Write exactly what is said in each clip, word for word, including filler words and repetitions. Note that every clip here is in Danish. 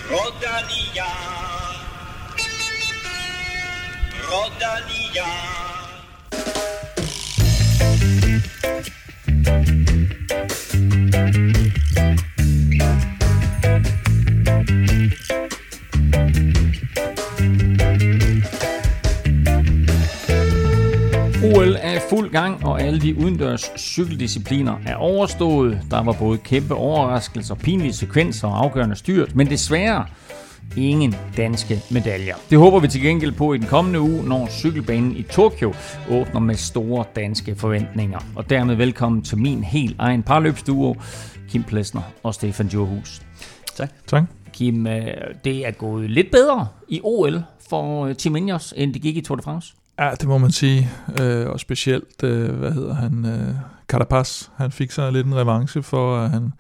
Rodalia, Rodalia. O L er i fuld gang, og alle de udendørs cykeldiscipliner er overstået. Der var både kæmpe overraskelser, pinlige sekvenser og afgørende styrt, men desværre ingen danske medaljer. Det håber vi til gengæld på i den kommende uge, når cykelbanen i Tokyo åbner med store danske forventninger. Og dermed velkommen til min helt egen parløbsduo, Kim Plesner og Stefan Djurhus. Tak. tak. Kim, det er gået lidt bedre i O L for Team Ineos, end det gik i Tour de France. Ja, det må man sige, øh, og specielt, øh, hvad hedder han, øh, Carapaz, han fik sig lidt en revanche for, at han,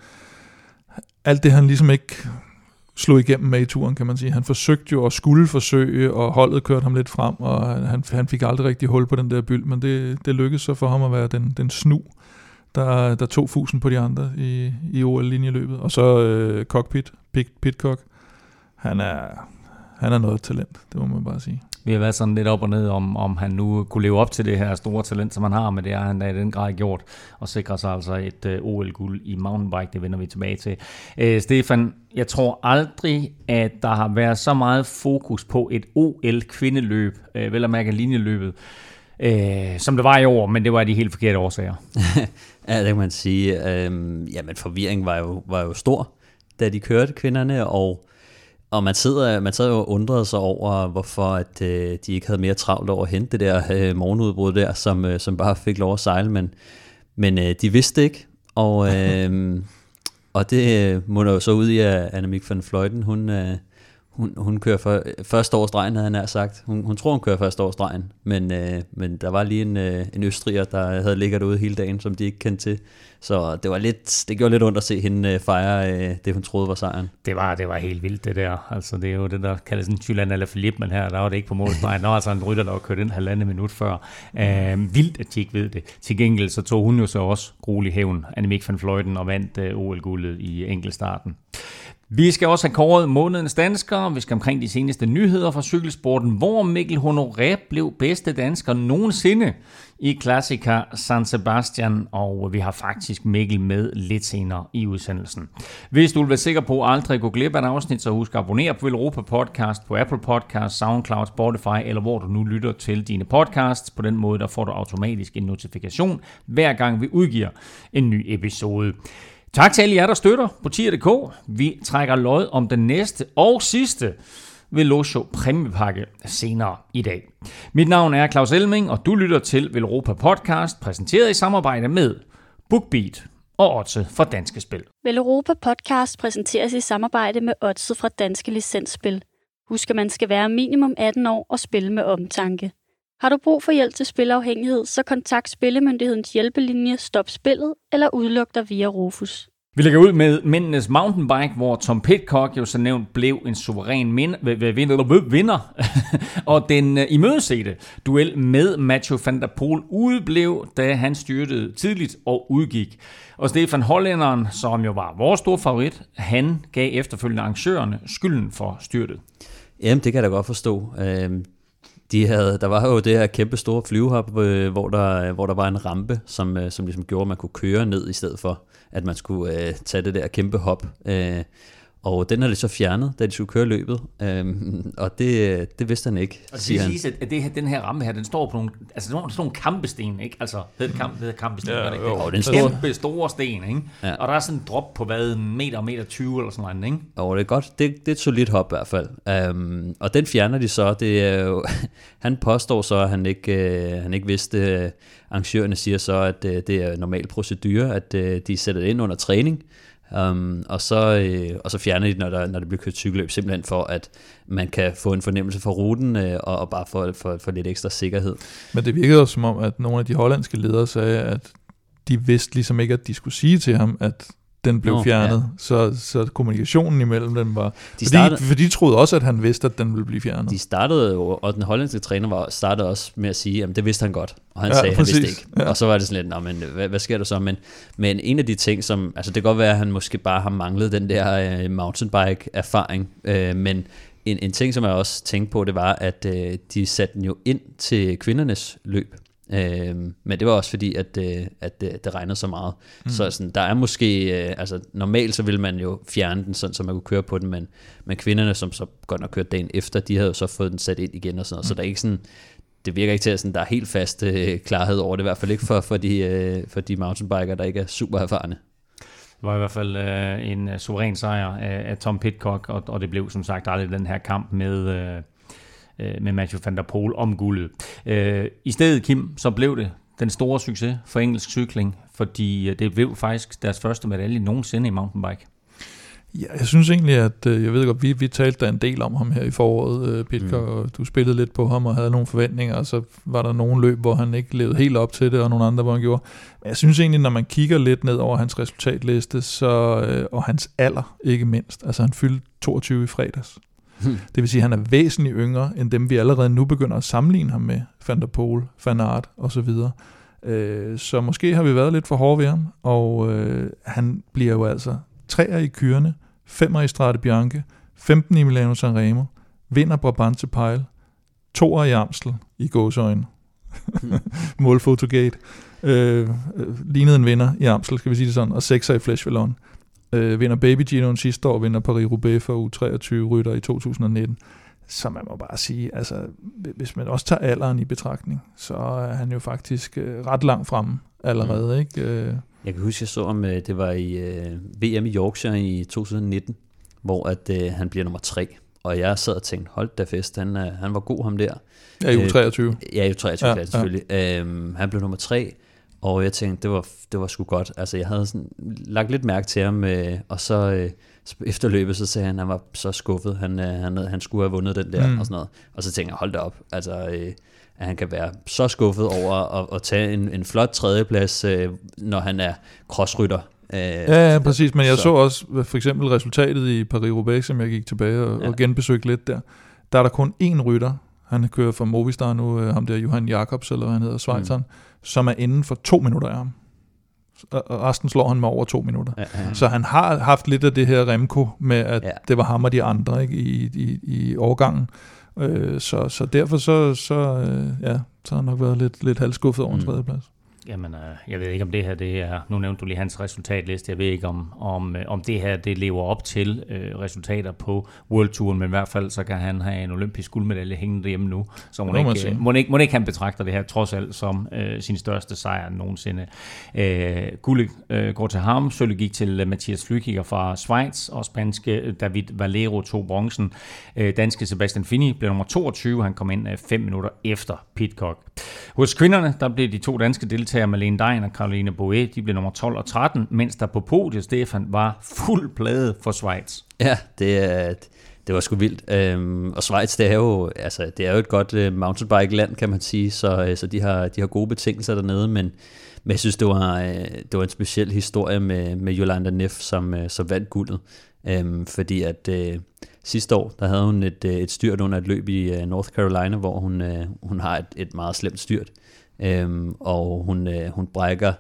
alt det han ligesom ikke slog igennem med i turen, kan man sige. Han forsøgte jo at skulle forsøge, og holdet kørte ham lidt frem, og han, han fik aldrig rigtig hul på den der byld, men det, det lykkedes så for ham at være den, den snu, der, der tog fusen på de andre i, i O L-linjeløbet. Og så øh, Cockpit, Pit, Pitcock, han er, han er noget talent, det må man bare sige. Vi har været sådan lidt op og ned, om, om han nu kunne leve op til det her store talent, som han har, men det er han da i den grad gjort, og sikrer sig altså et uh, O L-guld i mountainbike, det vender vi tilbage til. Uh, Stefan, jeg tror aldrig, at der har været så meget fokus på et O L-kvindeløb, uh, vel at mærke linjeløbet, uh, som det var i år, men det var de helt forkerte årsager. Ja, det kan man sige. Øhm, jamen, forvirringen var jo, var jo stor, da de kørte kvinderne, og Og man sidder, man sidder jo og undrede sig over, hvorfor at, øh, de ikke havde mere travlt over at hente det der øh, morgenudbrud der, som, øh, som bare fik lov at sejle, men, men øh, de vidste ikke, og, øh, og det øh, munder jo så ud i, at Annemiek van Vleuten, hun, øh, hun, hun kører for, første over stregen, havde han nær sagt. Hun, hun tror, hun kører første over stregen, men, øh, men der var lige en, øh, en østriger, der havde ligget derude hele dagen, som de ikke kendte til. Så det var lidt, det gjorde lidt ondt at se hende fejre øh, det, hun troede var sejren. Det var, det var helt vildt, det der. Altså, det er jo det, der kaldes en Julian Alaphilippe, men her, der var det ikke på målstregen. Der var altså en rytter, der var kørt ind halvandet minut før. Øh, vildt, at de ikke ved det. Til gengæld så tog hun jo så også gruelig hævn, Annemiek van Vleuten, og vandt øh, O L-guldet i enkeltstarten. Vi skal også have kåret månedens danskere. Vi skal omkring de seneste nyheder fra cykelsporten, hvor Mikkel Honoré blev bedste dansker nogensinde i Classica San Sebastian, og vi har faktisk Mikkel med lidt senere i udsendelsen. Hvis du vil være sikker på at aldrig gå glip af et afsnit, så husk at abonnere på Velropa Podcast på Apple Podcast, SoundCloud, Spotify, eller hvor du nu lytter til dine podcasts. På den måde der får du automatisk en notifikation, hver gang vi udgiver en ny episode. Tak til alle jer, der støtter på tier punktum d k. Vi trækker lod om den næste og sidste Velocio præmiepakke senere i dag. Mit navn er Claus Elming, og du lytter til Velropa Podcast, præsenteret i samarbejde med BookBeat og Odset fra Danske Spil. Velropa Podcast præsenteres i samarbejde med Odset fra Danske Licensspil. Husk, at man skal være minimum atten år og spille med omtanke. Har du brug for hjælp til spilafhængighed, så kontakt Spillemyndighedens hjælpelinje Stop Spillet eller udluk dig via Rufus. Vi lægger ud med mændenes mountainbike, hvor Tom Pidcock jo så nævnt blev en suveræn vinder, vinder. og den uh, imødesete duel med Mathieu van der Poel udeblev, da han styrtede tidligt og udgik. Og Stefan Hollænderen, som jo var vores store favorit, han gav efterfølgende arrangørerne skylden for styrtet. Jamen, det kan jeg da godt forstå. Øhm De havde, der var jo det her kæmpe store flyvehop, hvor der, hvor der var en rampe, som, som ligesom gjorde, at man kunne køre ned, i stedet for, at man skulle øh, tage det der kæmpe hop. Øh, og den har de så fjernet, da de skulle køre løbet. Øh, og det, det vidste han ikke, og siger han. Og at det her, den her rampe her, den står på nogle, altså sådan nogle kampesten, ikke? Altså, hedder det, kamp, det hedder kampesten, ja, ikke? Jo, den kæmpe store sten, ikke? Ja. Og der er sådan en drop på hvad, en meter, meter tyve eller sådan noget, ikke? Jo, det er godt. Det, det er et solidt hop i hvert fald. Um, og den fjerner de så. Det er jo, han påstår så, at han ikke, uh, han ikke vidste. Uh, arrangørerne siger så, at uh, det er normal procedure, at uh, de sætter det ind under træning. Um, og, så, øh, og så fjerner de, når, der, når det bliver kørt cykelløb, simpelthen for, at man kan få en fornemmelse for ruten, øh, og, og bare få for, for lidt ekstra sikkerhed. Men det virkede også som om, at nogle af de hollandske ledere sagde, at de vidste ligesom ikke, at de skulle sige til ham, at den blev Nå, fjernet. ja. Så, så kommunikationen imellem dem var... De fordi, startede, for de troede også, at han vidste, at den ville blive fjernet. De startede jo, og den hollandske træner var, startede også med at sige, at det vidste han godt. Og han Ja, sagde, at han præcis. vidste ikke. Ja. Og så var det sådan lidt, nå, men hvad, hvad sker der så? Men, men en af de ting, som... Altså det kan godt være, at han måske bare har manglet den der uh, mountainbike-erfaring. Uh, men en, en ting, som jeg også tænkte på, det var, at uh, de satte den jo ind til kvindernes løb. Øh, men det var også fordi at, øh, at det, det regnede så meget. Mm. Så sådan, der er måske øh, altså normalt så vil man jo fjerne den sådan, så man kunne køre på den, men, men kvinderne, som så godt nok kørte dagen efter, de havde jo så fået den sat ind igen og sådan noget. Mm. Så der er ikke sådan, det virker ikke til at sådan, der er helt fast øh, klarhed over det, i hvert fald ikke for, for, de, øh, for de mountainbiker, der ikke er super erfarne. Det var i hvert fald øh, en suveræn sejr af, af Tom Pidcock, og, og det blev som sagt aldrig den her kamp med... Øh, med Mathieu van der Poel om guldet. Øh, I stedet, Kim, så blev det den store succes for engelsk cykling, fordi det blev faktisk deres første medalje nogensinde i mountainbike. Ja, jeg synes egentlig, at jeg ved godt, vi, vi talte da en del om ham her i foråret, Pidcock, mm. og du spillede lidt på ham og havde nogle forventninger, og så var der nogle løb, hvor han ikke levede helt op til det, og nogle andre, hvor han gjorde. Men jeg synes egentlig, når man kigger lidt ned over hans resultatliste, så, og hans alder ikke mindst, altså han fyldte toogtyve i fredags. Hmm. Det vil sige, at han er væsentligt yngre, end dem vi allerede nu begynder at sammenligne ham med, Van der Poel, Van Aert og så videre. Øh, så måske har vi været lidt for hårde ved ham, og øh, han bliver jo altså treer i Kyrne, femmer i Strade Bianche, femten i Milano Sanremo, vinder Brabantse Pijl, toer i Amstel i gåseøjne, hmm. målfotogate, øh, lignede en vinder i Amstel, skal vi sige det sådan, og sekser i Flèche Wallonne. Øh, vinder Baby Ginoen sidste år, vinder Paris-Roubaix for U treogtyve rytter i to tusind nitten. Så man må bare sige, altså hvis man også tager alderen i betragtning, så er han jo faktisk øh, ret langt fremme allerede. Mm. Ikke? Øh. Jeg kan huske, jeg så om det var i øh, V M i Yorkshire i to tusind nitten, hvor at, øh, han bliver nummer tre. Og jeg sad og tænkte, hold da fest, han, øh, han var god ham der. Ja, i U treogtyve. Øh, ja, i U treogtyve, ja, selvfølgelig. Ja. Øh, han blev nummer tre. Og jeg tænkte, det var, det var sgu godt. Altså, jeg havde sådan, lagt lidt mærke til ham, øh, og så øh, efter løbet, så sagde han, at han var så skuffet. Han, øh, han, han skulle have vundet den der, mm. og sådan noget. Og så tænkte jeg, hold da op. Altså, øh, at han kan være så skuffet over at, at tage en, en flot tredjeplads, øh, når han er crossrytter. Øh, ja, ja, præcis. Men jeg så. så også for eksempel resultatet i Paris-Roubaix, som jeg gik tilbage og, ja. og genbesøgte lidt der. Der er der kun én rytter. Han kører for Movistar nu, ham der Johan Jacobs, eller hvad han hedder, Schweizeren, mm. som er inden for to minutter af ham. Og resten slår han med over to minutter. Ja, ja. Så han har haft lidt af det her Remco med, at ja. det var ham og de andre, ikke, i, i, i overgangen. Øh, så, så derfor så, så, øh, ja, så har han nok været lidt, lidt halvskuffet over mm. en tredjeplads. Jamen, øh, jeg ved ikke, om det her, det er, nu nævnte du lige hans resultatliste, jeg ved ikke, om, om, om det her, det lever op til øh, resultater på World Touren, men i hvert fald, så kan han have en olympisk guldmedalje hængende derhjemme nu, så må ikke, må ikke, må ikke han betragter det her trods alt som øh, sin største sejr nogensinde. Øh, guldet øh, går til ham, sølv gik til Mathias Flückiger fra Schweiz, og spanske David Valero tog bronzen. Øh, danske Sebastian Fini blev nummer toogtyve, han kom ind øh, fem minutter efter Pidcock. Hos kvinderne, der blev de to danske deltagere, Malene Dein og Caroline Bouet, de blev nummer tolv og tretten, mens der på podiet, Stefan, var fuld plade for Schweiz. Ja, det, det var sgu vildt. Øhm, og Schweiz, det er jo, altså, det er jo et godt uh, mountainbike-land, kan man sige, så, så de, har, de har gode betingelser dernede, men, men jeg synes, det var, det var en speciel historie med, med Jolanda Neff, som, som vandt guldet. Øhm, fordi at øh, sidste år, der havde hun et, et styrt under et løb i uh, North Carolina, hvor hun, øh, hun har et, et meget slemt styrt. Øhm, og hun, øh, hun brækker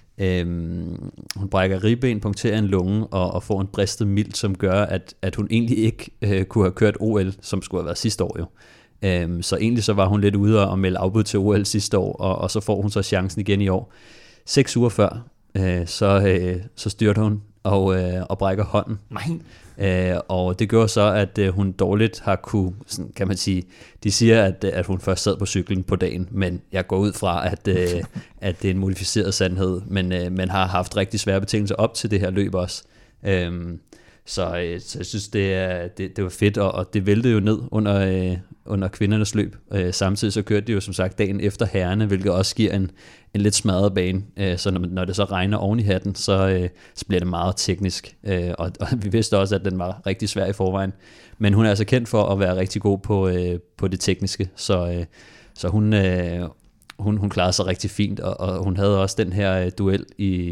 øhm, hun brækker ribben, punkterer en lunge og, og får en bristet mild, som gør, at, at hun egentlig ikke øh, kunne have kørt O L, som skulle have været sidste år jo. Øhm, så egentlig så var hun lidt ude og melde afbud til O L sidste år, og, og så får hun så chancen igen i år. Seks uger før, øh, så, øh, så styrter hun og, øh, og brækker hånden. Nej. Øh, og det gjorde så, at øh, hun dårligt har kunne, sådan, kan man sige, de siger, at, at hun først sad på cyklen på dagen, men jeg går ud fra, at, øh, at det er en modificeret sandhed, men øh, man har haft rigtig svære betingelser op til det her løb også. Øh, så, øh, så jeg synes, det, er, det, det var fedt, og, og det væltede jo ned under, øh, under kvindernes løb. Øh, samtidig så kørte de jo som sagt dagen efter herrerne, hvilket også giver en, en lidt smadret bane. Øh, så når, når det så regner oven i hatten, så, øh, så bliver det meget teknisk. Øh, og, og vi vidste også, at den var rigtig svær i forvejen. Men hun er altså kendt for at være rigtig god på, øh, på det tekniske, så, øh, så hun, øh, hun, hun klarede sig rigtig fint, og, og hun havde også den her øh, duel i,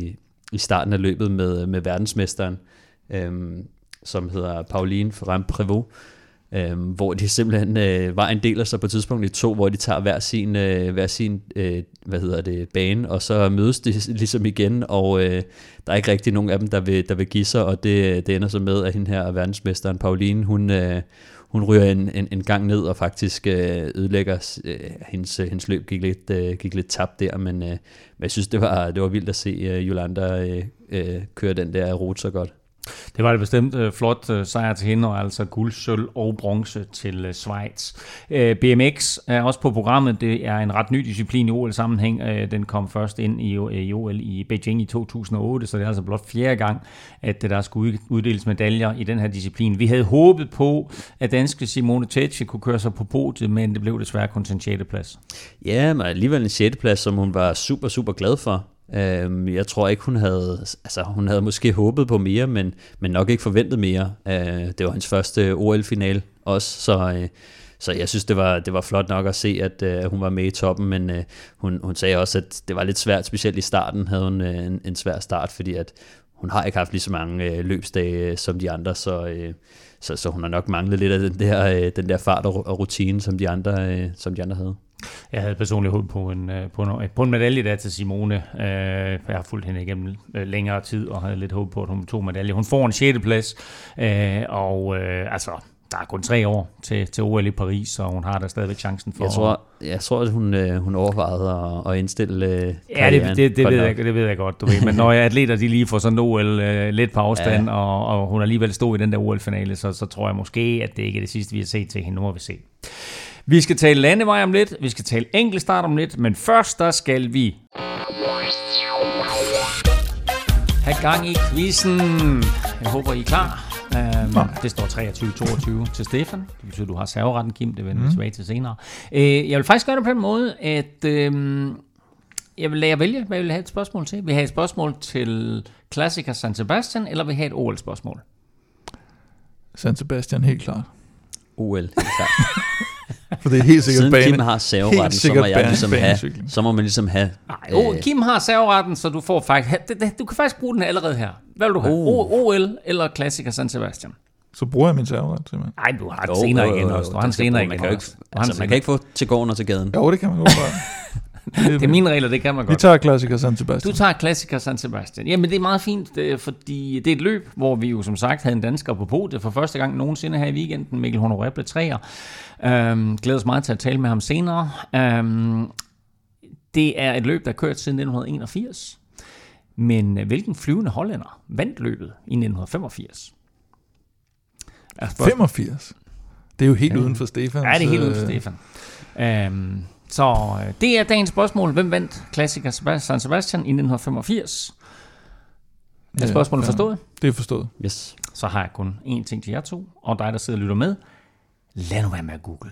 i starten af løbet med, med verdensmesteren, øh, som hedder Pauline Ferrand-Prévot, øh, hvor de simpelthen øh, vejen deler sig på et tidspunkt i to, hvor de tager hver sin, øh, hver sin øh, hvad hedder det, bane, og så mødes de ligesom igen, og øh, der er ikke rigtig nogen af dem, der vil, der vil give sig, og det, det ender så med, at hende her verdensmesteren Pauline, hun, øh, hun ryger en, en, en gang ned, og faktisk øh, ødelægger øh, hendes, hendes løb, gik lidt, øh, gik lidt tabt der, men, øh, men jeg synes, det var, det var vildt at se øh, Jolanda øh, øh, køre den der rute så godt. Det var det bestemt uh, flot uh, sejr til hende, og altså guld, sølv og bronze til uh, Schweiz. Uh, B M X er også på programmet. Det er en ret ny disciplin i O L-sammenhæng. Uh, den kom først ind i, uh, i O L i Beijing i to tusind og otte, så det er altså blot fjerde gang, at uh, der skulle uddeles medaljer i den her disciplin. Vi havde håbet på, at danske Simone Tetsche kunne køre sig på podiet, men det blev desværre kun til en sjette plads. Ja, men alligevel en sjette plads, som hun var super, super glad for. Jeg tror ikke, hun havde, altså hun havde måske håbet på mere, men, men nok ikke forventet mere. Det var hendes første O L-finale også, så, så jeg synes, det var, det var flot nok at se, at hun var med i toppen, men hun, hun sagde også, at det var lidt svært, specielt i starten havde hun en, en svær start, fordi at hun har ikke haft lige så mange løbsdage som de andre, så, så, så hun har nok manglet lidt af den der, den der fart og rutine, som de andre, som de andre havde. Jeg havde personligt håbet på en, på en, på en medalje der til Simone. Jeg har fulgt hende igennem længere tid og havde lidt håb på, at hun tog medalje. Hun får en sjette plads, og altså, der er kun tre år til, til O L i Paris, og hun har da stadigvæk chancen for... Jeg tror, jeg tror at hun, hun overvejede at, at indstille Ja, det, det, det, ved jeg, det ved jeg godt, du ved. Men når atleter de lige får sådan O L lidt på afstand, ja. og, og hun alligevel stod i den der O L-finale, så, så tror jeg måske, at det ikke er det sidste, vi har set til hende. Nu må vi se. Vi skal tale landevej om lidt, vi skal tale enkeltstart om lidt, men først der skal vi have gang i quizzen. Jeg håber, I er klar. Um, det står treogtyve toogtyve til Stefan. Det betyder, at du har serveretten, Kim. Det vender vi mm. tilbage til senere. Uh, jeg vil faktisk gøre det på den måde, at uh, jeg vil lade jer vælge, hvad jeg vil have et spørgsmål til. Vil jeg have et spørgsmål til Classica San Sebastian, eller vil jeg have et O L-spørgsmål? San Sebastian, helt klart. O L, helt klart. For det er helt sikkert Siden bane. Kim har serveretten, så må jeg ligesom have, så må man ligesom have... Nej, oh, Kim har serveretten, så du får faktisk... Du kan faktisk bruge den allerede her. Hvad vil du have? Oh. O L eller Classica San Sebastian? Så bruger jeg min serveret, simpelthen. Nej, du har den senere igen også. Du har den senere igen også. Altså, man kan ikke få til gården og til gaden. Jo, det kan man godt bare. Det er mine regler, det kan man godt. Vi tager Classica San Sebastian. Du tager Classica San Sebastian. Jamen, det er meget fint, fordi det er et løb, hvor vi jo som sagt havde en dansker på podiet for første gang nogensinde her i weekenden. Mikkel Honoré blev treer. Øhm, glæder os meget til at tale med ham senere. Øhm, det er et løb, der er kørt siden nitten enogfirs. Men hvilken flyvende hollænder vandt løbet i nitten femogfirs? femogfirs? Det er jo helt ja. uden for Stefan. Ja, det er helt uden for Stefan. Øhm, Så det er dagens spørgsmål. Hvem vandt Classica San Sebastian i nitten femogfirs? Er spørgsmålet ja, forstået? Det er forstået. Yes. Så har jeg kun én ting til jer to, og dig, der sidder og lytter med. Lad nu være med at google.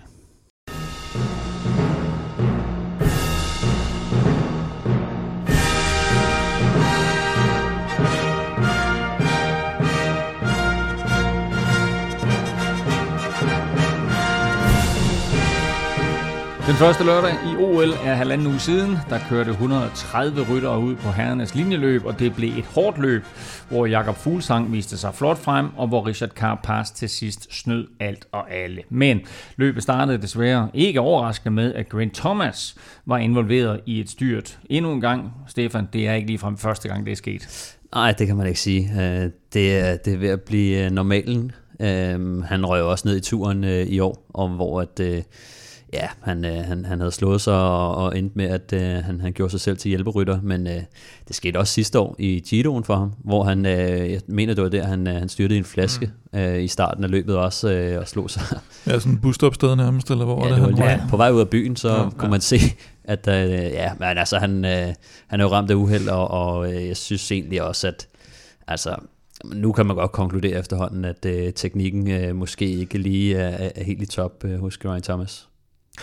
Den første lørdag i O L er halvanden uge siden. Der kørte et hundrede og tredive ryttere ud på herrenes linjeløb, og det blev et hårdt løb, hvor Jakob Fuglsang viste sig flot frem, og hvor Richard Carapaz til sidst snød alt og alle. Men løbet startede desværre ikke overraskende med, at Geraint Thomas var involveret i et styrt. Endnu en gang, Stefan, det er ikke ligefrem første gang, det er sket. Nej, det kan man ikke sige. Det er, det er ved at blive normalen. Han røg også ned i turen i år, og hvor at... Ja, han, han, han havde slået sig og, og endte med, at uh, han, han gjorde sig selv til hjælperytter, men uh, det skete også sidste år i Giroen for ham, hvor han, uh, jeg mener det var der, han, uh, han styrtede en flaske mm. uh, i starten af løbet også uh, og slog sig. Ja, sådan en busstopsted nærmest, eller hvor ja, det, det han ja, på vej ud af byen, så ja, kunne ja. man se, at uh, ja, men altså, han, uh, han er jo ramt af uheld, og, og uh, jeg synes egentlig også, at altså, nu kan man godt konkludere efterhånden, at uh, teknikken uh, måske ikke lige er, er helt i top uh, hos Geraint Thomas.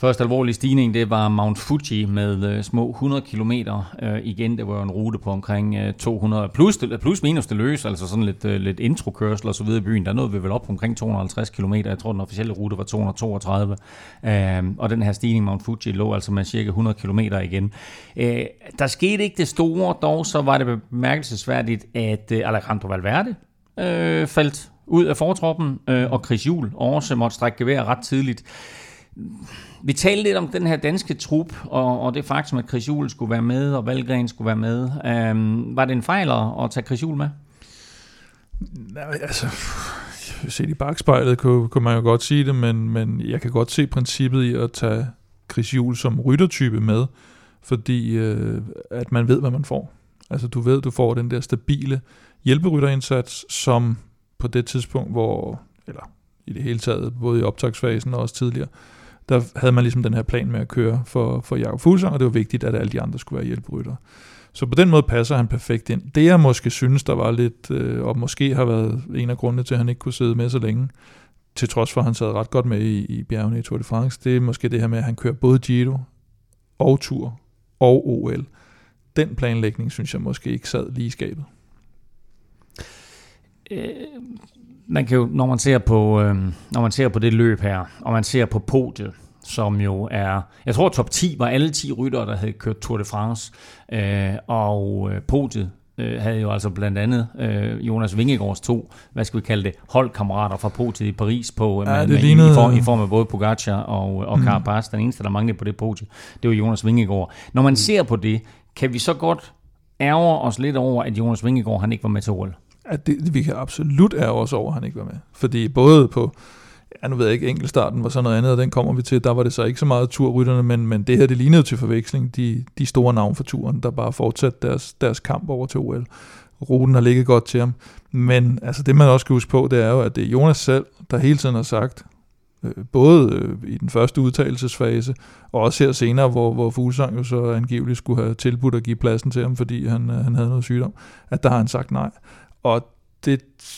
Første alvorlige stigning, det var Mount Fuji med øh, små hundrede kilometer. Øh, igen, det var jo en rute på omkring øh, to hundrede, plus, plus minus det løs, altså sådan lidt, øh, lidt introkørsel og så videre i byen. Der nåede vi vel op på omkring to hundrede og halvtreds kilometer. Jeg tror, den officielle rute var to hundrede og toogtredive. Øh, og den her stigning, Mount Fuji, lå altså med cirka hundrede kilometer igen. Øh, der skete ikke det store, dog så var det bemærkelsesværdigt, at øh, Alejandro Valverde øh, faldt ud af fortroppen, øh, og Chris Juhl også måtte strække gevær ret tidligt. Vi talte lidt om den her danske trup, og, og det faktum, at Chris Juhl skulle være med, og Valgren skulle være med. Um, var det en fejl at, at tage Chris Juhl med? Nej, altså, set i bagspejlet kunne, kunne man jo godt sige det, men, men jeg kan godt se princippet i at tage Chris Juhl som ryttertype med, fordi øh, at man ved, hvad man får. Altså, du ved, du får den der stabile hjælperytterindsats, som på det tidspunkt, hvor, eller i det hele taget, både i optagsfasen og også tidligere, der havde man ligesom den her plan med at køre for, for Jakob Fuglsang, og det var vigtigt, at alle de andre skulle være hjælperyttere. Så på den måde passer han perfekt ind. Det jeg måske synes, der var lidt, øh, og måske har været en af grundene til, at han ikke kunne sidde med så længe, til trods for, at han sad ret godt med i, i bjergene i Tour de France, det er måske det her med, at han kører både Giro og Tour og O L. Den planlægning, synes jeg måske ikke sad lige i skabet. Øh, man kan jo, når man ser på, øh, når man ser på det løb her, og man ser på podiet, som jo er, jeg tror top ti var alle ti ryttere, der havde kørt Tour de France, øh, og øh, podiet øh, havde jo altså blandt andet øh, Jonas Vingegaards to, hvad skal vi kalde det, holdkammerater fra podiet i Paris på, ja, med, det med, lignede... i, form, i form af både Pogacar og, og mm. Carapaz. Den eneste, der manglede på det podie, det var Jonas Vingegaard. Når man mm. ser på det, kan vi så godt ærge os lidt over, at Jonas Vingegaard han ikke var med til O L. At det, vi kan absolut ærge os over, at han ikke var med. Fordi både på, ja, nu ved jeg ikke, enkeltstarten var så noget andet, og den kommer vi til, der var det så ikke så meget turrytterne, men, men det her, det lignede til forveksling, de, de store navn for turen, der bare fortsatte deres, deres kamp over til O L. Ruten har ligget godt til ham. Men altså, det man også skal huske på, det er jo, at det er Jonas selv, der hele tiden har sagt, øh, både øh, i den første udtalelsesfase, og også her senere, hvor, hvor Fuglsang jo så angiveligt skulle have tilbudt at give pladsen til ham, fordi han, han havde noget sygdom, at der har han sagt nej. Og det,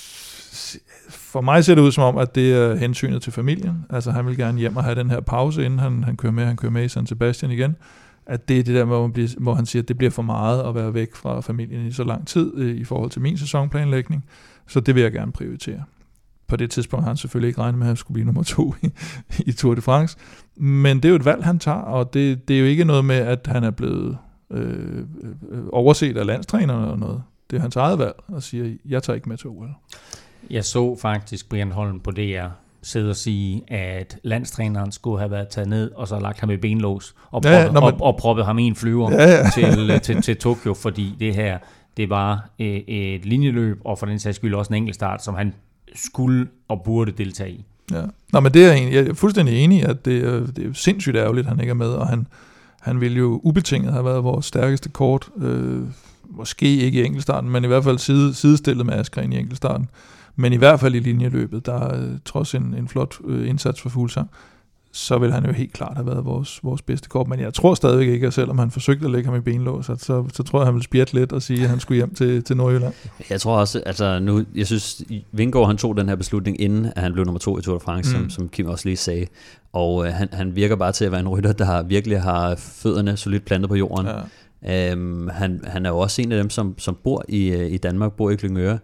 for mig ser det ud som om, at det er hensynet til familien. Altså han vil gerne hjem og have den her pause, inden han, han kører med. Han kører med i San Sebastian igen. At det er det der, hvor, man bliver, hvor han siger, at det bliver for meget at være væk fra familien i så lang tid øh, i forhold til min sæsonplanlægning. Så det vil jeg gerne prioritere. På det tidspunkt har han selvfølgelig ikke regnet med, at han skulle blive nummer to i, i Tour de France. Men det er jo et valg, han tager, og det, det er jo ikke noget med, at han er blevet øh, øh, overset af landstrænerne eller noget. Det er hans eget valg, og siger, jeg tager ikke med til O L. Jeg så faktisk Brian Holm på D R sidde og sige, at landstræneren skulle have været taget ned, og så lagt ham i benlås, og proppet, ja, ja, man... og, og proppet ham i en flyver ja, ja. til, til, til Tokyo, fordi det her, det var et, et linjeløb, og for den sags skyld også en enkeltstart, som han skulle og burde deltage i. Ja. Nå, men det er jeg, jeg er fuldstændig enig i, at det, det er sindssygt ærgerligt, at han ikke er med, og han, han ville jo ubetinget have været vores stærkeste kort, øh, måske ikke i enkeltstarten, men i hvert fald side, sidestillet med Askren i enkeltstarten. Men i hvert fald i linjeløbet, der er trods en, en flot øh, indsats for Fuglsang, så vil han jo helt klart have været vores, vores bedste kort. Men jeg tror stadigvæk ikke, at selvom han forsøgte at lægge ham i benlås, så, så, så tror jeg, han ville spjætte lidt og sige, at han skulle hjem til, til Nordjylland. Jeg tror også, altså nu, jeg synes, Vingegaard han tog den her beslutning, inden at han blev nummer to i Tour de France, mm. som, som Kim også lige sagde. Og øh, han, han virker bare til at være en rytter, der virkelig har fødderne solidt plantet på jorden. Ja. Øhm, han, han er jo også en af dem, som, som bor i, i Danmark, bor i Klyngøre.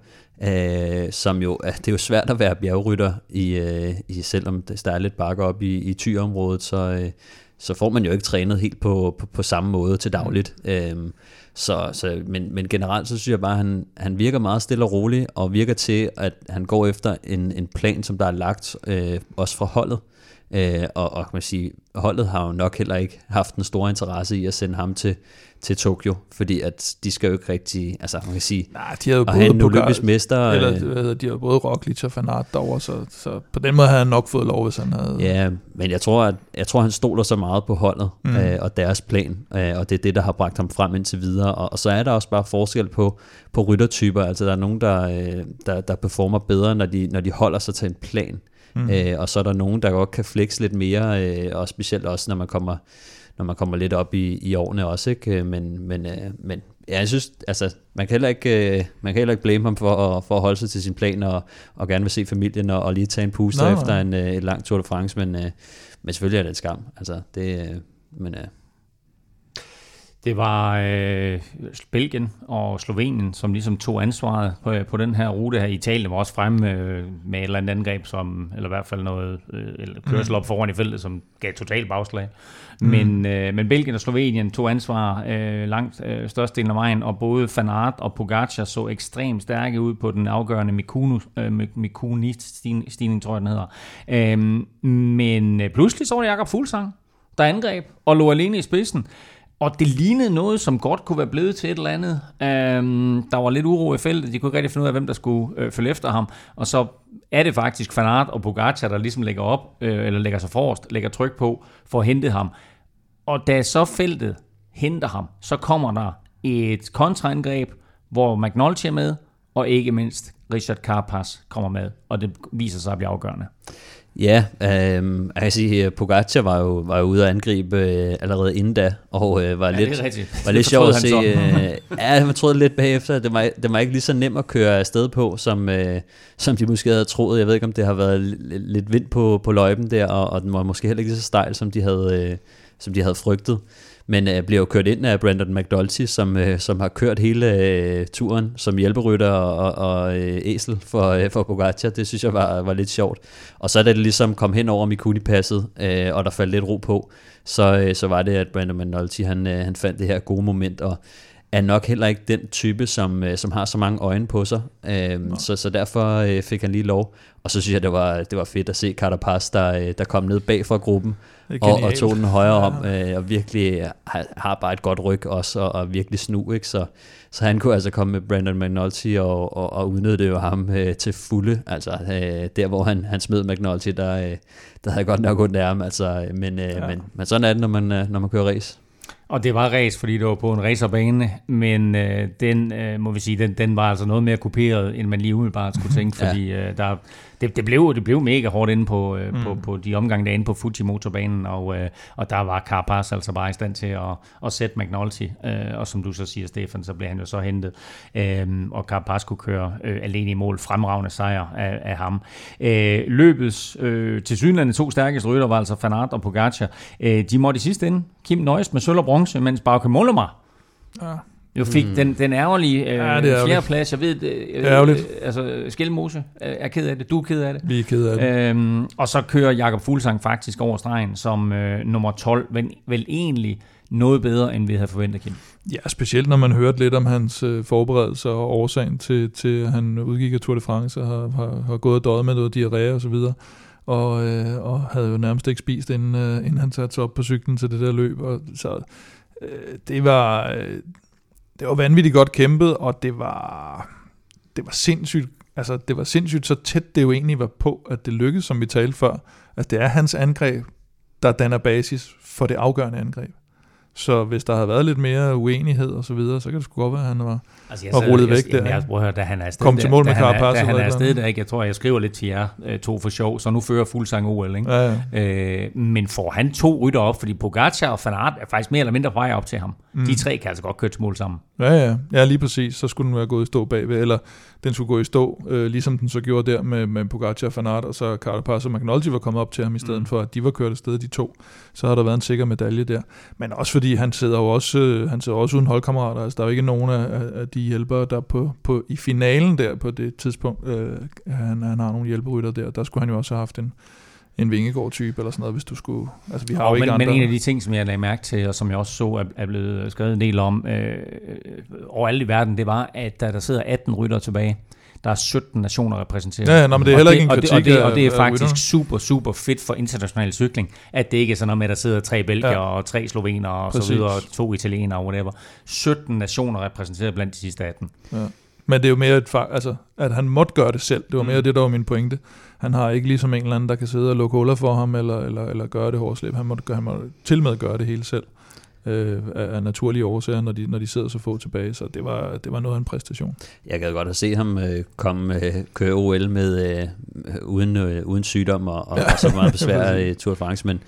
Uh, som jo, det er jo svært at være bjergrytter, i, uh, i, selvom der er lidt bakker op i, i Thy-området, så, uh, så får man jo ikke trænet helt på, på, på samme måde til dagligt. Uh, så, så, men, men generelt så synes jeg bare, at han, han virker meget stille og rolig, og virker til, at han går efter en, en plan, som der er lagt, uh, også fra holdet. Uh, og, og kan man sige, holdet har jo nok heller ikke haft en stor interesse i at sende ham til, til Tokyo, fordi at de skal jo ikke rigtig, altså man kan sige, nej, de har jo at have en olympisk mester. Eller de har både Roglic og Van Aert derovre, så, så på den måde havde han nok fået lov, hvis han havde... Ja, men jeg tror, at jeg tror, han stoler så meget på holdet mm. øh, og deres plan, øh, og det er det, der har bragt ham frem indtil videre, og, og så er der også bare forskel på, på ryttertyper, altså der er nogen, der, øh, der, der performer bedre, når de, når de holder sig til en plan, mm. øh, og så er der nogen, der godt kan flexe lidt mere, øh, og specielt også, når man kommer når man kommer lidt op i, i årene også, ikke? Men, men, øh, men ja, jeg synes, altså, man kan heller ikke, øh, man kan heller ikke blame ham for at, for at holde sig til sin plan og, og gerne vil se familien og, og lige tage en puster nej, efter en, øh, en lang Tour de France, men, øh, men selvfølgelig er det en skam. Altså, det, øh, men, øh. Det var øh, Belgien og Slovenien, som ligesom tog ansvaret på, på den her rute her. Italien var også fremme øh, med et eller andet angreb, som, eller i hvert fald noget øh, eller kørsel op foran i feltet, som gav total bagslag. Mm. Men, øh, men Belgien og Slovenien tog ansvar øh, langt øh, størstedelen af vejen, og både Van Aert og Pogacar så ekstremt stærke ud på den afgørende Mikunu, øh, Mikuni-stigning, tror jeg den hedder. Øh, men øh, pludselig så var det Jakob Fuglsang, der angreb og lå alene i spidsen. Og det lignede noget, som godt kunne være blevet til et eller andet. Øhm, der var lidt uro i feltet. De kunne ikke rigtig finde ud af, hvem der skulle øh, følge efter ham. Og så er det faktisk Van Aert og Pogacar, der ligesom lægger op, øh, eller lægger sig forrest, lægger tryk på for at hente ham. Og da så feltet henter ham, så kommer der et kontraangreb, hvor McNulty er med, og ikke mindst Richard Carapaz kommer med. Og det viser sig at blive afgørende. Ja, øh, jeg kan sige, at Pogacar var jo, var jo ude at angribe øh, allerede inden da, og øh, var ja, lidt, var lidt sjovt at se. Øh, ja, man troede lidt bagefter, det var, det var ikke lige så nemt at køre afsted på, som, øh, som de måske havde troet. Jeg ved ikke, om det har været lidt vind på, på løjpen der, og, og den var måske heller ikke lige så stejl, som de havde, øh, som de havde frygtet. Men øh, bliver jo kørt ind af Brandon McNulty, som, øh, som har kørt hele øh, turen som hjælperytter og, og øh, æsel for, øh, for Pogacar. Det synes jeg var, var lidt sjovt. Og så er det ligesom kom hen over Mikuni-passet, øh, og der faldt lidt ro på. Så, øh, så var det, at Brandon McNulty han, øh, han fandt det her gode moment, og er nok heller ikke den type, som, øh, som har så mange øjne på sig. Øh, så, så derfor øh, fik han lige lov. Og så synes jeg, det var, det var fedt at se Carapaz, der, der kom ned bag fra gruppen, og, og tog den højere om, øh, og virkelig har, har bare et godt ryg også, og, og virkelig snu, ikke? Så, så han kunne altså komme med Brandon McNulty og, og, og udnytte jo ham øh, til fulde. Altså øh, der, hvor han, han smed McNulty, der, øh, der havde godt nok ondt af ham. Altså, men, øh, ja. men, men sådan er det, når man, når man kører race. Og det var race, fordi det var på en racerbane, men øh, den, øh, må vi sige, den, den var altså noget mere kuperet, end man lige umiddelbart skulle tænke, fordi øh, der, det, det, blev, det blev mega hårdt inde på, øh, mm. på, på de omgange derinde på Fuji-motorbanen, og, øh, og der var Carapaz altså bare i stand til at, at sætte McNulty, øh, og som du så siger, Stefan, så blev han jo så hentet, øh, og Carapaz kunne køre øh, alene i mål, fremragende sejr af, af ham. Øh, løbets øh, tilsyneladende to stærkeste rytter var altså Van Aert og Pogacar. Øh, de måtte i sidste ende Kim nøjes med sølv og bronze, mens Bauke Mollema ja. jo fik mm. den, den ærgerlige øh, ja, fjerdeplads. Jeg ved, øh, øh, altså Skelmose er ked af det, du er ked af det. Vi er ked af det. Øhm, og så kører Jakob Fuglsang faktisk over stregen som øh, nummer tolv, men vel egentlig noget bedre, end vi havde forventet, Kim. Ja, specielt når man hørte lidt om hans øh, forberedelser og årsagen til, til at han udgik af Tour de France og har, har, har gået og døjet med noget diarré og så videre. Og, øh, og havde jo nærmest ikke spist, inden, øh, inden han satte sig op på cyklen til det der løb. Og så øh, det var øh, det var vanvittigt godt kæmpet, og det var det var sindssygt, altså det var sindssygt så tæt det jo egentlig var på, at det lykkedes, som vi talte før, at det er hans angreb, der danner basis for det afgørende angreb. Så hvis der havde været lidt mere uenighed og så videre, så kan det sgu godt være, at han var, altså, var rullet jeg, væk jeg, der. Jeg, jeg, jeg, da han er afsted kom til mål med Carapaz. Da han er afsted der, ikke? Jeg tror, jeg skriver lidt til jer to for sjov, så nu fører Fuglsang O L, ikke? Ja, ja. Øh, men får han to rytter op, fordi Pogacar og Van Aert er faktisk mere eller mindre vej op til ham. Mm. De tre kan altså godt køre til mål sammen. Ja, ja. Ja, lige præcis. Så skulle den være gået i stå bagved, eller den skulle gå i stå, øh, ligesom den så gjorde der med, med Pogacar og Van Aert, og så Carapaz og McNulty var kommet op til ham, i stedet mm. for, at de var kørt afsted, de to. Så har der været en sikker medalje der. Men også fordi han sidder jo også, øh, han sidder også uden holdkammerater. Altså, der er jo ikke nogen af, af de hjælpere, der på, på, i finalen der på det tidspunkt, øh, han, han har nogle hjælperytter der. Der skulle han jo også have haft en, en Vingegaard-type eller sådan noget, hvis du skulle... Altså, vi har jo ikke men, andre... men en af de ting, som jeg lagde mærke til, og som jeg også så er, er blevet skrevet en del om øh, overalt i verden, det var, at der, der sidder atten rytter tilbage. Der er sytten nationer repræsenteret. Ja, nå, men det er heller ikke en kritik. Og det, og det, og det er faktisk super, super fedt for international cykling, at det ikke er sådan noget med, at der sidder tre belgier ja. og tre slovener og Præcis. så videre, og to italienere og whatever. sytten nationer repræsenteret blandt de sidste atten. Ja. Men det er jo mere et fakt, altså, at han måtte gøre det selv. Det var mere mm. det, der var min pointe. Han har ikke ligesom en eller anden, der kan sidde og lukke huller for ham, eller, eller, eller gøre det hårdslip. Han må, han må til med gøre det hele selv. Øh, af naturlige årsager, når de, når de sidder så få tilbage, så det var, det var noget af en præstation. Jeg gad godt have set ham øh, komme øh, køre O L med øh, uden, øh, uden sygdom og, og, ja. og så meget besvær i Tour de France, men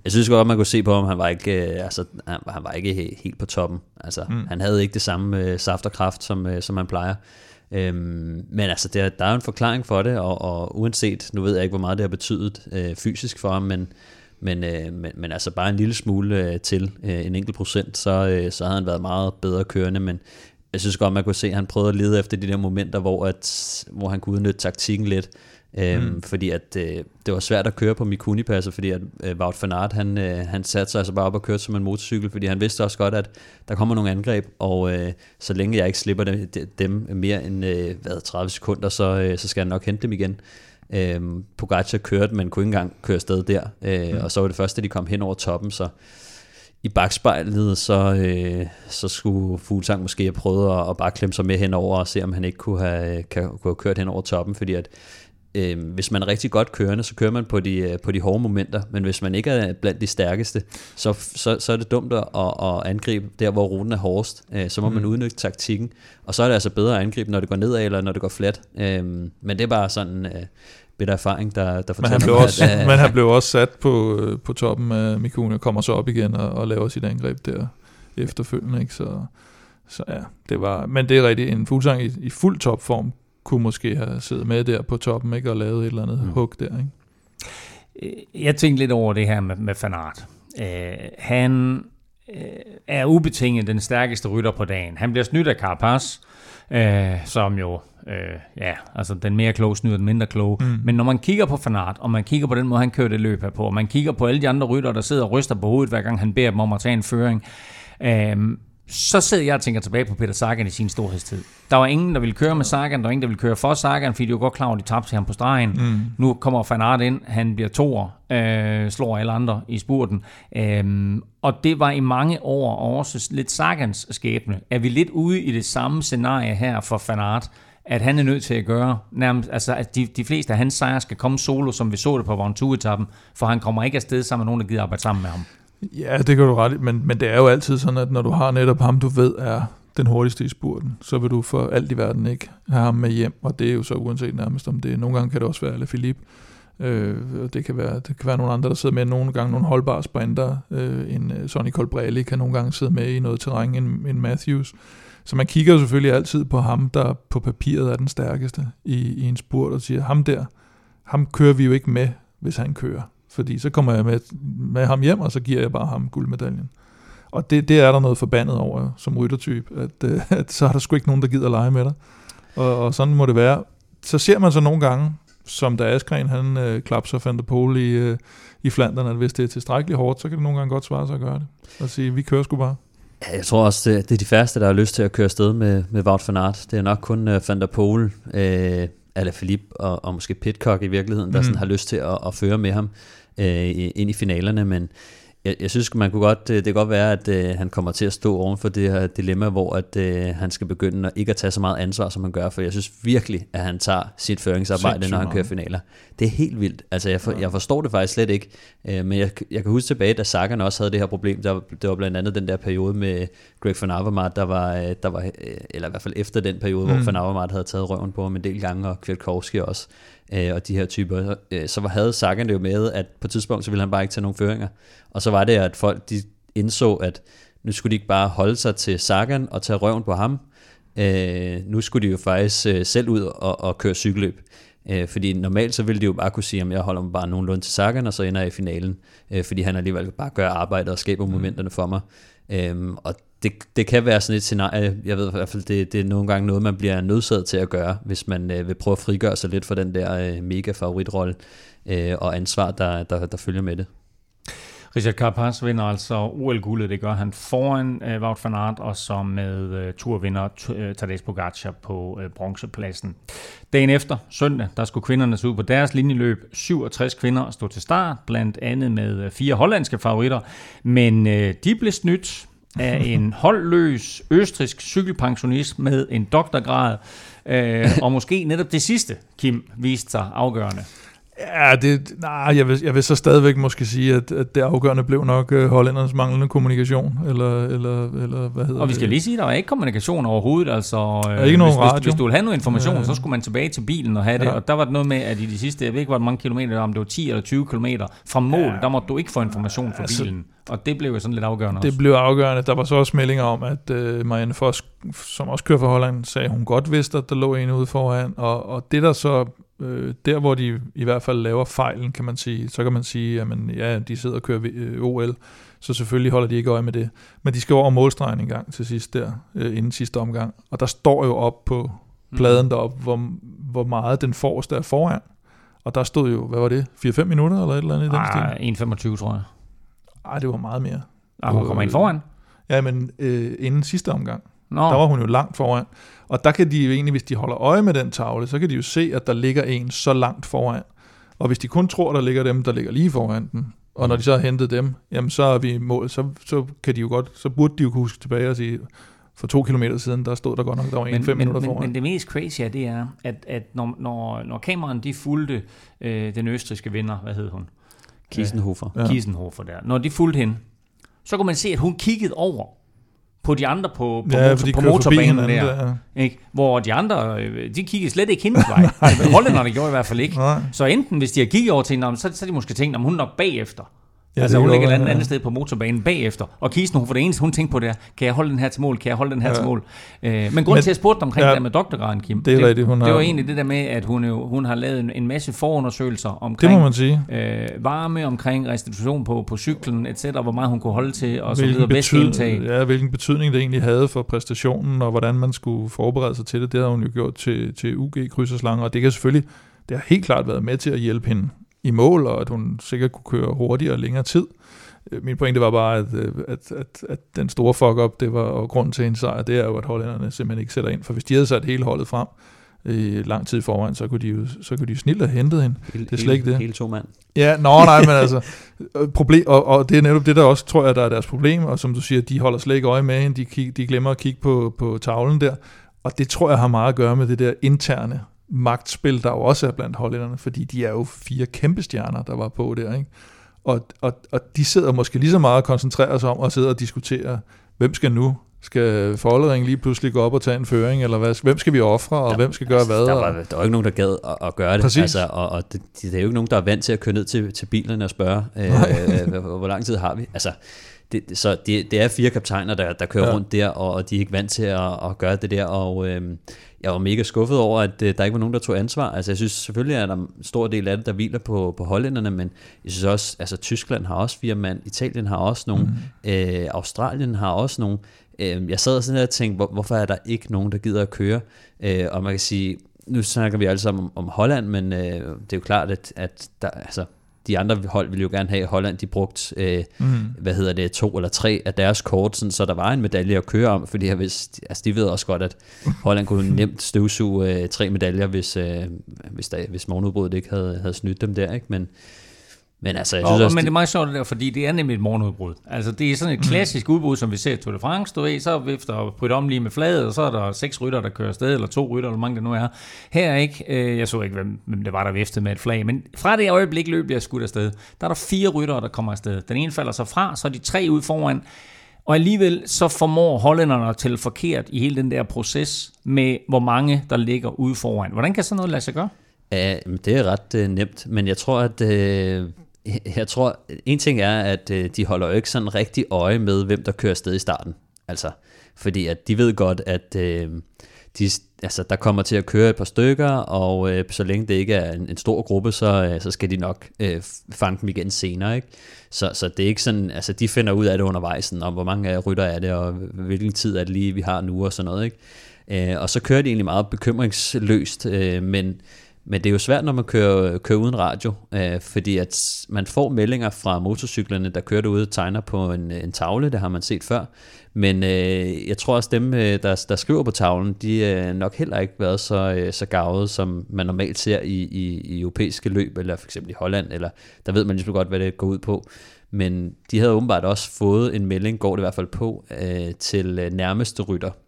Jeg synes godt, man kunne se på, om han var ikke, øh, altså, han, han var ikke he, helt på toppen. Altså, mm. Han havde ikke det samme øh, saft og kraft, som, øh, som han plejer. Øhm, men altså, der, der er jo en forklaring for det, og, og uanset, nu ved jeg ikke, hvor meget det har betydet øh, fysisk for ham, men, men, øh, men, men altså bare en lille smule øh, til, øh, en enkelt procent, så, øh, så havde han været meget bedre kørende, men jeg synes godt, man kunne se, at han prøvede at lede efter de der momenter, hvor, at, hvor han kunne udnytte taktikken lidt, øhm, mm. fordi at øh, det var svært at køre på Mikuni-passer, fordi at øh, Wout van Aert, han, øh, han satte sig altså bare op og kørte som en motorcykel, fordi han vidste også godt, at der kommer nogle angreb, og øh, så længe jeg ikke slipper dem, dem mere end øh, hvad, tredive sekunder, så, øh, så skal jeg nok hente dem igen. Øhm, Pogacar kørte, men kunne ikke engang køre afsted der, øh, mm. og så var det første, de kom hen over toppen, så i bagspejlet, så, øh, så skulle Fuglsang måske have prøvet at, at bare klemme sig med henover og se, om han ikke kunne have, kan, kunne have kørt hen over toppen, fordi at øh, hvis man er rigtig godt kørende, så kører man på de, på de hårde momenter, men hvis man ikke er blandt de stærkeste, så, så, så er det dumt at, at angribe der, hvor ruten er hårdest. Øh, så må mm. man udnytte taktikken, og så er det altså bedre at angribe, når det går nedad, eller når det går flat. Øh, men det er bare sådan... Øh, bitter erfaring, der, der fortæller men han blev mig, også, at, men han blev også sat på, på toppen af Mikuni og kommer så op igen og, og laver sit angreb der efterfølgende, ikke? Så, så ja, det var, men det er rigtigt, en Fuglsang i, i fuld topform kunne måske have siddet med der på toppen, ikke? Og lavet et eller andet mm. hug der, ikke? Jeg tænkte lidt over det her med, med Van Aert. Uh, han uh, er ubetinget den stærkeste rytter på dagen. Han bliver snydt af Carapaz, uh, som jo Øh, ja, altså den mere kloge snyder den mindre kloge. Mm. Men når man kigger på Van Aert, og man kigger på den måde, han kører det løb her på, og man kigger på alle de andre ryttere, der sidder og ryster på hovedet, hver gang han beder dem om at tage en føring, øh, så sidder jeg og tænker tilbage på Peter Sagan i sin storhedstid. Der var ingen, der ville køre med Sagan, der var ingen, der ville køre for Sagan, fordi de var godt klar over, at de tabte til ham på stregen. Mm. Nu kommer Van Aert ind, han bliver toer, øh, slår alle andre i spurten. Øh, og det var i mange år også lidt Sagans skæbne. Er vi lidt ude i det samme scenarie her for Van Aert, at han er nødt til at gøre nærmest, altså at de, de fleste af hans sejre skal komme solo, som vi så det på Ventoux-etappen, for han kommer ikke afsted sammen med nogen, der gider arbejde sammen med ham. Ja, det kan du ret i, men, men det er jo altid sådan, at når du har netop ham, du ved er den hurtigste i spurten, så vil du for alt i verden ikke have ham med hjem, og det er jo så uanset nærmest om det. Nogle gange kan det også være Alaphilippe, øh, det kan være, det kan være nogle andre, der sidder med, nogle gange nogle holdbare sprinter, øh, en Sonny Colbrelli kan nogle gange sidde med i noget terræn, en, en Matthews. Så man kigger jo selvfølgelig altid på ham, der på papiret er den stærkeste i, i en spurt, og siger, ham der, ham kører vi jo ikke med, hvis han kører. Fordi så kommer jeg med, med ham hjem, og så giver jeg bare ham guldmedaljen. Og det, det er der noget forbandet over som ryttertype, at, at så er der sgu ikke nogen, der gider lege med dig. Og, og sådan må det være. Så ser man så nogle gange, som da Askren, han øh, klapser Van der Poel i, øh, i Flandern, at hvis det er tilstrækkeligt hårdt, så kan det nogle gange godt svare sig at gøre det. Og sige, vi kører sgu bare. Jeg tror også, det er de færreste, der har lyst til at køre afsted med, med Wout van Aert. Det er nok kun uh, Van der Poel, uh, Alaphilippe og, og måske Pidcock i virkeligheden, der mm. sådan har lyst til at, at føre med ham uh, ind i finalerne, men jeg, jeg synes, man kunne godt, det kan godt være, at uh, han kommer til at stå oven for det her dilemma, hvor at, uh, han skal begynde at ikke at tage så meget ansvar, som han gør, for jeg synes virkelig, at han tager sit føringsarbejde, Sindssygt når han kører finaler. Det er helt vildt. Altså, jeg, for, jeg forstår det faktisk slet ikke, uh, men jeg, jeg kan huske tilbage, da Sagan også havde det her problem, der, det var blandt andet den der periode med Greg van Avermaet, der var, der var eller i hvert fald efter den periode, mm. hvor Van Avermaet havde taget røven på ham en del gange, og Kwiatkowski også, uh, og de her typer, uh, så havde Sagan det jo med, at på et tidspunkt, så ville han bare ikke tage nogen føringer. Og så var det, at folk de indså, at nu skulle de ikke bare holde sig til Sagan og tage røven på ham. Øh, nu skulle de jo faktisk øh, selv ud og, og køre cykelløb. Øh, fordi normalt så ville de jo bare kunne sige, at jeg holder mig bare nogenlunde til Sagan, og så ender jeg i finalen. Øh, fordi han alligevel bare gør arbejdet og skaber momenterne for mig. Øh, og det, det kan være sådan et scenarie, jeg ved i hvert fald, det, det er nogle gange noget, man bliver nødsaget til at gøre, hvis man øh, vil prøve at frigøre sig lidt fra den der øh, mega favoritrolle øh, og ansvar, der, der, der følger med det. Richard Carapaz vinder altså O L-guldet, det gør han foran uh, Wout van Aert, og så med uh, turvinder uh, Tadej Pogacar på uh, bronzepladsen. Dagen efter, søndag, der skulle kvinderne se ud på deres linjeløb. syvogtres kvinder stod til start, blandt andet med uh, fire hollandske favoritter, men uh, de blev snydt af en holdløs østrigsk cykelpensionist med en doktorgrad, uh, og måske netop det sidste, Kim, viste sig afgørende. Ja, det, nej, jeg vil, jeg vil så stadigvæk måske sige, at, at det afgørende blev nok uh, hollændernes manglende kommunikation, eller, eller, eller hvad hedder det? Og vi skal lige sige, at der var ikke kommunikation overhovedet, altså øh, ikke nogen hvis, radio. Hvis, hvis du ville have noget information, ja. så skulle man tilbage til bilen og have det, ja. Og der var det noget med, at i de sidste, jeg ved ikke, hvor mange kilometer, om det var ti eller tyve kilometer fra mål, ja. Der måtte du ikke få information fra altså, bilen, og det blev jo sådan lidt afgørende Det også. blev afgørende. Der var så også meldinger om, at uh, Marianne Vos, som også kører for Holland, sagde, hun godt vidste, at der lå en ude foran, og, og det der så der hvor de i hvert fald laver fejlen, kan man sige, så kan man sige, jamen ja, de sidder og kører O L, så selvfølgelig holder de ikke øje med det. Men de skal over målstregen en gang til sidst der, inden sidste omgang. Og der står jo op på pladen deroppe, hvor, hvor meget den forreste er foran. Og der stod jo, hvad var det, fire fem minutter eller et eller andet i den stil? Ej, en femogtyve tror jeg. Ej, det var meget mere. Og hun kommer ind foran? Ja, men øh, inden sidste omgang. Nå. Der var hun jo langt foran. Og der kan de jo egentlig, hvis de holder øje med den tavle, så kan de jo se, at der ligger en så langt foran. Og hvis de kun tror, der ligger dem, der ligger lige foran den, og når de så har hentet dem, jamen så er vi i mål, så, så kan de jo godt, så burde de jo kunne huske tilbage og sige, for to kilometer siden, der stod der godt nok, der var en fem minutter foran. Men, men det mest crazy er, det er, at, at når, når, når kameraen de fulgte øh, den østrigske vinder, hvad hed hun? Kiesenhofer. Ja. Kiesenhofer der. Når de fulgte hende, så kunne man se, at hun kiggede over på de andre på, på, ja, motor, på motorbanen der, der ja. Ikke? Hvor de andre, de kiggede slet ikke hendes vej. Hollænderne gjorde i hvert fald ikke. Nej. Så enten, hvis de har kigget over til hende, så, så de måske tænkt, at hun er nok bagefter. Ja, altså hun ligger et andet, ja. andet sted på motorbanen bagefter. Og Kiesenhofer, for det eneste, hun tænkte på det er, kan jeg holde den her til mål? Kan jeg holde den her ja. til mål? Øh, men grunden men, til, at jeg spurgte omkring ja, det med doktorgraden, Kim, det, det, rigtigt, hun det har, var egentlig det der med, at hun, jo, hun har lavet en, en masse forundersøgelser omkring det må man sige. Øh, varme, omkring restitution på, på cyklen, et cetera, hvor meget hun kunne holde til, og så hvilken videre væskeindtag. Ja, hvilken betydning det egentlig havde for præstationen, og hvordan man skulle forberede sig til det. Det har hun jo gjort til, til U G-krydserslange, og det kan selvfølgelig, det har helt klart været med til at hjælpe hende i mål, og at hun sikkert kunne køre hurtigere og længere tid. Min pointe var bare, at, at, at, at den store fuck-up, det var, og grunden til en sejr, det er jo, at hollænderne simpelthen ikke sætter ind. For hvis de havde sat hele holdet frem i lang tid foran, så kunne de jo så kunne de snilt have hentet hende. Hele, det er slet ikke det. Hele to mand. Ja, nå nej, men altså, problem, og, og det er netop det, der også, tror jeg, der er deres problem, og som du siger, de holder slet ikke øje med hende, de, kig, de glemmer at kigge på, på tavlen der, og det tror jeg har meget at gøre med det der interne magtspil, der jo også er blandt hollænderne, fordi de er jo fire kæmpe stjerner, der var på der, ikke? Og, og, og de sidder måske lige så meget og koncentrerer sig om at sidde og diskutere, hvem skal nu? Skal Follering lige pludselig gå op og tage en føring, eller hvad? Hvem skal vi ofre, og der, hvem skal gøre altså, hvad? Der var, der var ikke nogen, der gad at, at gøre det. Præcis. Altså, og og det, det er jo ikke nogen, der er vant til at køre ned til, til bilerne og spørge, øh, hvor, hvor lang tid har vi? Altså, det, så det, det er fire kaptajner, der, der kører ja. rundt der, og, og de er ikke vant til at, at gøre det der, og øh, jeg var mega skuffet over, at øh, der ikke var nogen, der tog ansvar. Altså jeg synes selvfølgelig, at der er en stor del af det, der hviler på, på hollænderne, men jeg synes også, altså Tyskland har også fire mand, Italien har også nogle, mm. øh, Australien har også nogle. Øh, jeg sad sådan der og tænkte, hvor, hvorfor er der ikke nogen, der gider at køre? Øh, og man kan sige, nu snakker vi alle sammen om, om Holland, men øh, det er jo klart, at, at der, altså, de andre hold ville jo gerne have, at Holland de brugt øh, mm. hvad hedder det, to eller tre af deres kort, sådan, så der var en medalje at køre om, fordi hvis, altså, de ved også godt, at Holland kunne nemt støvsuge øh, tre medaljer, hvis, øh, hvis, der, hvis morgenudbruddet ikke havde, havde snydt dem der, ikke? Men Men altså, jeg synes og, også, men det er meget sjovt det der, fordi det er nemlig et morgenudbrud. Altså det er sådan et klassisk mm. udbrud, som vi ser i Tour de France, du ved, så vifter bryder om lige med flaget, og så er der seks rytter, der kører afsted, eller to rytter, eller hvor mange det nu er. Her ikke, øh, jeg så ikke, hvem, hvem det var, der viftede med et flag, men fra det øjeblik løb bliver skudt afsted, der er der fire rytter, der kommer afsted. Den ene falder så fra, så er de tre ud foran, og alligevel så formår hollænderne at tælle forkert i hele den der proces med, hvor mange der ligger ude foran. Hvordan kan sådan noget lade sig gøre? Ja, det er ret øh, nemt, men jeg tror, at øh, jeg tror, en ting er, at øh, de holder jo ikke sådan rigtig øje med, hvem der kører afsted i starten. Altså, fordi at de ved godt, at øh, de, altså, der kommer til at køre et par stykker, og øh, så længe det ikke er en, en stor gruppe, så, øh, så skal de nok øh, fange dem igen senere, ikke? Så, så det er ikke sådan, altså de finder ud af det undervejs, sådan, om hvor mange rytter er det, og hvilken tid er det lige, vi har nu, og sådan noget, ikke? Øh, og så kører de egentlig meget bekymringsløst, øh, men Men det er jo svært, når man kører, kører uden radio, øh, fordi at man får meldinger fra motorcyklerne, der kører derude og tegner på en, en tavle, det har man set før. Men øh, jeg tror også, dem, der, der skriver på tavlen, de er nok heller ikke været så, så garvede, som man normalt ser i, i, i europæiske løb, eller for eksempel i Holland, eller der ved man ligesom godt, hvad det går ud på. Men de havde åbenbart også fået en melding, går det i hvert fald på, øh, til nærmeste rytter.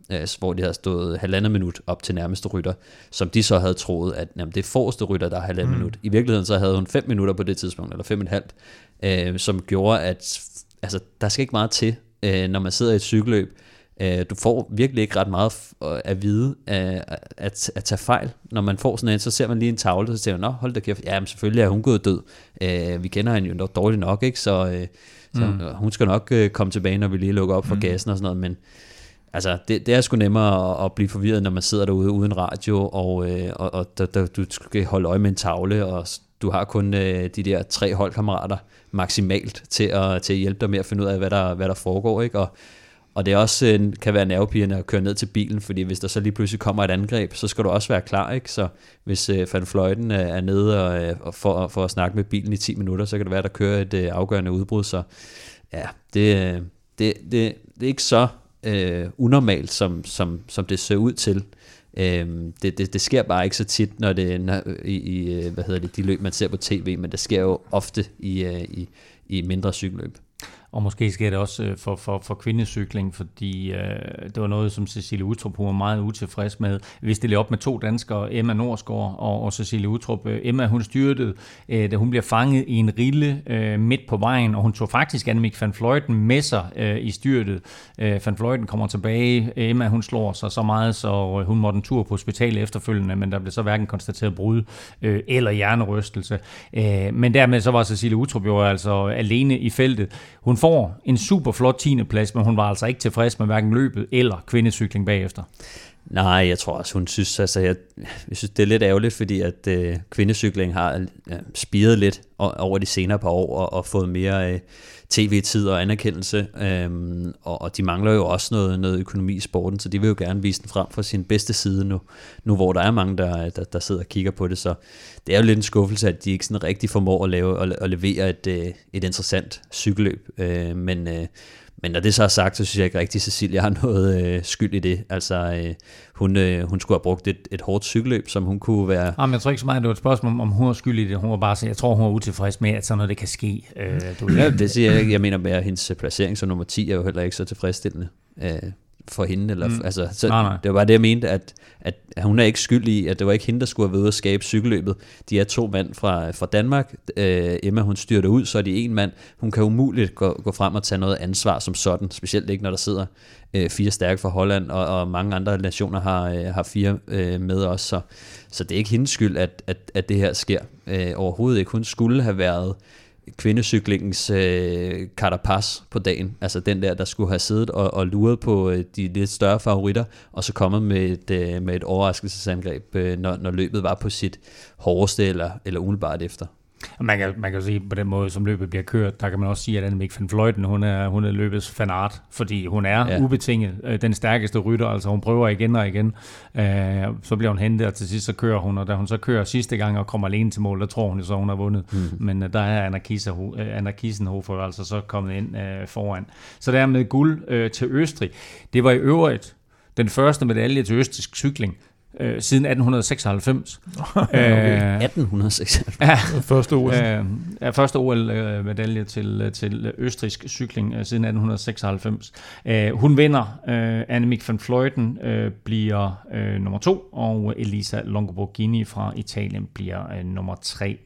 øh, hvor de havde stået halvandet minut op til nærmeste rytter, som de så havde troet, at jamen, det er forreste rytter, der er halvandet mm. minut. I virkeligheden så havde hun fem minutter på det tidspunkt, eller fem og et halvt, øh, som gjorde, at altså, der skal ikke meget til, øh, når man sidder i et cykelløb. Øh, du får virkelig ikke ret meget at vide, øh, at, at tage fejl. Når man får sådan en, så ser man lige en tavle, så siger man, nå, hold da kæft, ja, men selvfølgelig er hun gået død. Øh, vi kender hende jo dårligt nok, ikke? Så, øh, så mm. hun skal nok øh, komme tilbage, når vi lige lukker op for mm. gassen og sådan noget, men altså, det, det er sgu nemmere at, at blive forvirret, når man sidder derude uden radio, og, øh, og, og der, der, du skal holde øje med en tavle, og du har kun øh, de der tre holdkammerater maksimalt til at, til at hjælpe dig med at finde ud af, hvad der, hvad der foregår, ikke? Og, og det også øh, kan være nervepirrende at køre ned til bilen, fordi hvis der så lige pludselig kommer et angreb, så skal du også være klar, ikke? Så hvis øh, Van Vleuten er, er nede og, og for, for at snakke med bilen i ti minutter, så kan det være, der kører et øh, afgørende udbrud, så ja, det, det, det, det er ikke så øh, unormalt, som, som, som det ser ud til. Øhm, det, det, det sker bare ikke så tit, når det når, i, i hvad hedder det, de løb, man ser på tv, men det sker jo ofte i, i, i mindre cykelløb. Og måske sker det også for, for, for kvindecykling, fordi øh, det var noget, som Cecilie Uttrup var meget utilfreds med. Vi stillede op med to danskere, Emma Norsgaard og, og Cecilie Uttrup. Emma, hun styrtede, øh, da hun bliver fanget i en rille øh, midt på vejen, og hun tog faktisk Annemiek van Vleuten med sig øh, i styrtet. Øh, van Vleuten kommer tilbage. Emma, hun slår sig så meget, så hun måtte en tur på hospitalet efterfølgende, men der blev så hverken konstateret brud øh, eller hjernerystelse. Øh, men dermed så var Cecilie Uttrup jo altså alene i feltet. Hun får en super flot tiende plads, men hun var altså ikke tilfreds med hverken løbet eller kvindecykling bagefter. Nej, jeg tror også, hun synes, altså jeg, jeg synes, det er lidt ærgerligt, fordi at øh, kvindecykling har ja, spiret lidt over de senere par år og, og fået mere øh, tv-tid og anerkendelse, øhm, og, og de mangler jo også noget, noget økonomi i sporten, så de vil jo gerne vise den frem fra sin bedste side nu, nu hvor der er mange, der, der, der sidder og kigger på det, så det er jo lidt en skuffelse, at de ikke sådan rigtig formår at, lave, at, at levere et, et interessant cykelløb, øh, men øh, Men når det så er sagt, så synes jeg ikke rigtig, at Cecilie har noget øh, skyld i det. Altså, øh, hun, øh, hun skulle have brugt et, et hårdt cykelløb, som hun kunne være... Jamen, jeg tror ikke så meget, at det var et spørgsmål, om hun var skyld i det. Hun var bare så, jeg tror, hun var utilfreds med, at sådan noget det kan ske. Øh, du ja, det siger jeg ikke. Jeg mener, at hendes placering som nummer ti er jo heller ikke så tilfredsstillende øh, for hende. Eller, mm. altså, så nej, nej. Det var bare det, jeg mente, at, at hun er ikke skyld i, at det var ikke hende, der skulle have været ude at skabe cykelløbet. De er to mand fra, fra Danmark. Øh, Emma, hun styrter ud, så er de en mand. Hun kan umuligt gå, gå frem og tage noget ansvar som sådan, specielt ikke, når der sidder øh, fire stærke fra Holland, og, og mange andre nationer har, øh, har fire øh, med os. Så, så det er ikke hendes skyld, at, at, at det her sker. Øh, overhovedet ikke. Hun skulle have været kvindecyklingens øh, Carapaz på dagen, altså den der, der skulle have siddet og, og luret på øh, de lidt større favoritter, og så kommet med et, øh, med et overraskelsesangreb, øh, når, når løbet var på sit hårdeste, eller, eller umiddelbart efter. Man kan, man kan sige, på den måde, som løbet bliver kørt, der kan man også sige, at Annemiek van Vleuten, hun er, hun er løbets fanart, fordi hun er ja. ubetinget øh, den stærkeste rytter, altså hun prøver igen og igen, øh, så bliver hun hentet, og til sidst så kører hun, og da hun så kører sidste gang og kommer alene til mål, der tror hun så, hun har vundet, mm. men øh, der er Anna Kiesenhofer altså så kommet ind øh, foran. Så der med guld øh, til Østrig, det var i øvrigt den første medalje til østrigsk cykling, Øh, siden atten seksoghalvfems. okay. atten seksoghalvfems. Ja, første O L. Øh, ja, første O L-medalje til, til østrigsk cykling øh, siden atten seksoghalvfems. Øh, hun vinder. Øh, Annemiek van Vleuten øh, bliver øh, nummer to, og Elisa Longoborghini fra Italien bliver øh, nummer tre.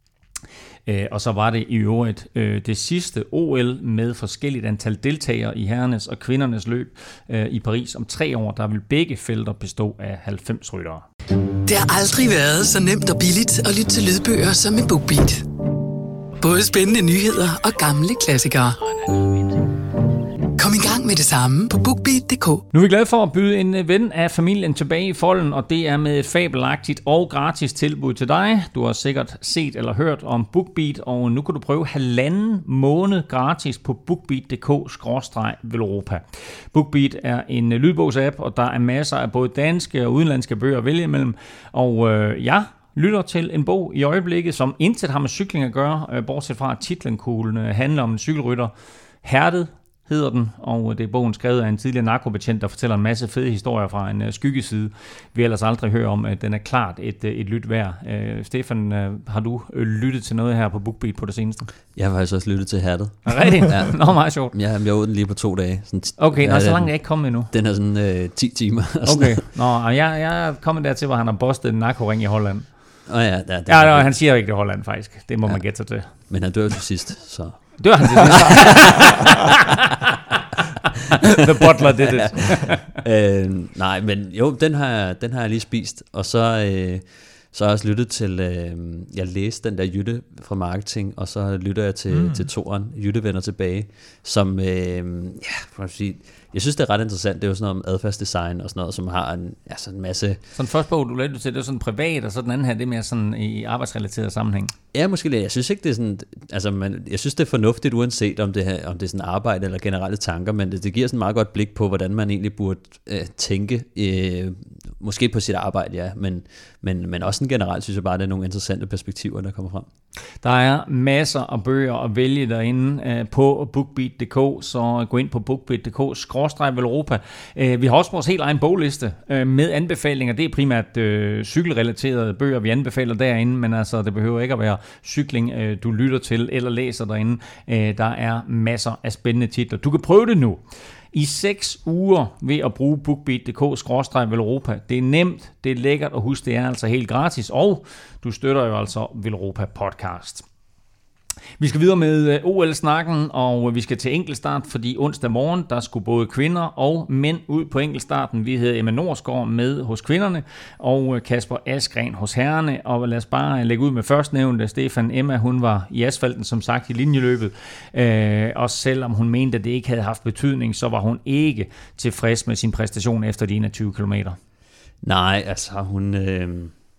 Øh, og så var det i øvrigt øh, det sidste O L med forskelligt antal deltagere i herrenes og kvindernes løb øh, i Paris om tre år. Der vil begge felter bestå af halvfems ryttere. Det har aldrig været så nemt og billigt at lytte til lydbøger som med BookBeat. Både spændende nyheder og gamle klassikere. Kom i gang med det samme på bookbeat punktum d k. Nu er vi glade for at byde en ven af familien tilbage i folden, og det er med et fabelagtigt og gratis tilbud til dig. Du har sikkert set eller hørt om BookBeat, og nu kan du prøve halvanden måned gratis på bookbeat punktum d k skråstreg velropa. BookBeat er en lydbogsapp, og der er masser af både danske og udenlandske bøger at vælge imellem. Og øh, ja, lytter til en bog i øjeblikket, som intet har med cykling at gøre, øh, bortset fra at titlen kunne handle om en cykelrytter. Hærdet hedder den, og det er bogen skrevet af en tidligere narkobetjent, der fortæller en masse fede historier fra en uh, skyggeside, vi ellers aldrig hører om. Den er klart et, et lyt værd. Uh, Stefan, uh, har du uh, lyttet til noget her på BookBeat på det seneste? Jeg har faktisk også lyttet til Hattet. Rigtigt? Ja. Nå, meget sjovt. Ja, jeg var den lige på to dage. Sådan, okay, ja, nå, så langt er jeg ikke kommet endnu. Den er sådan uh, ti timer. Okay, nå, og jeg, jeg er kommet dertil, hvor han har bustet en narkoring i Holland. Åh oh, ja, ja, det ja, ja, han siger jo ikke det Holland faktisk. Det må ja. man gætte sig til. Men han dør til sidst, så... Dør han til sidst? The butler did it. øh, nej, men jo, den har, den har jeg lige spist, og så, øh, så har jeg også lyttet til, øh, jeg læste den der Jytte fra marketing, og så lytter jeg til, mm. til toeren, Jytte vender tilbage, som, øh, ja, for at sige, jeg synes, det er ret interessant. Det er jo sådan noget om adfærdsdesign og sådan noget, som har en, altså en masse... Så den første bog, du lavede til, det er sådan privat, og så den anden her, det er mere sådan i arbejdsrelateret sammenhæng. Ja, måske lidt. Jeg synes ikke, det er sådan... Altså, man, jeg synes, det er fornuftigt, uanset om det, her, om det er sådan arbejde eller generelle tanker, men det, det giver sådan meget godt blik på, hvordan man egentlig burde øh, tænke, øh, måske på sit arbejde, ja, men, men, men også sådan generelt, synes jeg bare, det er nogle interessante perspektiver, der kommer frem. Der er masser af bøger at vælge derinde øh, på bookbeat punktum d k, så gå ind på bookbeat punktum d k skråstreg Velropa. Øh, vi har også vores helt egen bogliste øh, med anbefalinger. Det er primært øh, cykelrelaterede bøger, vi anbefaler derinde, men altså, det behøver ikke at være cykling, øh, du lytter til eller læser derinde. Øh, der er masser af spændende titler. Du kan prøve det nu i seks uger ved at bruge bookbeat punktum d k skråstreg Velropa. Det er nemt, det er lækkert, og husk, det er altså helt gratis, og du støtter jo altså Velropa Podcast. Vi skal videre med O L-snakken, og vi skal til enkeltstart, fordi onsdag morgen, der skulle både kvinder og mænd ud på enkeltstarten. Vi havde Emma Norsgaard med hos kvinderne, og Kasper Askren hos herrerne, og lad os bare lægge ud med førstnævnte. Stefan, Emma, hun var i asfalten, som sagt, i linjeløbet, øh, og selvom hun mente, at det ikke havde haft betydning, så var hun ikke tilfreds med sin præstation efter de enogtyve kilometer. Nej, altså hun, øh,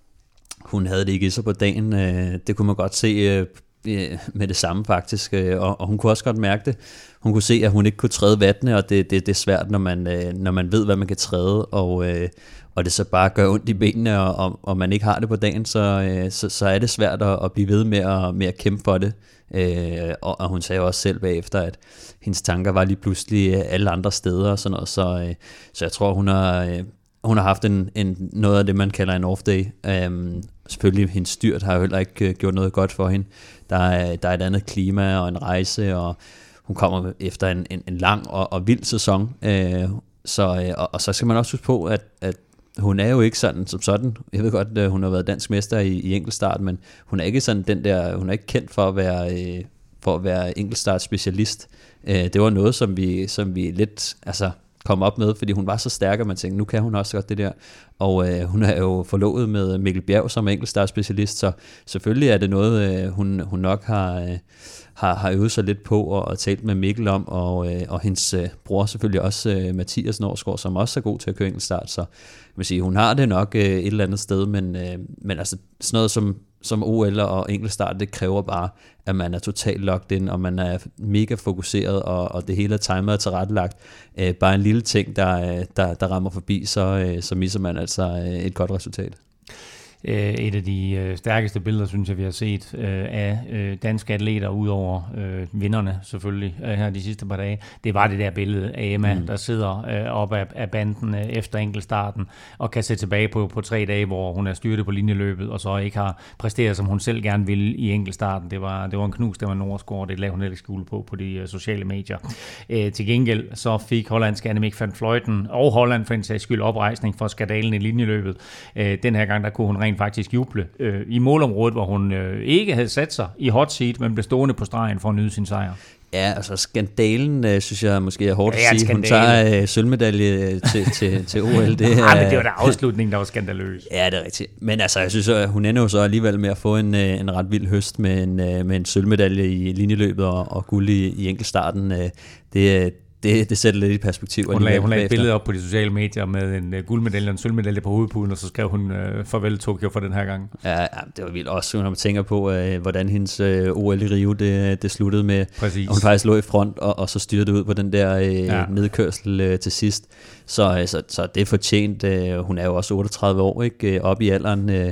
hun havde det ikke i sig på dagen. Øh, det kunne man godt se øh, med det samme faktisk, og, og hun kunne også godt mærke det. Hun kunne se, at hun ikke kunne træde vattene, og det, det, det er svært, når man, når man ved, hvad man kan træde, og, og det så bare gør ondt i benene, og, og man ikke har det på dagen, så, så, så er det svært at, at blive ved med at, med at kæmpe for det. Og, og hun sagde også selv bagefter, at hendes tanker var lige pludselig alle andre steder, og sådan noget, så, så jeg tror, hun har... Hun har haft en, en, noget af det, man kalder en off-day. Um, selvfølgelig, hendes styrt har jo heller ikke gjort noget godt for hende. Der er, der er et andet klima og en rejse, og hun kommer efter en, en, en lang og, og vild sæson. Uh, så, og, og så skal man også huske på, at, at hun er jo ikke sådan som sådan. Jeg ved godt, at hun har været dansk mester i, i enkeltstart, men hun er ikke sådan den der. Hun er ikke kendt for at være, for at være enkeltstart specialist. Uh, det var noget, som vi, som vi lidt... altså kom op med, fordi hun var så stærk, og man tænkte, nu kan hun også godt det der. Og øh, hun er jo forlovet med Mikkel Bjerg som enkeltstartspecialist, så selvfølgelig er det noget, øh, hun, hun nok har, øh, har, har øvet sig lidt på og, og talt med Mikkel om, og, øh, og hendes øh, bror selvfølgelig også, øh, Mathias Norsgaard, som også er god til at køre enkeltstart, så jeg vil sige, hun har det nok øh, et eller andet sted, men, øh, men altså sådan noget som som O L og enkeltstart, det kræver bare, at man er totalt locked in, og man er mega fokuseret, og, og det hele er timet og tilrettelagt. Øh, bare en lille ting, der, der, der rammer forbi, så, så misser man altså et godt resultat. Et af de stærkeste billeder, synes jeg, vi har set af danske atleter, udover vinderne selvfølgelig her de sidste par dage, det var det der billede af Emma, mm. der sidder op af banden efter enkeltstarten, og kan se tilbage på, på tre dage, hvor hun er styrtet på linjeløbet, og så ikke har præsteret, som hun selv gerne ville i enkeltstarten. Det var, det var en knus, det var Norsgaard, det lavede hun ikke skole på på de sociale medier. Til gengæld så fik hollandske Annemiek van Vleuten og Holland for en sags skyld oprejsning for skandalen i linjeløbet. Den her gang, der kunne hun rent faktisk juble øh, i målområdet, hvor hun øh, ikke havde sat sig i hot seat, men blev stående på stregen for at nyde sin sejr. Ja, altså skandalen, øh, synes jeg måske er hårdt ja, at sige. Hun tager øh, sølvmedalje til, til, til O L. Det, ja, men det var da afslutningen, der var skandaløs. Ja, det er rigtigt. Men altså, jeg synes, at hun ender jo så alligevel med at få en, en ret vild høst med en, med en sølvmedalje i linjeløbet og, og guld i, i enkeltstarten. Det Det, det sætter lidt i perspektiv. Hun lagde, hun lagde et billede op på de sociale medier med en uh, guldmedalje og en sølvmedalje på hovedpuden, og så skrev hun uh, farvel Tokyo for den her gang. Ja, ja, det var vildt også, når man tænker på, uh, hvordan hendes uh, O L i Rio, det, det sluttede med. Præcis. Hun faktisk lå i front, og, og så styrte ud på den der uh, ja. nedkørsel uh, til sidst. Så, uh, så, så det er fortjent. Uh, hun er jo også otteogtredive år, ikke? Uh, op i alderen. Uh,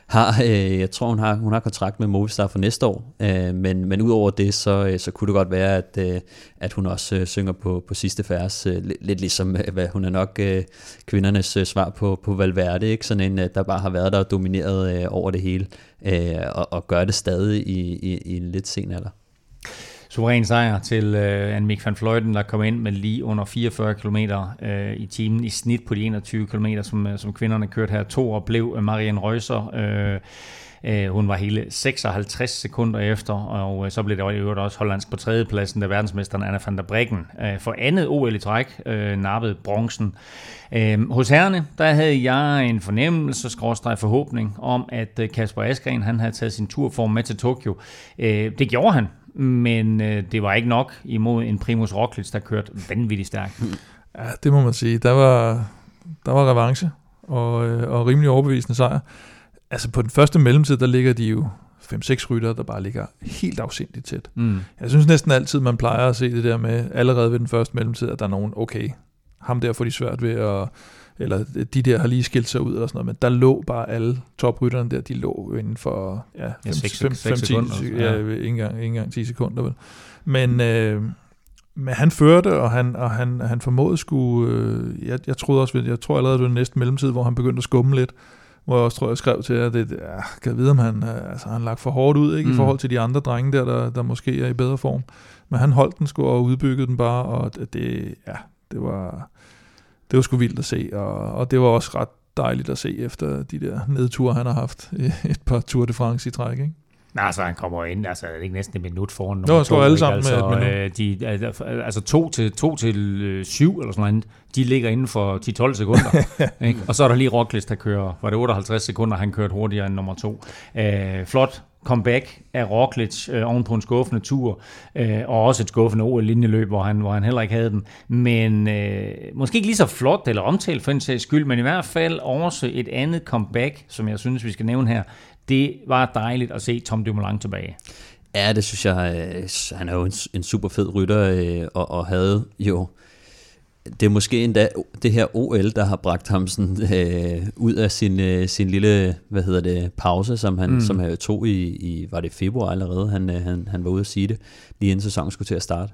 har, øh, jeg tror hun har, hun har kontrakt med Movistar for næste år, øh, men, men udover det, så, så kunne det godt være, at, øh, at hun også øh, synger på, på sidste vers, øh, lidt, lidt ligesom, hvad hun er nok øh, kvindernes øh, svar på, på Valverde, ikke? Sådan en, der bare har været der og domineret øh, over det hele, øh, og, og gør det stadig i, i, i en lidt sen alder. Suveræn sejr til uh, Annemiek van Vleuten, der kom ind med lige under fireogfyrre kilometer uh, i timen i snit på de enogtyve kilometer, som, som kvinderne kørte her. To og blev Marianne Reusser. Uh, uh, hun var hele seksoghalvtreds sekunder efter, og uh, så blev det jo også hollandsk på tredjepladsen, da verdensmesteren Anna van der Breggen uh, for andet O L i træk uh, nappede bronzen. Uh, hos herrene, der havde jeg en fornemmelse, skråstreg forhåbning, om at uh, Kasper Asgreen, han havde taget sin turform med til Tokyo. Uh, det gjorde han. Men øh, det var ikke nok imod en Primož Roglič, der kørte vanvittigt stærkt. Ja, det må man sige. Der var, der var revanche og, øh, og rimelig overbevisende sejr. Altså på den første mellemtid, der ligger de jo fem seks ryttere, der bare ligger helt afsindigt tæt. Mm. Jeg synes næsten altid, man plejer at se det der med, allerede ved den første mellemtid, at der er nogen, okay, ham der får de svært ved at, eller de der har lige skilt sig ud eller sådan noget, men der lå bare alle toprytterne der, de lå inden for ja, fem til ti sekunder, ja, ja, ikke engang, ikke engang ti sekunder vel. Men, øh, men han førte, og han, og han, han formåede skulle, øh, jeg, jeg troede også, jeg tror allerede det var den næste mellemtid, hvor han begyndte at skumme lidt, hvor jeg også tror, jeg skrev til jer, at det, ja, kan jeg vide, om han, altså, han lagt for hårdt ud, ikke, mm. i forhold til de andre drenge der, der, der måske er i bedre form. Men han holdt den sgu og udbyggede den bare, og det, ja, det var... Det var sgu vildt at se, og, og det var også ret dejligt at se efter de der nedture, han har haft et par Tour de France i træk, ikke? Nej, altså han kommer ind, altså det er ikke næsten et minut foran. Nå, jeg står alle sammen altså, med et minut. De, altså to til, to til øh, syv eller sådan noget, de ligger inden for ti til tolv sekunder. Ikke? Og så er der lige Roglič, der kører, var det otteoghalvtreds sekunder, han kørte hurtigere end nummer to. Øh, flot comeback af Roglič øh, oven på en skuffende tur, øh, og også et skuffende O L-linjeløb, hvor han, hvor han heller ikke havde den. Men øh, måske ikke lige så flot eller omtalt for en sags skyld, men i hvert fald også et andet comeback, som jeg synes, vi skal nævne her. Det var dejligt at se Tom Dumoulin tilbage. Ja, det synes jeg, han er jo en, en super fed rytter, og, og havde jo, det er måske endda det her O L, der har bragt ham sådan, øh, ud af sin, øh, sin lille, hvad hedder det, pause, som han, mm. som han tog i, i, var det februar allerede, han, han, han var ude at sige det, lige inden sæsonen skulle til at starte.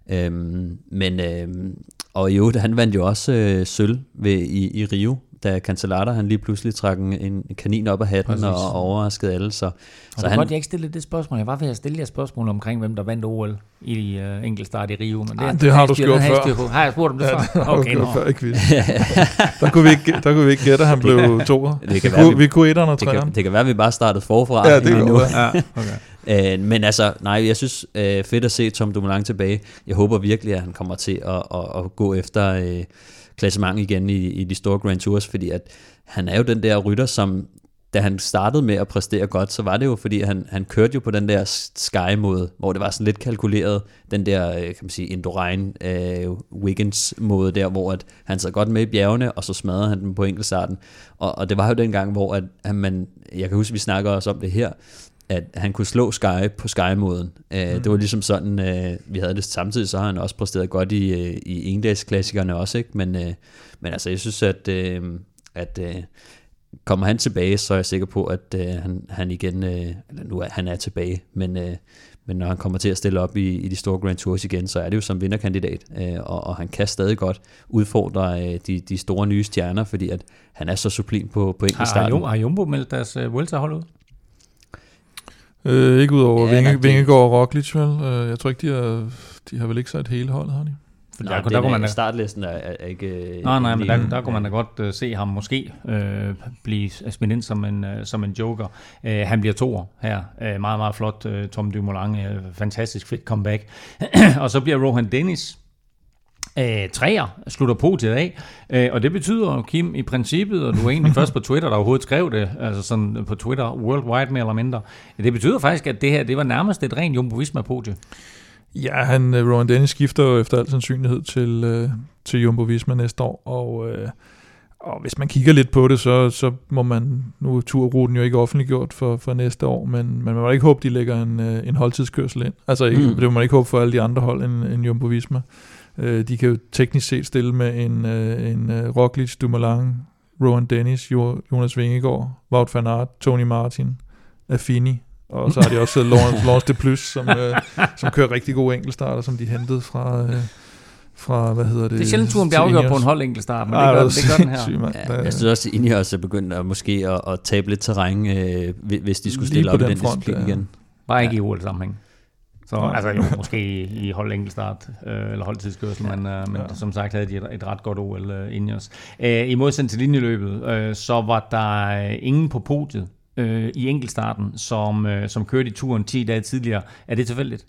Øhm, men, øhm, og jo, han vandt jo også øh, sølv ved, i, i Rio, da Cancellara, han lige pludselig trak en, en kanin op af hatten. Præcis. Og overraskede alle. Så, og så det han, godt, jeg ikke stillede det spørgsmål. Jeg var ved at stille jer spørgsmål omkring, hvem der vandt O L i uh, enkeltstart i Rio. Men det, ah, det har du gjort før. Har jeg spurgt om det ja, før? Okay, okay, før ikke der, kunne vi ikke, der kunne vi ikke gætte, at han blev toer. Vi, vi, vi kunne etteren og treeren. Det, det kan være, at vi bare startede forfra. Ja, det kunne ja, okay. øh, Men altså, nej, jeg synes, øh, fedt at se Tom Dumoulin tilbage. Jeg håber virkelig, at han kommer til at, at, at gå efter øh, klassement igen i, i de store Grand Tours, fordi at han er jo den der rytter, som da han startede med at præstere godt, så var det jo, fordi han, han kørte jo på den der Sky-måde, hvor det var sådan lidt kalkuleret, den der, kan man sige, Indurain uh, Wiggins-måde der, hvor at han sad godt med i bjergene, og så smadrede han den på enkeltstarten. Og, og det var jo den gang, hvor at, at man, jeg kan huske, vi snakker også om det her, at han kunne slå Sky på Sky-måden. Uh, mm. Det var ligesom sådan, uh, vi havde det samtidig, så har han også præsteret godt i, uh, i endagsklassikerne også, ikke? Men, uh, men altså, jeg synes, at, uh, at uh, kommer han tilbage, så er jeg sikker på, at øh, han, han igen, øh, eller nu er han er tilbage, men, øh, men når han kommer til at stille op i, i de store Grand Tours igen, så er det jo som vinderkandidat, øh, og, og han kan stadig godt udfordre øh, de, de store nye stjerner, fordi at han er så sublim på, på enkeltstarten. Har, har Jumbo meldt deres uh, Vuelta-hold ud? Øh, ikke udover ja, Vinge, Vingegaard og Roglič, vel? Øh, jeg tror ikke, de har, de har vel ikke sagt hele holdet, har de? Nej, der, der, der man startlisten er, er ikke... Nej, nej, men der, der kunne man da godt uh, se ham måske uh, blive smidt ind som en, uh, som en joker. Uh, han bliver toer her. Uh, meget, meget flot, uh, Tom Dumoulin. Uh, fantastisk fedt comeback. Og så bliver Rohan Dennis uh, treer, slutter på til af. Uh, og det betyder, Kim, i princippet, og du er egentlig først på Twitter, der overhovedet skrev det, altså sådan på Twitter, worldwide mere eller mindre. Det betyder faktisk, at det her, det var nærmest et rent Jumbo-Visma-podie. Ja, han, Rohan Dennis skifter jo efter al sandsynlighed til, øh, til Jumbo-Visma næste år, og, øh, og hvis man kigger lidt på det, så, så må man, nu er turruten jo ikke offentliggjort for, for næste år, men, men man må ikke håbe, de lægger en, en holdtidskørsel ind. Altså, ikke, mm. det må man ikke håbe for alle de andre hold end, end Jumbo-Visma. Øh, de kan jo teknisk set stille med en, øh, en uh, Roglič, Dumoulin, Rowan Dennis, Jonas Vingegaard, Wout van Aert, Tony Martin, Affini, og så har de også Laurence, Laurence de Plus, som, øh, som kører rigtig gode enkeltstarter, som de hentede fra... Øh, fra, hvad hedder det? Det er sjældent turen bliver afgjort på en hold enkeltstart, men Ej, det, gør, det gør den her. Syg, ja, jeg synes også, at Ineos er begyndt at måske at, at tabe lidt terræn, øh, hvis de skulle stille op i den front, disciplin ja. igen. Bare ikke ja. i O L-sammenhæng. Så ja. altså jo, måske i hold enkeltstart, øh, eller holdtidskørsel, ja. men, øh, men ja. som sagt havde de et, et ret godt O L uh, Ineos. Øh, I modsætning til linjeløbet, øh, så var der ingen på podiet øh, i enkeltstarten, som, øh, som kørte i turen ti dage tidligere. Er det tilfældigt?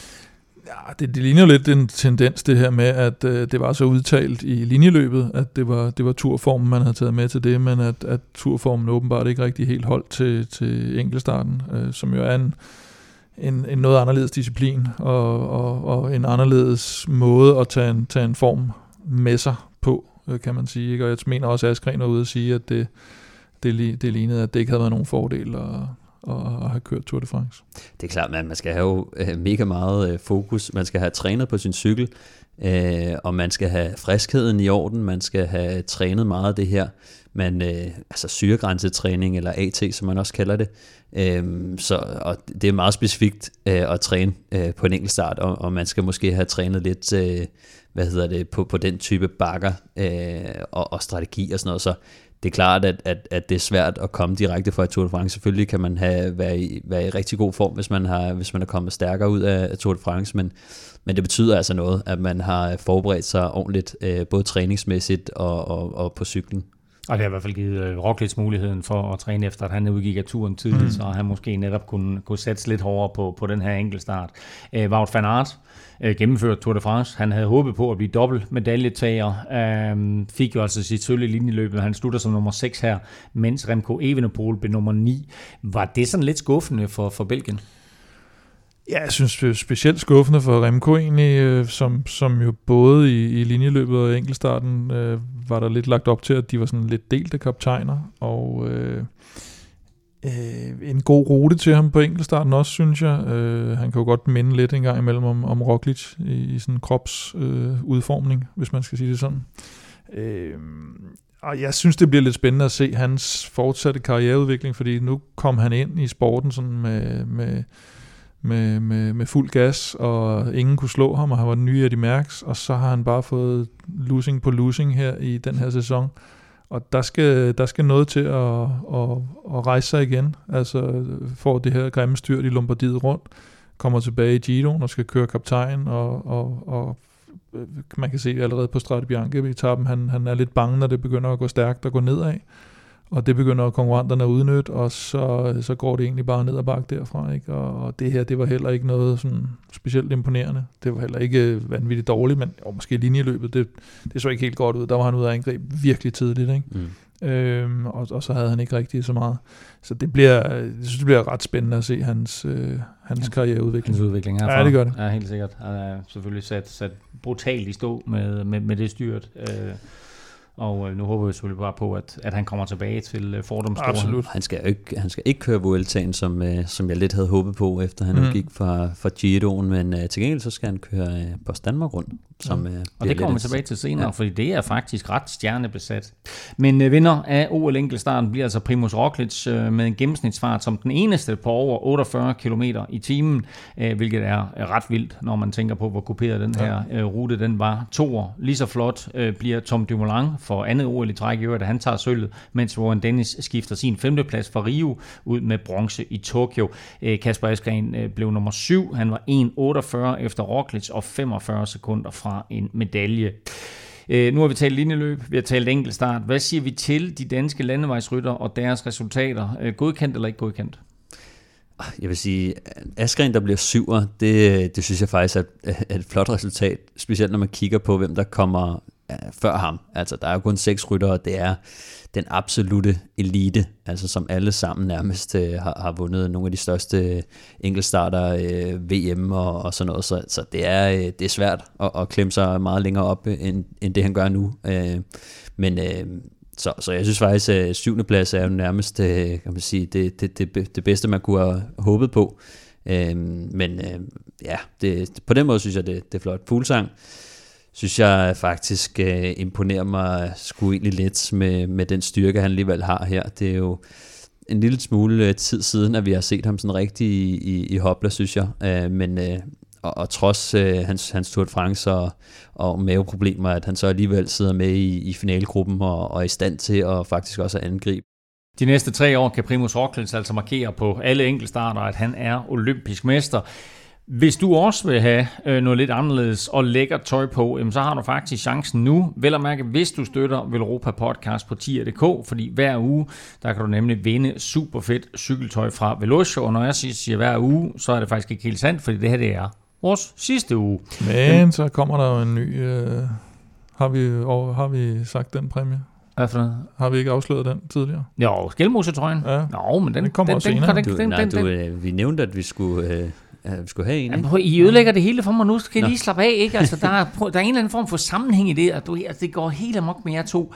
Ja, det, det ligner jo lidt en tendens det her med, at øh, det var så udtalt i linjeløbet, at det var, det var turformen, man havde taget med til det, men at, at turformen åbenbart ikke rigtig helt holdt til, til enkeltstarten, øh, som jo er en, en, en noget anderledes disciplin, og, og, og en anderledes måde at tage en, tage en form med sig på, øh, kan man sige. Ikke? Og jeg mener også, at Askren var ude at sige, at det, det, det lignede, at det ikke havde været nogen fordel at og have kørt Tour de France. Det er klart, at man skal have øh, mega meget øh, fokus. Man skal have trænet på sin cykel, øh, og man skal have friskheden i orden. Man skal have trænet meget af det her. Man, øh, altså syregrænsetræning, eller A T, som man også kalder det. Øh, så, og det er meget specifikt øh, at træne øh, på en enkeltstart, og, og man skal måske have trænet lidt øh, hvad hedder det, på, på den type bakker øh, og, og strategi og sådan noget. Så det er klart, at, at, at det er svært at komme direkte fra Tour de France. Selvfølgelig kan man have, være, i, være i rigtig god form, hvis man, har, hvis man er kommet stærkere ud af Tour de France, men, men det betyder altså noget, at man har forberedt sig ordentligt, øh, både træningsmæssigt og, og, og på cyklen. Og det har i hvert fald givet uh, Roglic muligheden for at træne efter, at han udgik af turen tidligt, mm. så han måske netop kunne, kunne sætte lidt hårdere på, på den her enkeltstart. Uh, Wout van Aert uh, gennemførte Tour de France. Han havde håbet på at blive dobbelt medaljetager. Uh, fik jo altså sit sølv i linjeløbet. Han slutter som nummer seks her, mens Remco Evenepoel blev nummer ni. Var det sådan lidt skuffende for, for Belgien? Ja, jeg synes det er specielt skuffende for Remco egentlig, øh, som, som jo både i, i linjeløbet og enkeltstarten øh, var der lidt lagt op til, at de var sådan lidt delte kaptajner, og øh, øh, en god rute til ham på enkeltstarten også, synes jeg. Øh, han kan jo godt minde lidt en gang imellem om, om Roglic i, i sådan en kropsudformning, øh, hvis man skal sige det sådan. Øh, og jeg synes, det bliver lidt spændende at se hans fortsatte karriereudvikling, fordi nu kom han ind i sporten sådan med... med Med, med, med fuld gas, og ingen kunne slå ham, og han var den nye Eddy Merckx, og så har han bare fået losing på losing her i den her sæson, og der skal, der skal noget til at, at, at rejse sig igen, altså får det her grimme styrt i Lombardiet rundt, kommer tilbage i Giroen og skal køre kaptajn, og, og, og man kan se allerede på Strade Bianche i etappen, han, han er lidt bange, når det begynder at gå stærkt og gå nedad, og det begynder konkurrenterne at udnytte, og så, så går det egentlig bare ned ad bakke derfra, ikke? Og, og det her, det var heller ikke noget sådan specielt imponerende. Det var heller ikke vanvittigt dårligt, men og måske linjeløbet, det, det så ikke helt godt ud. Der var han ude af angreb virkelig tidligt, ikke? Mm. Øhm, og, og så havde han ikke rigtig så meget. Så det bliver, jeg synes, det bliver ret spændende at se hans, øh, hans ja. karriereudvikling. Hans udvikling herfra. Ja, det gør det. Ja, helt sikkert. Han er selvfølgelig sat, sat brutalt i stå med, med, med det styrt. Øh, Og nu håber vi selvfølgelig bare på, at, at han kommer tilbage til fordomstorhed. Absolut. Han skal ikke, han skal ikke køre Vueltaen, som, som jeg lidt havde håbet på, efter han mm. gik fra, fra Giroen, men uh, til gengæld så skal han køre uh, Post Danmark rundt. Som, uh, og det kommer vi tilbage til senere, ja. Fordi det er faktisk ret stjernebesat. Men uh, vinder af O L-enkeltstarten bliver altså Primož Roglic uh, med en gennemsnitsfart som den eneste på over otteogfyrre kilometer i timen, uh, hvilket er uh, ret vildt, når man tænker på, hvor kuperet den her uh, rute den var. Toer, lige så flot uh, bliver Tom Dumoulin for andet O L i træk i øvrigt, at han tager sølvet, mens Rowan Dennis skifter sin femteplads fra Rio ud med bronze i Tokyo. Kasper Asgreen blev nummer syv. Han var en otteogfyrre efter Roglic og femogfyrre sekunder fra en medalje. Nu har vi talt linjeløb, vi har talt enkeltstart. Hvad siger vi til de danske landevejsrytter og deres resultater? Godkendt eller ikke godkendt? Jeg vil sige, Asgreen, der bliver syver, det, det synes jeg faktisk er et, er et flot resultat, specielt når man kigger på, hvem der kommer før ham. Altså, der er jo kun seks ryttere, og det er den absolute elite, altså som alle sammen nærmest øh, har, har vundet nogle af de største enkeltstarter, øh, V M og, og sådan noget, så, så det, er, øh, det er svært at, at klemme sig meget længere op, end, end det han gør nu. Øh, men øh, så, så jeg synes faktisk, at syvende plads er jo nærmest øh, kan man sige, det, det, det, det bedste, man kunne have håbet på. Øh, men øh, ja, det, på den måde synes jeg, det, det er flot. Fuglsang synes jeg faktisk øh, imponerer mig sgu egentlig lidt med, med den styrke, han alligevel har her. Det er jo en lille smule tid siden, at vi har set ham sådan rigtig i, i, i hopla, synes jeg. Øh, men øh, og, og trods øh, hans, hans Tour de France og, og maveproblemer, at han så alligevel sidder med i, i finalgruppen og, og er i stand til at faktisk også angribe. De næste tre år kan Primož Roglič altså markere på alle enkeltstarter, at han er olympisk mester. Hvis du også vil have øh, noget lidt anderledes og lækkert tøj på, jamen, så har du faktisk chancen nu. Vel at mærke, hvis du støtter Velropa Podcast på tier punktum d k, fordi hver uge, der kan du nemlig vinde super fedt cykeltøj fra Velocio. Og når jeg siger hver uge, så er det faktisk ikke helt sandt, fordi det her det er vores sidste uge. Men så kommer der jo en ny... Øh, har, vi, og, har vi sagt den præmie? Hvad for noget? Har vi ikke afsløret den tidligere? Jo, Skelmose-trøjen. Ja. Nå, men den, den kommer den, også den, senere. den, Du, den, nej, den, du, den. øh, vi nævnte, at vi skulle... Øh Ja, vi skulle have en, ikke? Ja, I ødelægger det hele for mig nu, skal I lige slappe af, ikke? Altså, der, er, der er en eller anden form for sammenhæng i det, og du, altså, det går helt amok med jer to.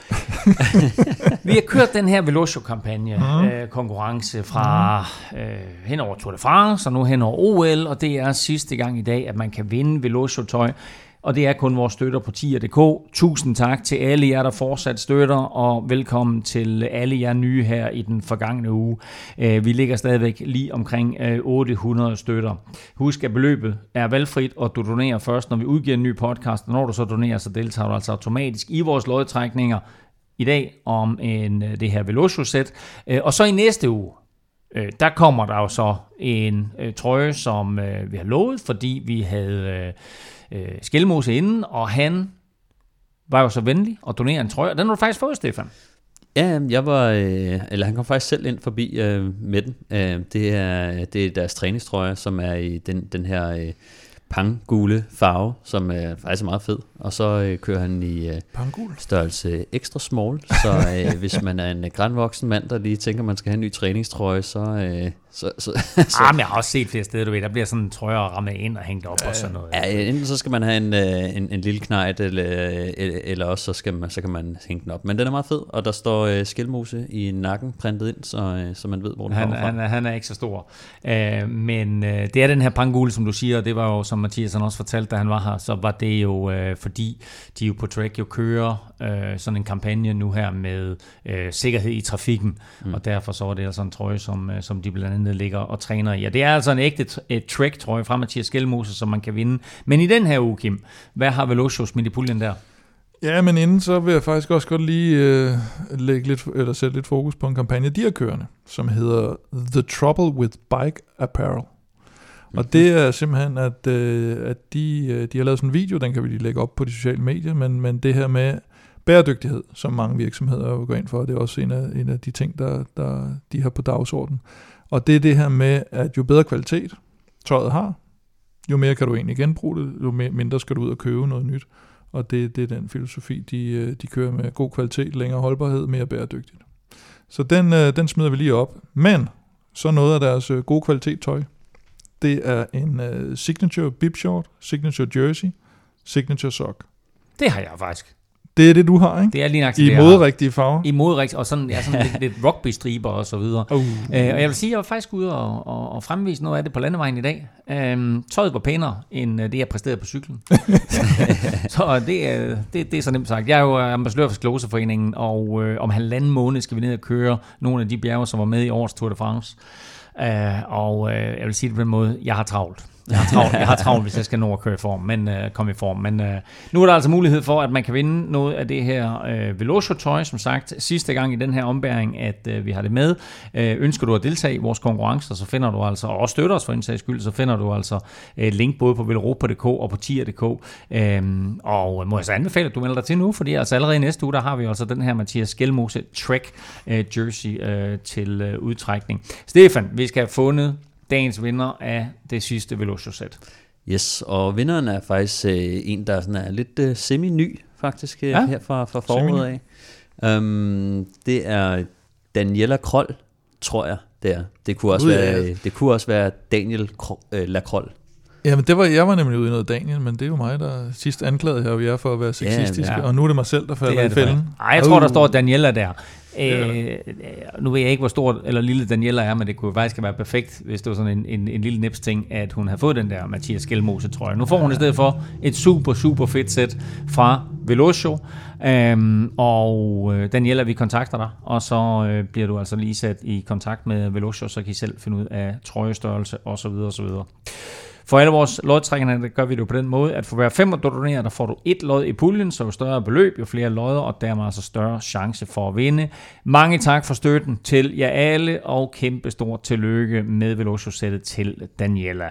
Vi har kørt den her Velocio-kampagne, mm. øh, konkurrence fra øh, hen over Tour de France, og nu hen over O L, og det er sidste gang i dag, at man kan vinde Velocio-tøj. Og det er kun vores støtter på tier punktum d k. Tusind tak til alle jer, der fortsat støtter, og velkommen til alle jer nye her i den forgangne uge. Vi ligger stadigvæk lige omkring otte hundrede støtter. Husk, at beløbet er valgfrit, og du donerer først, når vi udgiver en ny podcast. Og når du så donerer, så deltager du altså automatisk i vores lodtrækninger i dag om en, det her Velocio-sæt. Og så i næste uge, der kommer der jo så en trøje, som vi har lovet, fordi vi havde... Skelmose inden, og han var jo så venlig at donere en trøje, og den har du faktisk fået, Stefan. Ja, jeg var, øh, eller han kom faktisk selv ind forbi øh, med den. Øh, det, er, det er deres træningstrøje, som er i den, den her øh, panggule farve, som øh, faktisk er meget fed. Og så øh, kører han i øh, størrelse extra small, så øh, hvis man er en grandvoksen mand, der lige tænker, man skal have en ny træningstrøje, så... Øh, Så, så, så. Ah, men jeg har også set flere steder, du ved, der bliver sådan en trøje rammet ind og hængt op øh, og sådan noget. Ja, enten så skal man have en, en, en lille knejt, eller, eller også så, skal man, så kan man hænge den op. Men den er meget fed, og der står uh, Skelmose i nakken printet ind, så, så man ved, hvor den han, kommer fra. Han, han er ikke så stor. Uh, men uh, det er den her panggule, som du siger, og det var jo, som Mathias også fortalte, da han var her, så var det jo uh, fordi, de jo på Trek jo kører uh, sådan en kampagne nu her med uh, sikkerhed i trafikken, mm. og derfor så var det altså en trøje, som, uh, som de blandt andet ligger og træner i. Og det er altså en ægte et Trek-trøje fra Mathias Skelmose, som man kan vinde. Men i den her uge, Kim, hvad har Velocio smidt i puljen der? Ja, men inden så vil jeg faktisk også godt lige øh, lægge lidt, eller sætte lidt fokus på en kampagne, de er kørende, som hedder The Trouble with Bike Apparel. Mm-hmm. Og det er simpelthen, at, øh, at de, de har lavet sådan en video, den kan vi lige lægge op på de sociale medier, men, men det her med bæredygtighed, som mange virksomheder går ind for, det er også en af, en af de ting, der, der de har på dagsordenen. Og det er det her med, at jo bedre kvalitet tøjet har, jo mere kan du egentlig genbruge det, jo mindre skal du ud og købe noget nyt. Og det, det er den filosofi, de, de kører med: god kvalitet, længere holdbarhed, mere bæredygtigt. Så den, den smider vi lige op. Men så noget af deres gode kvalitet tøj, det er en uh, Signature bib short, Signature jersey, Signature sock. Det har jeg faktisk. Det er det, du har, ikke? Det er lige nok i moderigtige farver. I moderigtige, og sådan, ja, sådan lidt, lidt rugby-striber og så videre. Uh. Øh, og jeg vil sige, at jeg var faktisk ude og, og, og fremvise noget af det på landevejen i dag. Øhm, tøjet var pænere, end det, jeg præsterede på cyklen. Så det er, det, det er så nemt sagt. Jeg er jo ambassadør for Skleroseforeningen, og øh, om halvanden måned skal vi ned og køre nogle af de bjerge, som var med i årets Tour de France. Øh, og øh, jeg vil sige det på den måde, jeg har travlt. Jeg har travlt, jeg har travlt hvis jeg skal nå at køre i form, men uh, komme i form. Men uh, nu er der altså mulighed for, at man kan vinde noget af det her uh, Velocio-tøj, som sagt, sidste gang i den her ombæring, at uh, vi har det med. Uh, ønsker du at deltage i vores konkurrencer, så finder du altså, og også støtter os for en sags skyld, så finder du altså uh, link både på velropa punktum d k og på tier punktum d k. Um, og må jeg så anbefale, at du melder dig til nu, fordi altså allerede i næste uge, der har vi altså den her Mathias Skelmose Trek uh, jersey uh, til uh, udtrækning. Stefan, vi skal have fundet dagens vinder af det sidste Velocio-sæt. Yes, og vinderen er faktisk øh, en, der sådan er lidt øh, semi-ny, faktisk, øh, ja? her fra, fra foråret af. Um, det er Daniela Kroll, tror jeg, det er. Det kunne også, være, det kunne også være Daniel Kro- øh, Lacroix. Jamen, det var, jeg var nemlig ude i noget Daniel, men det er jo mig, der sidst anklagede her, vi er for at være sexistiske, ja, ja. Og nu er det mig selv, der falder i fælden. Nej, jeg tror, der står Daniela der. Øh, nu ved jeg ikke, hvor stor eller lille Daniela er, men det kunne faktisk være perfekt, hvis det var sådan en, en, en lille nips ting, at hun havde fået den der Mathias Skjelmose trøje. Nu får hun i stedet for et super, super fedt sæt fra Velocio, øhm, og øh, Daniela, vi kontakter dig, og så øh, bliver du altså lige sat i kontakt med Velocio, så kan I selv finde ud af trøjestørrelse osv. osv. For alle vores lodtrækkerne, der gør vi det på den måde, at for hver fem, du donerer, der får du et lod i puljen, så jo større beløb, jo flere lodder, og dermed altså større chance for at vinde. Mange tak for støtten til jer alle, og kæmpe stort tillykke med Velocio-sættet til Daniela.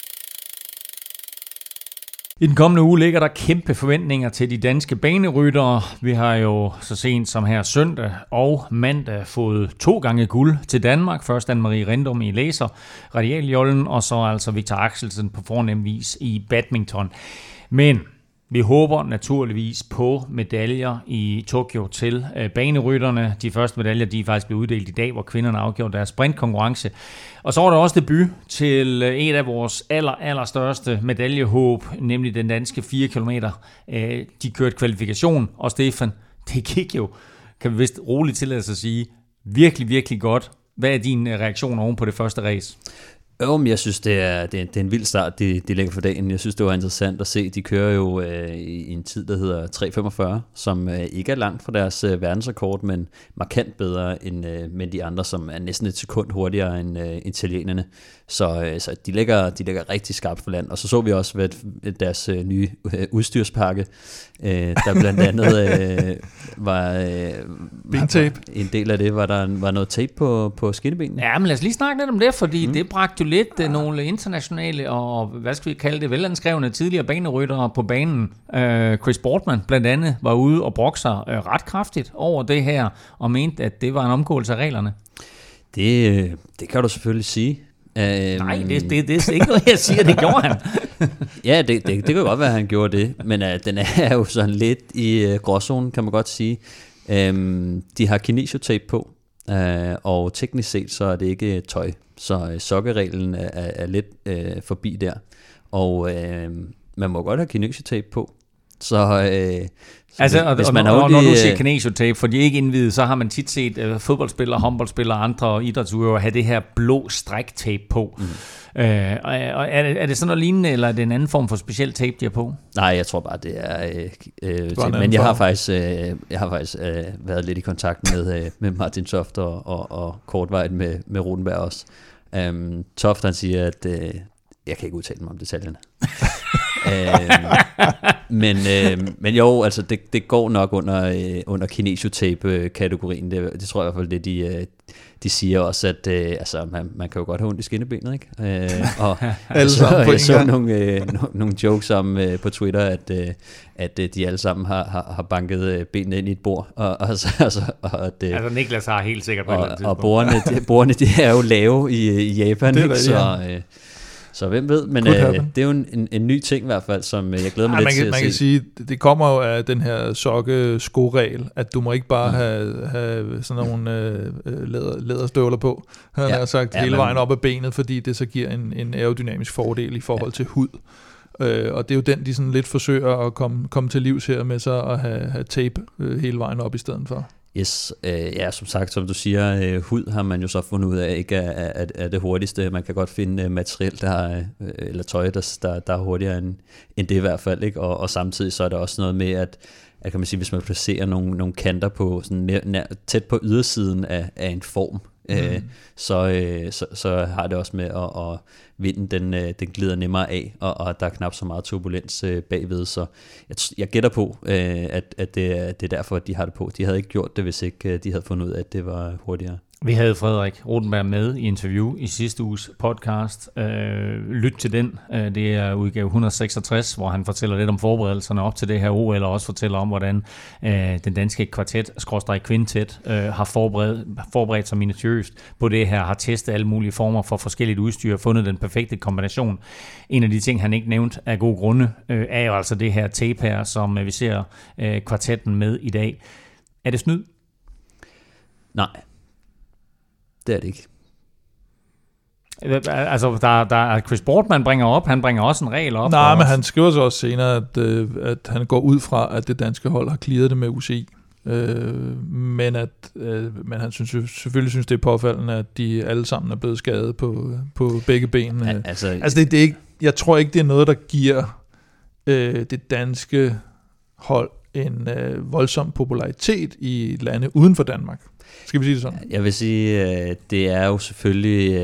I den kommende uge ligger der kæmpe forventninger til de danske baneryttere. Vi har jo så sent som her søndag og mandag fået to gange guld til Danmark. Først Anne-Marie Rindum i laser, radialjollen, og så altså Victor Axelsen på fornem vis i badminton. Men vi håber naturligvis på medaljer i Tokyo til banerytterne. De første medaljer, de er faktisk blevet uddelt i dag, hvor kvinderne afgjorde deres sprintkonkurrence. Og så var der også debut til et af vores aller, aller største medaljehåb, nemlig den danske fire kilometer. De kørte kvalifikation, og Stefan, det gik jo, kan vi vist roligt tillade sig at sige, virkelig, virkelig godt. Hvad er din reaktion oven på det første race? Jo, men jeg synes, det er, det er, det er en vild start, de, de lægger for dagen. Jeg synes, det var interessant at se. De kører jo øh, i en tid, der hedder tre femogfyrre, som øh, ikke er langt fra deres øh, verdensrekord, men markant bedre end øh, med de andre, som er næsten et sekund hurtigere end øh, italienerne. Så, øh, så de, lægger, de lægger rigtig skarpt for land. Og så så vi også ved deres øh, nye øh, udstyrspakke, øh, der blandt andet øh, var, øh, var en del af det, var der var noget tape på, på skinnebenene. Ja, men lad os lige snakke lidt om det, fordi mm. det bragte jo lidt ja. nogle internationale og, hvad skal vi kalde det, velanskrevne tidligere baneryttere på banen. Uh, Chris Boardman blandt andet var ude og brugte sig uh, ret kraftigt over det her, og mente, at det var en omgåelse af reglerne. Det, det kan du selvfølgelig sige. Uh, Nej, det, det, det er ikke noget, jeg siger, det gjorde han. Ja, det, det, det kan godt være, at han gjorde det, men uh, den er jo sådan lidt i uh, gråzonen, kan man godt sige. Um, de har kinesiotape på, uh, og teknisk set så er det ikke tøj. Så øh, sokkereglen er, er lidt øh, forbi der. Og øh, man må godt have kinesiotape på. Så, øh, så altså, hvis, og, hvis og, man og, har og når de, du siger kinesiotape, for de er ikke indvidet, så har man tit set øh, fodboldspillere, håndboldspillere og andre idrætsudøvere have det her blå stræktape på. Mm. Øh, og er, det, er det sådan noget lignende, eller er det en anden form for speciel tape, de har på? Nej, jeg tror bare, det er... Øh, øh, det men jeg har faktisk, øh, jeg har faktisk øh, været lidt i kontakt med, øh, med Martin Toft og, og, og kortvejt med, med Rodenberg også. Um, Toft, han siger, at øh, jeg kan ikke udtale mig om detaljerne. øhm, men, øh, men jo, altså det, det går nok under, øh, under kinesiotape-kategorien. Det, det tror jeg i hvert fald, det de, øh, de siger også, at øh, altså, man, man kan jo godt have ondt i skinnebenet, ikke? Øh, og så, jeg så nogle, øh, nogle jokes om øh, på Twitter, at, øh, at de alle sammen har, har, har banket øh, benene ind i et bord. Og, og, så, altså, og at, øh, altså Niklas har helt sikkert på et eller andet tidspunkt. Og bordene, de, bordene, de er jo lave i, i Japan, ikke? Så... Øh, Så hvem ved, men øh, det er jo en, en, en ny ting i hvert fald, som jeg glæder mig ja, lidt man til kan, at man se. Man kan sige, det kommer jo af den her sokke-sko-regel, at du må ikke bare mm. have, have sådan nogle øh, læder, læderstøvler på, han ja. har sagt, ja, hele vejen op ad benet, fordi det så giver en, en aerodynamisk fordel i forhold ja. til hud. Øh, og det er jo den, de sådan lidt forsøger at komme, komme til livs her med så at have, have tape øh, hele vejen op i stedet for. Yes, øh, ja, som sagt, som du siger, øh, hud har man jo så fundet ud af ikke er, er, er det hurtigste. Man kan godt finde øh, materiel, der er, øh, eller tøj, der, der, der er hurtigere end, end det i hvert fald, ikke? Og, og samtidig så er der også noget med, at, at kan man sige, hvis man placerer nogle, nogle kanter på sådan nær, nær, tæt på ydersiden af, af en form, mm. øh, så, øh, så, så har det også med at, at vinden den, øh, den glider nemmere af, og, og der er knap så meget turbulens øh, bagved, så jeg, jeg gætter på, øh, at, at det, er, det er derfor, at de har det på. De havde ikke gjort det, hvis ikke øh, de havde fundet ud af, at det var hurtigere. Vi havde Frederik Rodenberg med i interview i sidste uges podcast. Øh, lyt til den. Øh, det er udgave et hundrede og seksogtres, hvor han fortæller lidt om forberedelserne op til det her O L, og også fortæller om, hvordan øh, den danske kvartet, skråstreg kvintet, øh, har forberedt, forberedt sig minutiøst på det her, har testet alle mulige former for forskelligt udstyr, fundet den perfekte kombination. En af de ting, han ikke nævnt af gode grunde, øh, er jo altså det her tape her, som øh, vi ser øh, kvartetten med i dag. Er det snyd? Nej. Det er det ikke. Altså, der, der er Chris Boardman bringer op, han bringer også en regel op. Nej, men også. Han skriver så også senere, at, øh, at han går ud fra, at det danske hold har clearet det med U C I. Øh, men, at, øh, men han synes, selvfølgelig synes, det er påfaldende, at de alle sammen er blevet skadet på, på begge ben. Ja, altså, altså det, det er ikke, jeg tror ikke, det er noget, der giver øh, det danske hold en øh, voldsom popularitet i lande uden for Danmark. Skal vi sige det sådan? Jeg vil sige, at det er jo selvfølgelig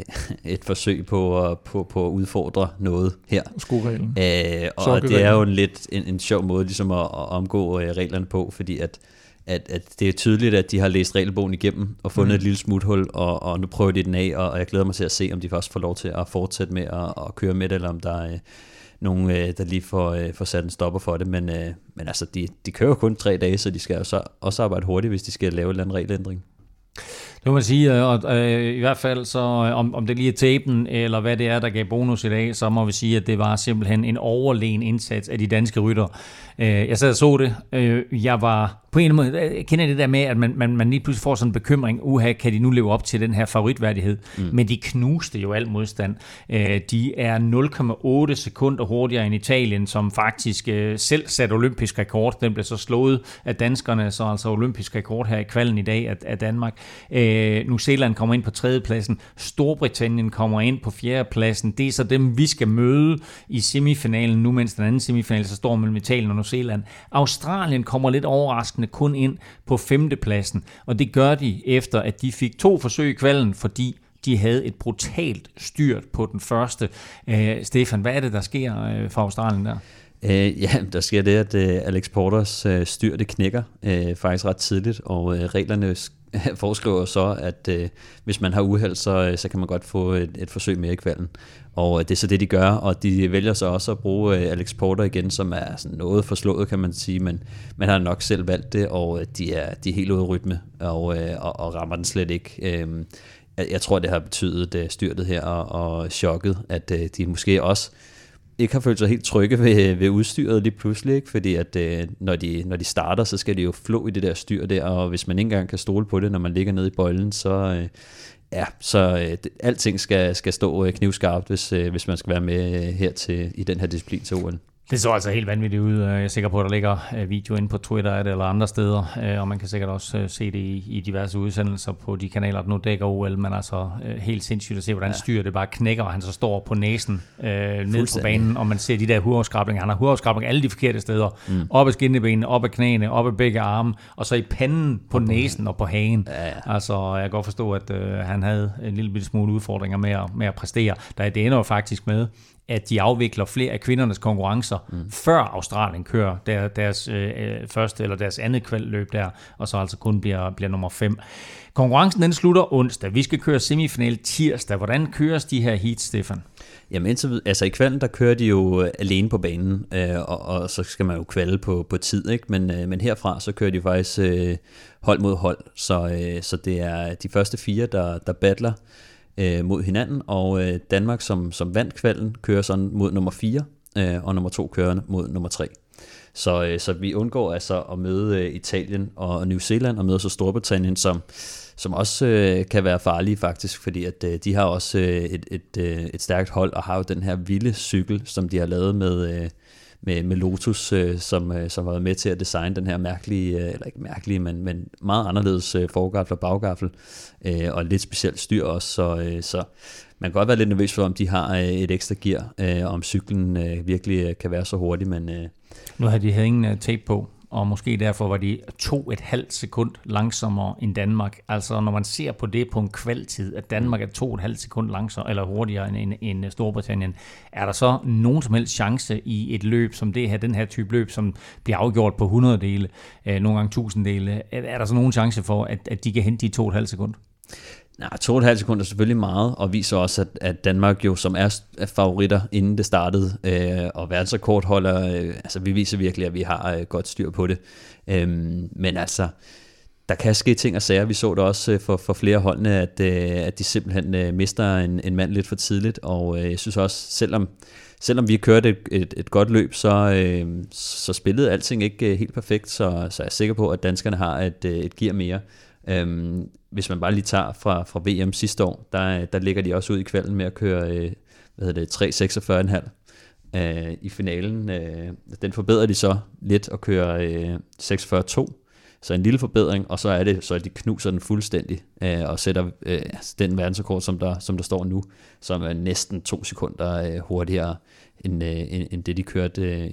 et forsøg på at, på, på at udfordre noget her. Skoreglen. Øh, og det er jo en lidt en, en sjov måde ligesom at, at omgå reglerne på, fordi at, at, at det er tydeligt, at de har læst regelbogen igennem og fundet mm. et lille smuthul, og, og nu prøver de den af, og jeg glæder mig til at se, om de først får lov til at fortsætte med at, at køre med det, eller om der er nogen, der lige får, får sat en stopper for det. Men, men altså, de, de kører jo kun tre dage, så de skal jo så også arbejde hurtigt, hvis de skal lave en eller anden regelændring. Det må man sige, og øh, i hvert fald så, om, om det lige er tapen, eller hvad det er, der gav bonus i dag, så må vi sige, at det var simpelthen en overlegen indsats af de danske rytter. Øh, jeg sad og så det. Øh, jeg var på en eller anden måde, jeg kender det der med, at man, man, man lige pludselig får sådan en bekymring, uha, kan de nu leve op til den her favoritværdighed? Mm. Men de knuste jo al modstand. Øh, de er nul komma otte sekunder hurtigere end Italien, som faktisk øh, selv satte olympisk rekord. Den blev så slået af danskerne, så altså olympisk rekord her i kvalden i dag af, af Danmark. Øh, New Zealand kommer ind på tredjepladsen. Storbritannien kommer ind på fjerdepladsen. Det er så dem, vi skal møde i semifinalen nu, mens den anden semifinal så står mellem Italien og New Zealand. Australien kommer lidt overraskende kun ind på femtepladsen, og det gør de efter, at de fik to forsøg i kvalden, fordi de havde et brutalt styrt på den første. Øh, Stefan, hvad er det, der sker øh, for Australien der? Øh, ja, der sker det, at øh, Alex Porters øh, styr, det knækker øh, faktisk ret tidligt, og øh, reglerne foreskriver så, at øh, hvis man har uheld, så, øh, så kan man godt få et, et forsøg mere i kvalden. Og øh, det er så det, de gør, og de vælger så også at bruge øh, Alex Porter igen, som er sådan noget forslået, kan man sige, men man har nok selv valgt det, og øh, de, er, de er helt ude af rytme, og, øh, og, og rammer den slet ikke. Øh, jeg, jeg tror, det har betydet øh, styrtet her, og, og chokket, at øh, de måske også ikke har følt sig helt trygge ved, ved udstyret lige pludselig, ikke? Fordi at øh, når, de, når de starter, så skal de jo flå i det der styr der, og hvis man ikke engang kan stole på det, når man ligger nede i bøjlen, så, øh, ja, så øh, det, alting skal, skal stå øh, knivskarpt, hvis, øh, hvis man skal være med øh, her til, i den her disciplin til O L. Det så altså helt vanvittigt ud. Jeg er sikker på, at der ligger video inde på Twitter af det, eller andre steder, og man kan sikkert også se det i diverse udsendelser på de kanaler, der nu dækker O L, men altså helt sindssygt at se, hvordan styrer det bare knækker, og han så står på næsen øh, ned på banen, og man ser de der hurafskrablinger. Han har hurafskrablinger alle de forkerte steder. Mm. Op ad skinnebenene, op ad knæene, op ad begge arme, og så i panden på næsen og på hagen. Ja, ja. Altså, jeg kan godt forstå, at øh, han havde en lille bitte smule udfordringer med at, med at præstere. Der det ender jo faktisk med, at de afvikler flere af kvindernes konkurrencer, mm. før Australien kører der, deres øh, første eller deres andet kvaltløb der, og så altså kun bliver, bliver nummer fem. Konkurrencen den slutter onsdag. Vi skal køre semifinal tirsdag. Hvordan køres de her heats, Stefan? Jamen indtil, altså i kvalden, der kører de jo alene på banen, øh, og, og så skal man jo kvalde på, på tid, ikke? Men, øh, men herfra, så kører de faktisk øh, hold mod hold, så, øh, så det er de første fire, der, der battler øh, mod hinanden, og øh, Danmark, som, som vandt kvalden, kører sådan mod nummer fire, øh, og nummer to kører mod nummer tre. Så, øh, så vi undgår altså at møde øh, Italien og New Zealand, og møder så Storbritannien, som som også øh, kan være farlige faktisk, fordi at øh, de har også øh, et, et, øh, et stærkt hold, og har jo den her vilde cykel, som de har lavet med, øh, med, med Lotus, øh, som, øh, som har været med til at designe den her mærkelige, øh, eller ikke mærkelige, men, men meget anderledes øh, forgaffel og baggaffel, øh, og lidt specielt styr også, så, øh, så man kan godt være lidt nervøs for, om de har øh, et ekstra gear, øh, og om cyklen øh, virkelig øh, kan være så hurtig, men... Øh, nu har de havde ingen uh, tape på, og måske derfor var de to et halvt sekund langsommere end Danmark. Altså når man ser på det på en kvaltid, at Danmark er to et halvt sekund langsommere eller hurtigere end, end, end Storbritannien, er der så nogen som helst chance i et løb som det her, den her type løb, som bliver afgjort på hundrededele, øh, nogle gange tusinddele, er der så nogen chance for, at, at de kan hente de to et halvt sekund? Nej, to og et halvt sekunder er selvfølgelig meget, og viser også, at, at Danmark jo, som er favoritter, inden det startede, øh, og verdensrekordholder, øh, altså vi viser virkelig, at vi har øh, godt styr på det. Øh, men altså, der kan ske ting og sager. Vi så det også for, for flere holdene, at, øh, at de simpelthen øh, mister en, en mand lidt for tidligt, og øh, jeg synes også, selvom, selvom vi kørte et, et, et godt løb, så, øh, så spillede alting ikke helt perfekt, så, så jeg er sikker på, at danskerne har et, et gear mere. Øhm, hvis man bare lige tager fra, fra V M sidste år, der, der ligger de også ud i kvalden med at køre øh, hvad hedder det, tre seksogfyrre komma fem øh, i finalen. Øh, den forbedrer de så lidt og kører øh, seksogfyrre komma to. Så en lille forbedring, og så er det, så de knuser den fuldstændig øh, og sætter øh, den verdensrekord, som der, som der står nu, som er næsten to sekunder øh, hurtigere end, øh, end, end det, de kørte øh,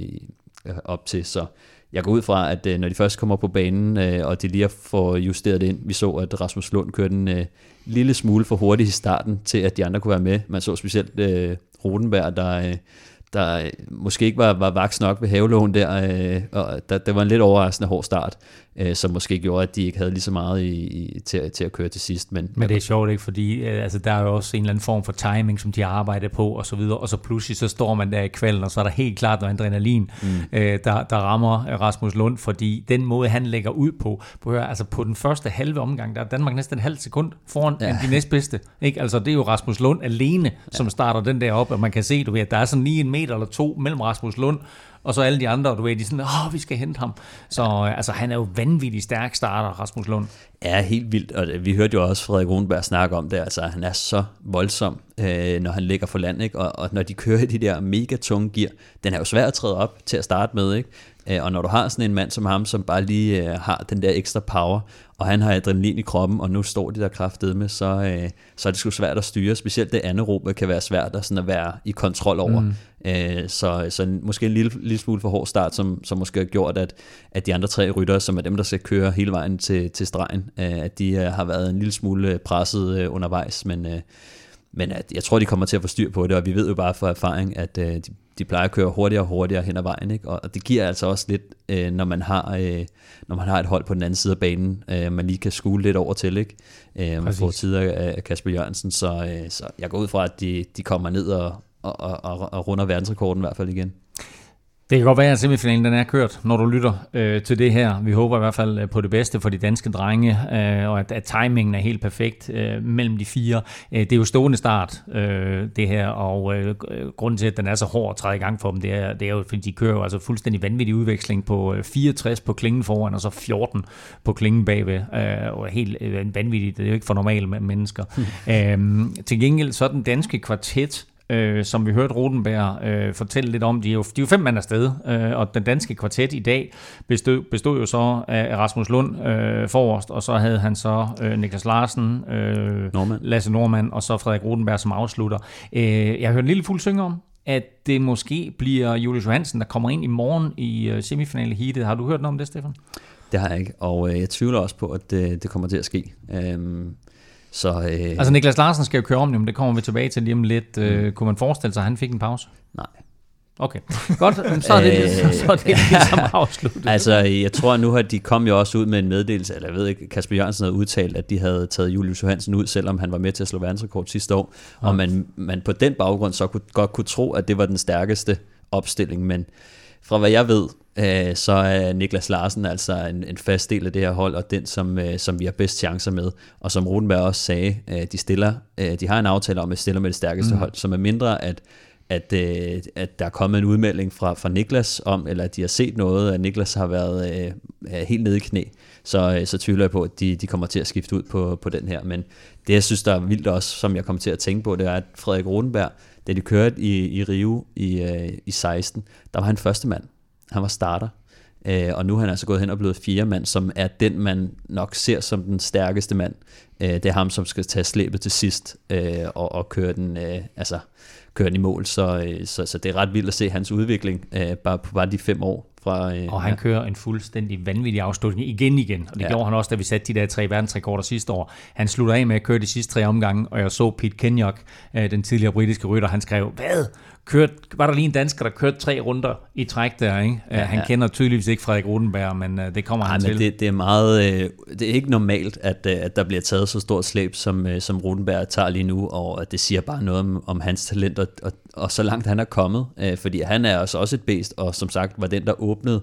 op til. Så jeg går ud fra, at øh, når de først kommer på banen, øh, og de lige får justeret det ind, vi så, at Rasmus Lund kørte en øh, lille smule for hurtigt i starten, til at de andre kunne være med. Man så specielt øh, Rodenberg, der... Øh, der måske ikke var, var vaks nok ved havelågen der, øh, og der, der var en lidt overraskende hård start, øh, som måske gjorde, at de ikke havde lige så meget i, i, til, til at køre til sidst. Men, men det er sjovt, ikke? Fordi øh, altså, der er jo også en eller anden form for timing, som de har arbejdet på, og så videre, og så pludselig så står man der i kvalden, og så er der helt klart noget adrenalin, mm. øh, der, der rammer Rasmus Lund, fordi den måde, han lægger ud på, på, altså på den første halve omgang, der er Danmark næsten en halv sekund foran ja. de næstbedste. Ikke? Altså det er jo Rasmus Lund alene, som ja. starter den der op, og man kan se, du ved, at der er sådan lige en meter eller to mellem Rasmus Lund og så alle de andre, du ved, de er sådan, åh, vi skal hente ham. Så altså, han er jo vanvittigt stærk starter, Rasmus Lund. Ja, helt vildt, og vi hørte jo også Frederik Rodenberg snakke om det, altså han er så voldsom, øh, når han ligger for land, ikke? Og, og når de kører de der mega tunge gear, den er jo svær at træde op til at starte med, ikke? Og når du har sådan en mand som ham, som bare lige øh, har den der ekstra power, og han har adrenalin i kroppen, og nu står de der kraftedeme med, så, øh, så er det sgu svært at styre. Specielt det anaerobe kan være svært at, sådan at være i kontrol over. Mm. Øh, så, så en, måske en lille, lille smule for hård start, som, som måske har gjort, at, at de andre tre ryttere, som er dem, der skal køre hele vejen til, til stregen, øh, at de øh, har været en lille smule presset øh, undervejs. Men, øh, men at, jeg tror, de kommer til at få styr på det, og vi ved jo bare fra erfaring, at øh, de de plejer at køre hurtigere og hurtigere hen ad vejen, ikke? Og det giver altså også lidt, øh, når man har øh, når man har et hold på den anden side af banen, øh, man lige kan skule lidt over til, ikke? Øh, man får tider af Kasper Jørgensen, så, øh, så jeg går ud fra, at de, de kommer ned og, og, og, og runder verdensrekorden i hvert fald igen. Det kan godt være, at semifinalen den er kørt, når du lytter øh, til det her. Vi håber i hvert fald på det bedste for de danske drenge, øh, og at, at timingen er helt perfekt øh, mellem de fire. Øh, det er jo stående start, øh, det her, og øh, grunden til, at den er så hård at træde i gang for dem, det er, det er jo, fordi de kører jo altså fuldstændig vanvittig udveksling på fireogtres på klingen foran, og så fjorten på klingen bagved. Øh, og helt øh, vanvittigt, det er jo ikke for normale mennesker. Mm. Øh, til gengæld så den danske kvartet, Øh, som vi hørte Rodenberg øh, fortælle lidt om, de er jo, de er jo fem mand afsted, øh, og den danske kvartet i dag bestod, bestod jo så af Rasmus Lund øh, forrest, og så havde han så øh, Niklas Larsen, øh, Norman. Lasse Norman, og så Frederik Rodenberg som afslutter. Øh, jeg har hørt en lille fuld synge om, at det måske bliver Julius Johansen, der kommer ind i morgen i øh, semifinale-heatet. Har du hørt noget om det, Stefan? Det har jeg ikke, og øh, jeg tvivler også på, at det, det kommer til at ske. Øhm Så, øh... Altså Niklas Larsen skal jo køre om, men det kommer vi tilbage til lige om lidt. Mm. Øh, kunne man forestille sig, at han fik en pause? Nej. Okay, godt. Så er det, så, så er det ligesom afsluttet. Altså, jeg tror, nu har de kom jo også ud med en meddelelse, eller jeg ved ikke, Kasper Jørgensen havde udtalt, at de havde taget Julius Johansen ud, selvom han var med til at slå verdensrekord sidste år. Ja. Og man, man på den baggrund så kunne, godt kunne tro, at det var den stærkeste opstilling, men fra hvad jeg ved, øh, så er Niklas Larsen altså en, en fast del af det her hold, og den, som, øh, som vi har bedst chancer med. Og som Rodenberg også sagde, øh, de, stiller, øh, de har en aftale om, at stiller med det stærkeste mm. hold, som er mindre, at, at, øh, at der er kommet en udmelding fra, fra Niklas om, eller at de har set noget, at Niklas har været øh, helt nede i knæ, så, øh, så tvivler jeg på, at de, de kommer til at skifte ud på, på den her. Men det, jeg synes, der er vildt også, som jeg kommer til at tænke på, det er, at Frederik Rodenberg, da de kørte i, i Rio i, øh, i seksten, der var han første mand. Han var starter. Øh, og nu er han altså gået hen og blevet fjerde mand, som er den, man nok ser som den stærkeste mand. Øh, det er ham, som skal tage slæbet til sidst øh, og, og køre den, øh, altså, køre den i mål. Så, øh, så, så det er ret vildt at se hans udvikling øh, bare på bare de fem år. Fra, øh, og han ja. kører en fuldstændig vanvittig afslutning igen igen, og det ja. gjorde han også, da vi satte de der tre verdensrekorder sidste år. Han slutter af med at køre de sidste tre omgange, og jeg så Pete Kenyock, øh, den tidligere britiske rytter, han skrev, hvad? Kørt, var der lige en dansker, der kørte tre runder i træk der, ikke? Ja, han ja. kender tydeligvis ikke Frederik Rodenberg, men uh, det kommer Ej, han til. Det, det er meget, øh, det er ikke normalt, at, øh, at der bliver taget så stort slæb, som, øh, som Rodenberg tager lige nu, og det siger bare noget om, om hans talent, og, og, og så langt han er kommet, øh, fordi han er også, også et bæst, og som sagt var den, der åbnede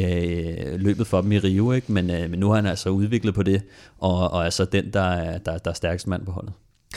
øh, løbet for dem i Rio, ikke? Men, øh, men nu har han altså udviklet på det, og, og altså den, der er, der, der er stærkest mand på holdet.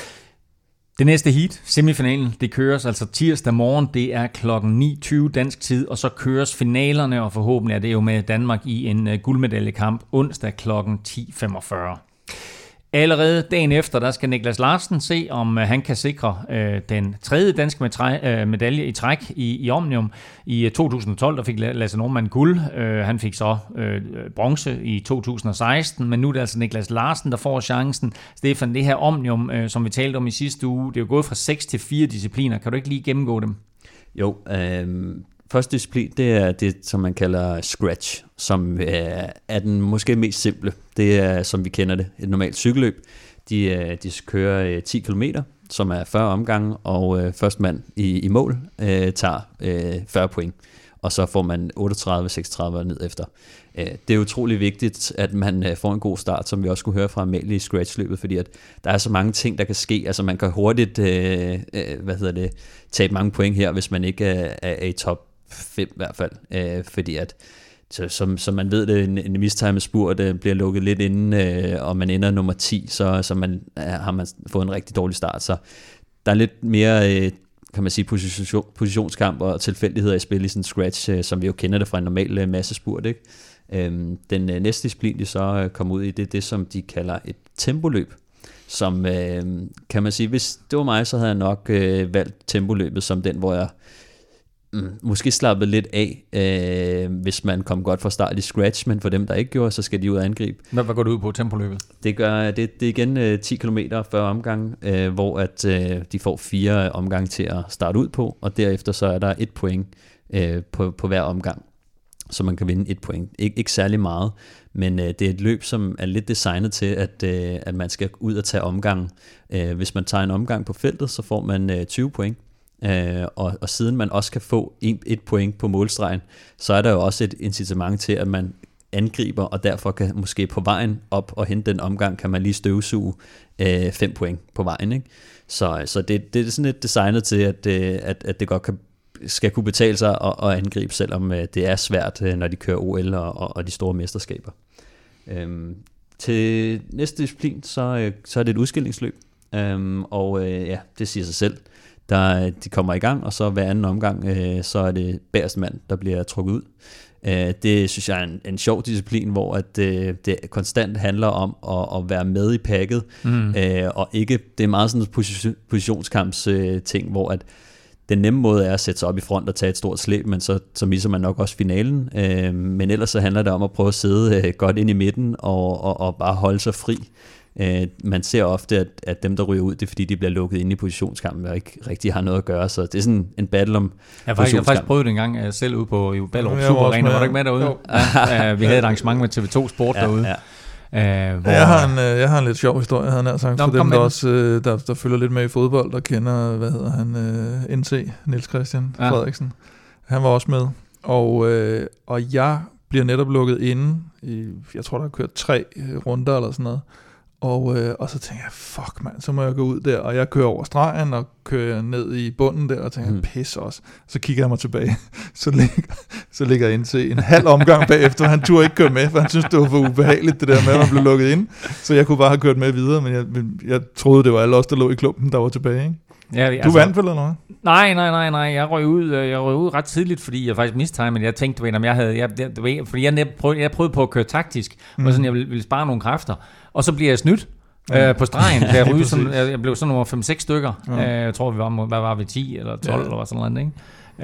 Det næste heat, semifinalen, det køres altså tirsdag morgen, det er klokken ni tyve dansk tid, og så køres finalerne, og forhåbentlig er det jo med Danmark i en uh, guldmedaljekamp onsdag klokken ti femogfyrre. Allerede dagen efter, der skal Niklas Larsen se, om øh, han kan sikre øh, den tredje danske medre- øh, medalje i træk i, i Omnium. I øh, to tusind og tolv, der fik Lasse Normann guld. Øh, han fik så øh, bronze i to tusind og seksten, men nu er det altså Niklas Larsen, der får chancen. Stefan, det her Omnium, øh, som vi talte om i sidste uge, det er jo gået fra seks til fire discipliner. Kan du ikke lige gennemgå dem? Jo, øh, første disciplin, det er det, som man kalder scratch, som øh, er den måske mest simple. Det er, som vi kender det, et normalt cykelløb. De, øh, de skal køre øh, ti kilometer, som er fyrre omgange, og øh, først mand i, i mål øh, tager øh, fyrre point. Og så får man otteogtredive seksogtredive ned efter. Det er utrolig vigtigt, at man får en god start, som vi også kunne høre fra Amalie i scratch-løbet, fordi at der er så mange ting, der kan ske. Altså man kan hurtigt øh, hvad hedder det, tabe mange point her, hvis man ikke er, er i top fem i hvert fald. Øh, fordi at, så, som, som man ved det, en, en mistimet spurt øh, bliver lukket lidt inden, øh, og man ender nummer ti, så, så man, øh, har man fået en rigtig dårlig start. Så der er lidt mere... Øh, kan man sige, position, positionskamp og tilfældigheder i spil i sådan en scratch, øh, som vi jo kender det fra en normal øh, massespurt, ikke? Øhm, den øh, næste disciplin, de så øh, kommer ud i, det er det, som de kalder et tempoliøb, som øh, kan man sige, hvis det var mig, så havde jeg nok øh, valgt tempoliøbet som den, hvor jeg mm, måske slappede lidt af, øh, hvis man kom godt fra start i scratch, men for dem, der ikke gjorde, så skal de ud og angribe. Hvad, hvad går du ud på tempoliøbet? Det gør det, det er igen øh, ti kilometer fyrre omgange, øh, hvor at øh, de får fire omgange til at starte ud på, og derefter så er der et point øh, på, på hver omgang, så man kan vinde et point. Ik- ikke særlig meget, men øh, det er et løb, som er lidt designet til, at, øh, at man skal ud og tage omgangen. Øh, hvis man tager en omgang på feltet, så får man øh, tyve point. Øh, og, og siden man også kan få en, et point på målstregen, så er der jo også et incitament til, at man angriber, og derfor kan måske på vejen op og hente den omgang, kan man lige støvsuge øh, fem point på vejen. Ikke? Så, så det, det er sådan lidt designet til, at, øh, at, at det godt kan skal kunne betale sig at, at angribe, selvom øh, det er svært, øh, når de kører O L og, og, og de store mesterskaber. Øhm, til næste disciplin, så, øh, så er det et udskillingsløb, øhm, og øh, ja, det siger sig selv. Der, de kommer i gang, og så hver anden omgang, øh, så er det bagerste mand, der bliver trukket ud. Øh, det synes jeg er en, en sjov disciplin, hvor at, øh, det konstant handler om at, at være med i packet, mm. øh, og ikke, det er meget sådan en position, positionskamps øh, ting, hvor at den nemme måde er at sætte sig op i front og tage et stort slæb, men så, så misser man nok også finalen. Øh, men ellers så handler det om at prøve at sidde øh, godt ind i midten og, og, og bare holde sig fri. Øh, man ser ofte, at, at dem, der ryger ud, det er fordi, de bliver lukket ind i positionskampen og ikke rigtig har noget at gøre. Så det er sådan en battle om jeg har faktisk, faktisk prøvet det en gang selv ude på i Ballerup Super Arena. Var du ikke med derude? Ja, vi havde et arrangement med T V to Sport ja, derude. Ja. Uh, hvor... jeg, har en, uh, jeg har en lidt sjov historie, han har sagt, Nå, for dem, der, også, uh, der, der følger lidt med i fodbold, der kender, hvad hedder han, uh, N T, Niels Christian ja. Frederiksen. Han var også med, og, uh, og jeg bliver netop lukket inde, i, jeg tror, der har kørt tre runder eller sådan noget, og, øh, og så tænker jeg, fuck mand, så må jeg gå ud der, og jeg kører over stregen, og kører ned i bunden der, og tænker, mm. pis også. Så kigger jeg mig tilbage, så ligger, så ligger jeg ind til en halv omgang bagefter, han turde ikke køre med, for han synes, det var for ubehageligt, det der med, at man blev lukket ind. Så jeg kunne bare have kørt med videre, men jeg, jeg troede, det var alle os, der lå i klumpen, der var tilbage, ikke? Ja, altså, du vandt vel eller noget? Nej, nej, nej, nej. Jeg røg ud, jeg røg ud ret tidligt, fordi jeg faktisk mistede, men jeg tænkte, at jeg havde, jeg, det, fordi jeg prøvede, jeg prøvede på at køre taktisk, mm. og sådan, jeg ville, ville spare nogle kræfter, og så bliver jeg snydt ja. øh, på stregen. Jeg, ryge sådan, jeg, jeg blev sådan nogle fem seks stykker. Ja. Øh, jeg tror, vi var, hvad var vi, ti eller tolv ja. Eller sådan noget, ikke?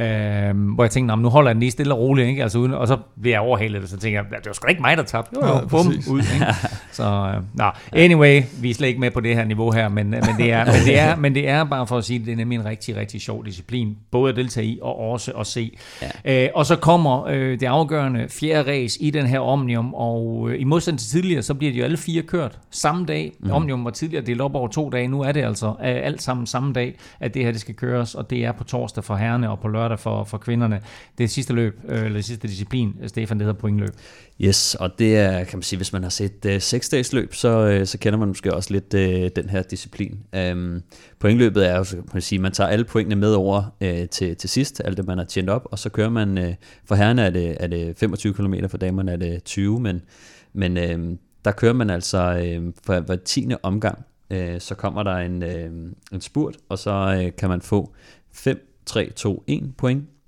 Øh, hvor jeg tænkte, nu holder jeg den lige stille og roligt, ikke? Altså, uden, og så bliver jeg overhalet, og så tænker jeg, det var sgu da ikke mig, der tabte. Jo, jo, ja, bum, ud, ikke? Så, øh, nå, anyway, vi er slet ikke med på det her niveau her, men, men, det er, men, det er, men det er bare for at sige, det er nemlig en rigtig, rigtig sjov disciplin, både at deltage i og også at se. Ja. Øh, og så kommer øh, det afgørende fjerde race i den her Omnium, og øh, i modsætning til tidligere, så bliver de jo alle fire kørt samme dag. Mm. Omnium var tidligere delt op over to dage, nu er det altså øh, alt sammen samme dag, at det her det skal køres, og det er på torsdag for herrene og på lørdag for, for kvinderne. Det er sidste løb, øh, eller sidste disciplin, Stefan, det hedder pointløb. Yes, og det er, kan man sige, hvis man har set uh, seks dages løb, så, uh, så kender man måske også lidt uh, den her disciplin. Um, pointløbet er jo, kan man sige, man tager alle pointene med over uh, til, til sidst, alt det man har tjent op, og så kører man, uh, for herrerne er det, er det femogtyve kilometer, for damerne er det tyve, men, men uh, der kører man altså uh, for hver tiende omgang, uh, så kommer der en, uh, en spurt, og så uh, kan man få fem, tre, to, en point,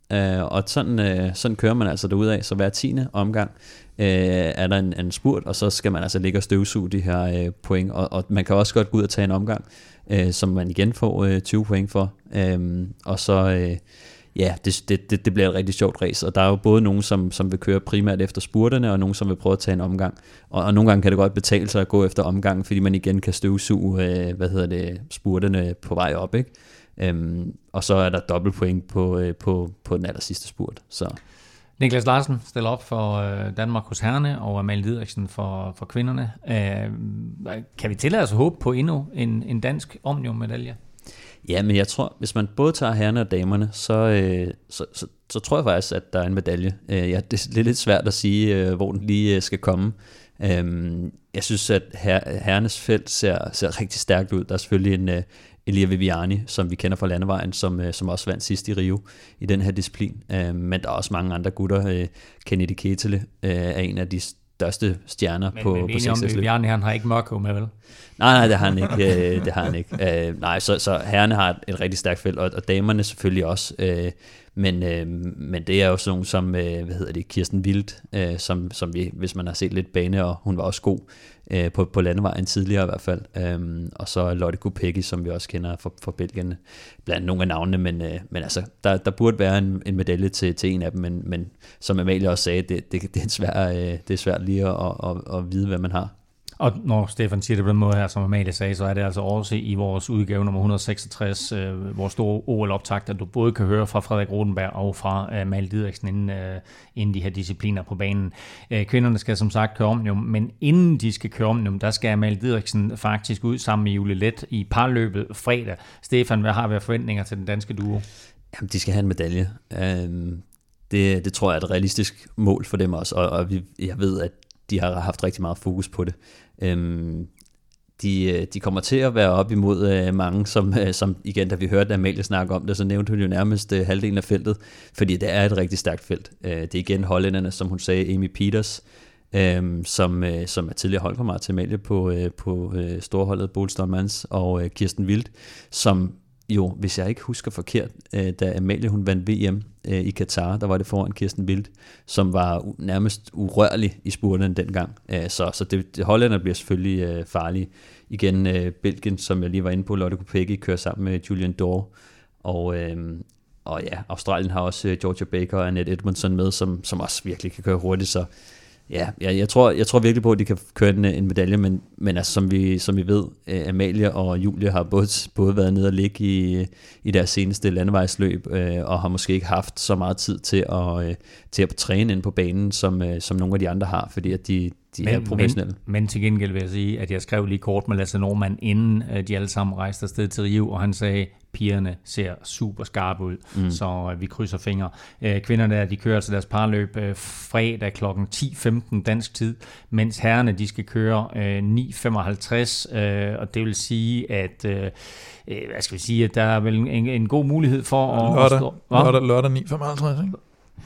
øh, og sådan, øh, sådan kører man altså derudad, så hver tiende omgang øh, er der en, en spurt, og så skal man altså ligge og støvsuge de her øh, point, og, og man kan også godt gå ud og tage en omgang, øh, som man igen får øh, tyve point for, øh, og så... Øh, Ja, det, det, det bliver et rigtig sjovt race, og der er jo både nogen, som, som vil køre primært efter spurterne, og nogen, som vil prøve at tage en omgang. Og, og nogle gange kan det godt betale sig at gå efter omgangen, fordi man igen kan støvsuge, øh, hvad hedder det, spurterne på vej op, ikke? Øhm, og så er der dobbelt point på, øh, på, på den aller sidste spurt. Så. Niklas Larsen stiller op for øh, Danmark hos herrene, og Amalie Didriksen for, for kvinderne. Øh, kan vi tillade os at håbe på endnu en, en dansk omnium-medalje? Ja, men jeg tror, hvis man både tager herrerne og damerne, så, øh, så, så, så tror jeg faktisk, at der er en medalje. Øh, ja, det er lidt svært at sige, øh, hvor den lige øh, skal komme. Øh, jeg synes, at her, herrenes felt ser, ser rigtig stærkt ud. Der er selvfølgelig en øh, Elia Viviani, som vi kender fra landevejen, som, øh, som også vandt sidst i Rio i den her disciplin. Øh, men der er også mange andre gutter. Øh, Kennedy Ketele øh, er en af de største stjerner men, på men, på seksdagsløb. Men Viviani, han har ikke Mørkøv med, vel? Nej, nej, det har han ikke. Øh, det har han ikke. Øh, nej, så, så herrerne har et, et rigtig stærkt felt, og, og damerne selvfølgelig også. Øh, men, øh, men det er jo sådan nogle som, øh, hvad hedder det, Kirsten Wild, øh, som, som vi, hvis man har set lidt bane, og hun var også god øh, på, på landevejen tidligere i hvert fald. Øh, og så Lotte Kopecky, som vi også kender fra, fra Belgien, blandt nogle af navnene, men, øh, men altså, der, der burde være en, en medalje til, til en af dem, men, men som Amalie også sagde, det, det, det, er, svært, øh, det er svært lige at, at, at, at vide, hvad man har. Og når Stefan siger det på den måde her, som Amalie sagde, så er det altså også i vores udgave nummer et hundrede og seksogtres, øh, vores store O L-optakt, at du både kan høre fra Frederik Rodenberg og fra øh, Amalie Didriksen inden, øh, inden de her discipliner på banen. Øh, kvinderne skal som sagt køre omnium, men inden de skal køre omnium, der skal Amalie Didriksen faktisk ud sammen med Julie Let i parløbet fredag. Stefan, hvad har vi af forventninger til den danske duo? Jamen, de skal have en medalje. Øh, det, det tror jeg er et realistisk mål for dem også, og, og vi, jeg ved, at de har haft rigtig meget fokus på det. Øhm, de, de kommer til at være op imod øh, mange, som, øh, som igen, da vi hørte Amalie snakke om det, så nævnte hun jo nærmest øh, halvdelen af feltet, fordi det er et rigtig stærkt felt. Øh, det er igen hollænderne, som hun sagde, Amy Peters, øh, som, øh, som er tidligere holdkammerat til Amalie på, øh, på øh, storholdet Bolstone Mans, og øh, Kirsten Wild, som jo, hvis jeg ikke husker forkert, øh, da Amalie hun vandt V M øh, i Katar, der var det foran Kirsten Wild, som var u- nærmest urørlig i spurten dengang. Øh, så så det, det hollænder bliver selvfølgelig øh, farlige. Igen øh, Belgien, som jeg lige var inde på, Lotte Kopecky, kører sammen med Julian Dore. Og, øh, og ja, Australien har også øh, Georgia Baker og Annette Edmondson med, som, som også virkelig kan køre hurtigt, så ja, jeg, jeg, tror, jeg tror virkelig på, at de kan køre en, en medalje, men, men altså, som, vi, som vi ved, Amalie og Julie har både, både været nede og ligge i, i deres seneste landevejsløb, øh, og har måske ikke haft så meget tid til at, øh, til at træne ind på banen, som, øh, som nogle af de andre har, fordi at de, de men, er professionelle. Men, men til gengæld vil jeg sige, at jeg skrev lige kort med Lasse Norman, inden de alle sammen rejste afsted til Rio, og han sagde, pigerne ser super skarpe ud, mm. så øh, vi krydser fingre. Øh, kvinderne der, de kører altså deres parløb øh, fredag klokken ti femten dansk tid, mens herrerne, de skal køre øh, ni femoghalvtreds, øh, og det vil sige, at øh, hvad skal vi sige, at der er vel en, en god mulighed for at... Lørdag, at stå, lørdag, lørdag ni femoghalvtreds, ikke?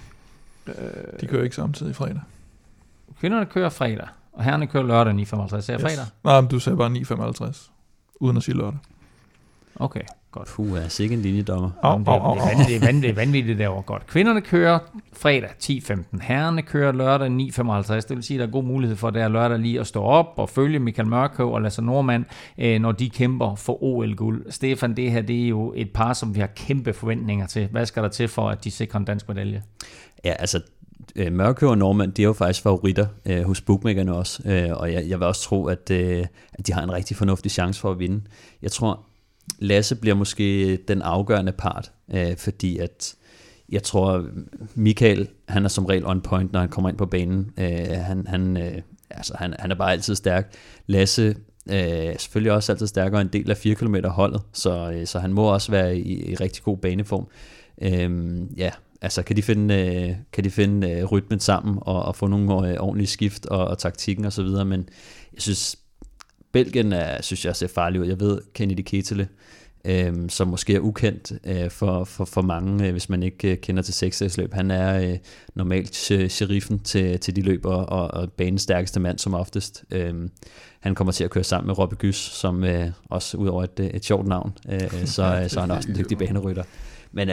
Øh, de kører ikke samtidig fredag. Kvinderne kører fredag, og herrerne kører lørdag ni femoghalvtreds. Ser jeg yes. fredag? Nej, men du sagde bare ni femoghalvtreds, uden at sige lørdag. Okay, godt. Puh, er sikkert en linjedommer. Oh, det, oh, oh, oh. Det, er vanvittigt, vanvittigt derovre. Godt. Kvinderne kører fredag ti femten. Herrerne kører lørdag ni femoghalvtreds. Det vil sige, at der er god mulighed for der lørdag lige at stå op og følge Michael Mørkøv og Lasse Norman, når de kæmper for O L-guld. Stefan, det her det er jo et par, som vi har kæmpe forventninger til. Hvad skal der til for, at de sikrer en dansk medalje? Ja, altså Mørkøv og Norman, de er jo faktisk favoritter øh, hos bookmakerne også, øh, og jeg, jeg vil også tro, at, øh, at de har en rigtig fornuftig chance for at vinde. Jeg tror, Lasse bliver måske den afgørende part, øh, fordi at jeg tror, Michael, han er som regel on point, når han kommer ind på banen. Øh, han, han, øh, altså, han, han er bare altid stærk. Lasse øh, er selvfølgelig også altid stærkere en del af fire kilometer holdet, så, øh, så han må også være i, i rigtig god baneform. Øh, ja, altså kan de finde, øh, kan de finde øh, rytmen sammen og, og få nogle øh, ordentlige skift og, og taktikken og så videre, men jeg synes, Belgien er, synes jeg ser farlig ud. Jeg ved, Kennedy Ketele, øh, som måske er ukendt øh, for, for, for mange, øh, hvis man ikke øh, kender til seksdagsløb. Han er øh, normalt sheriffen til, til de løb og, og, og banens stærkeste mand som oftest. Øh, han kommer til at køre sammen med Robbe Gys, som øh, også ud over et, et sjovt navn, øh, så, så er han også en dygtig banerytter. Men øh,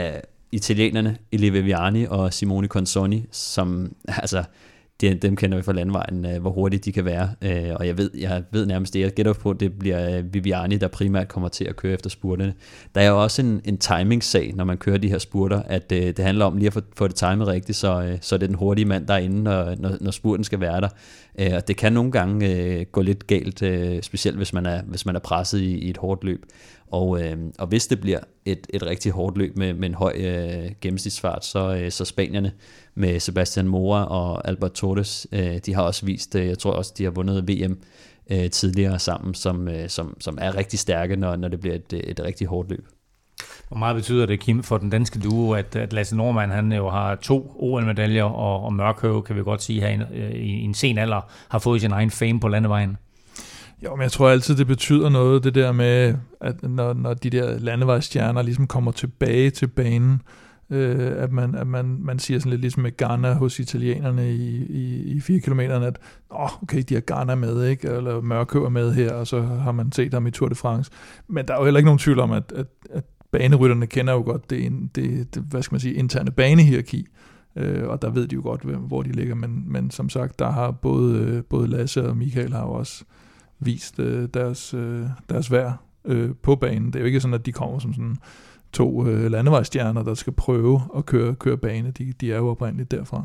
italienerne, Elia Viviani og Simone Consoni, som altså de, dem kender vi fra landvejen, øh, hvor hurtigt de kan være, øh, og jeg ved, jeg ved nærmest det, jeg gætter på, det bliver øh, Viviani, der primært kommer til at køre efter spurterne. Der er jo også en, en timing-sag, når man kører de her spurter, at øh, det handler om lige at få, få det timet rigtigt, så, øh, så det er den hurtige mand, der er inde, når, når, når spurten skal være der. Øh, og det kan nogle gange øh, gå lidt galt, øh, specielt hvis man er, hvis man er presset i, i et hårdt løb. Og, øh, og hvis det bliver et, et rigtig hårdt løb med, med en høj øh, gennemsnitsfart, så, øh, så spanierne med Sebastian Mora og Albert Torres, øh, de har også vist, øh, jeg tror også, de har vundet V M øh, tidligere sammen, som, øh, som, som er rigtig stærke, når, når det bliver et, et rigtig hårdt løb. Hvor meget betyder det, Kim, for den danske duo, at, at Lasse Normann, han jo har to O L-medaljer, og, og Mørkøv, kan vi godt sige, her i, i en sen alder, har fået sin egen fame på landevejen? Jo, men jeg tror altid, det betyder noget, det der med, at når, når de der landevejsstjerner ligesom kommer tilbage til banen, øh, at, man, at man, man siger sådan lidt ligesom med Ghana hos italienerne i, i, i fire kilometer, at åh, okay, de har Ghana med, ikke? Eller Mørkøv er med her, og så har man set ham i Tour de France. Men der er jo heller ikke nogen tvivl om, at, at, at banerytterne kender jo godt det, det, det, hvad skal man sige, interne banehierarki, øh, og der ved de jo godt, hvor de ligger, men, men som sagt, der har både, både Lasse og Michael har jo også vist øh, deres, øh, deres værd øh, på banen. Det er jo ikke sådan, at de kommer som sådan to øh, landevejsstjerner, der skal prøve at køre, køre bane. De, de er jo oprindeligt derfra.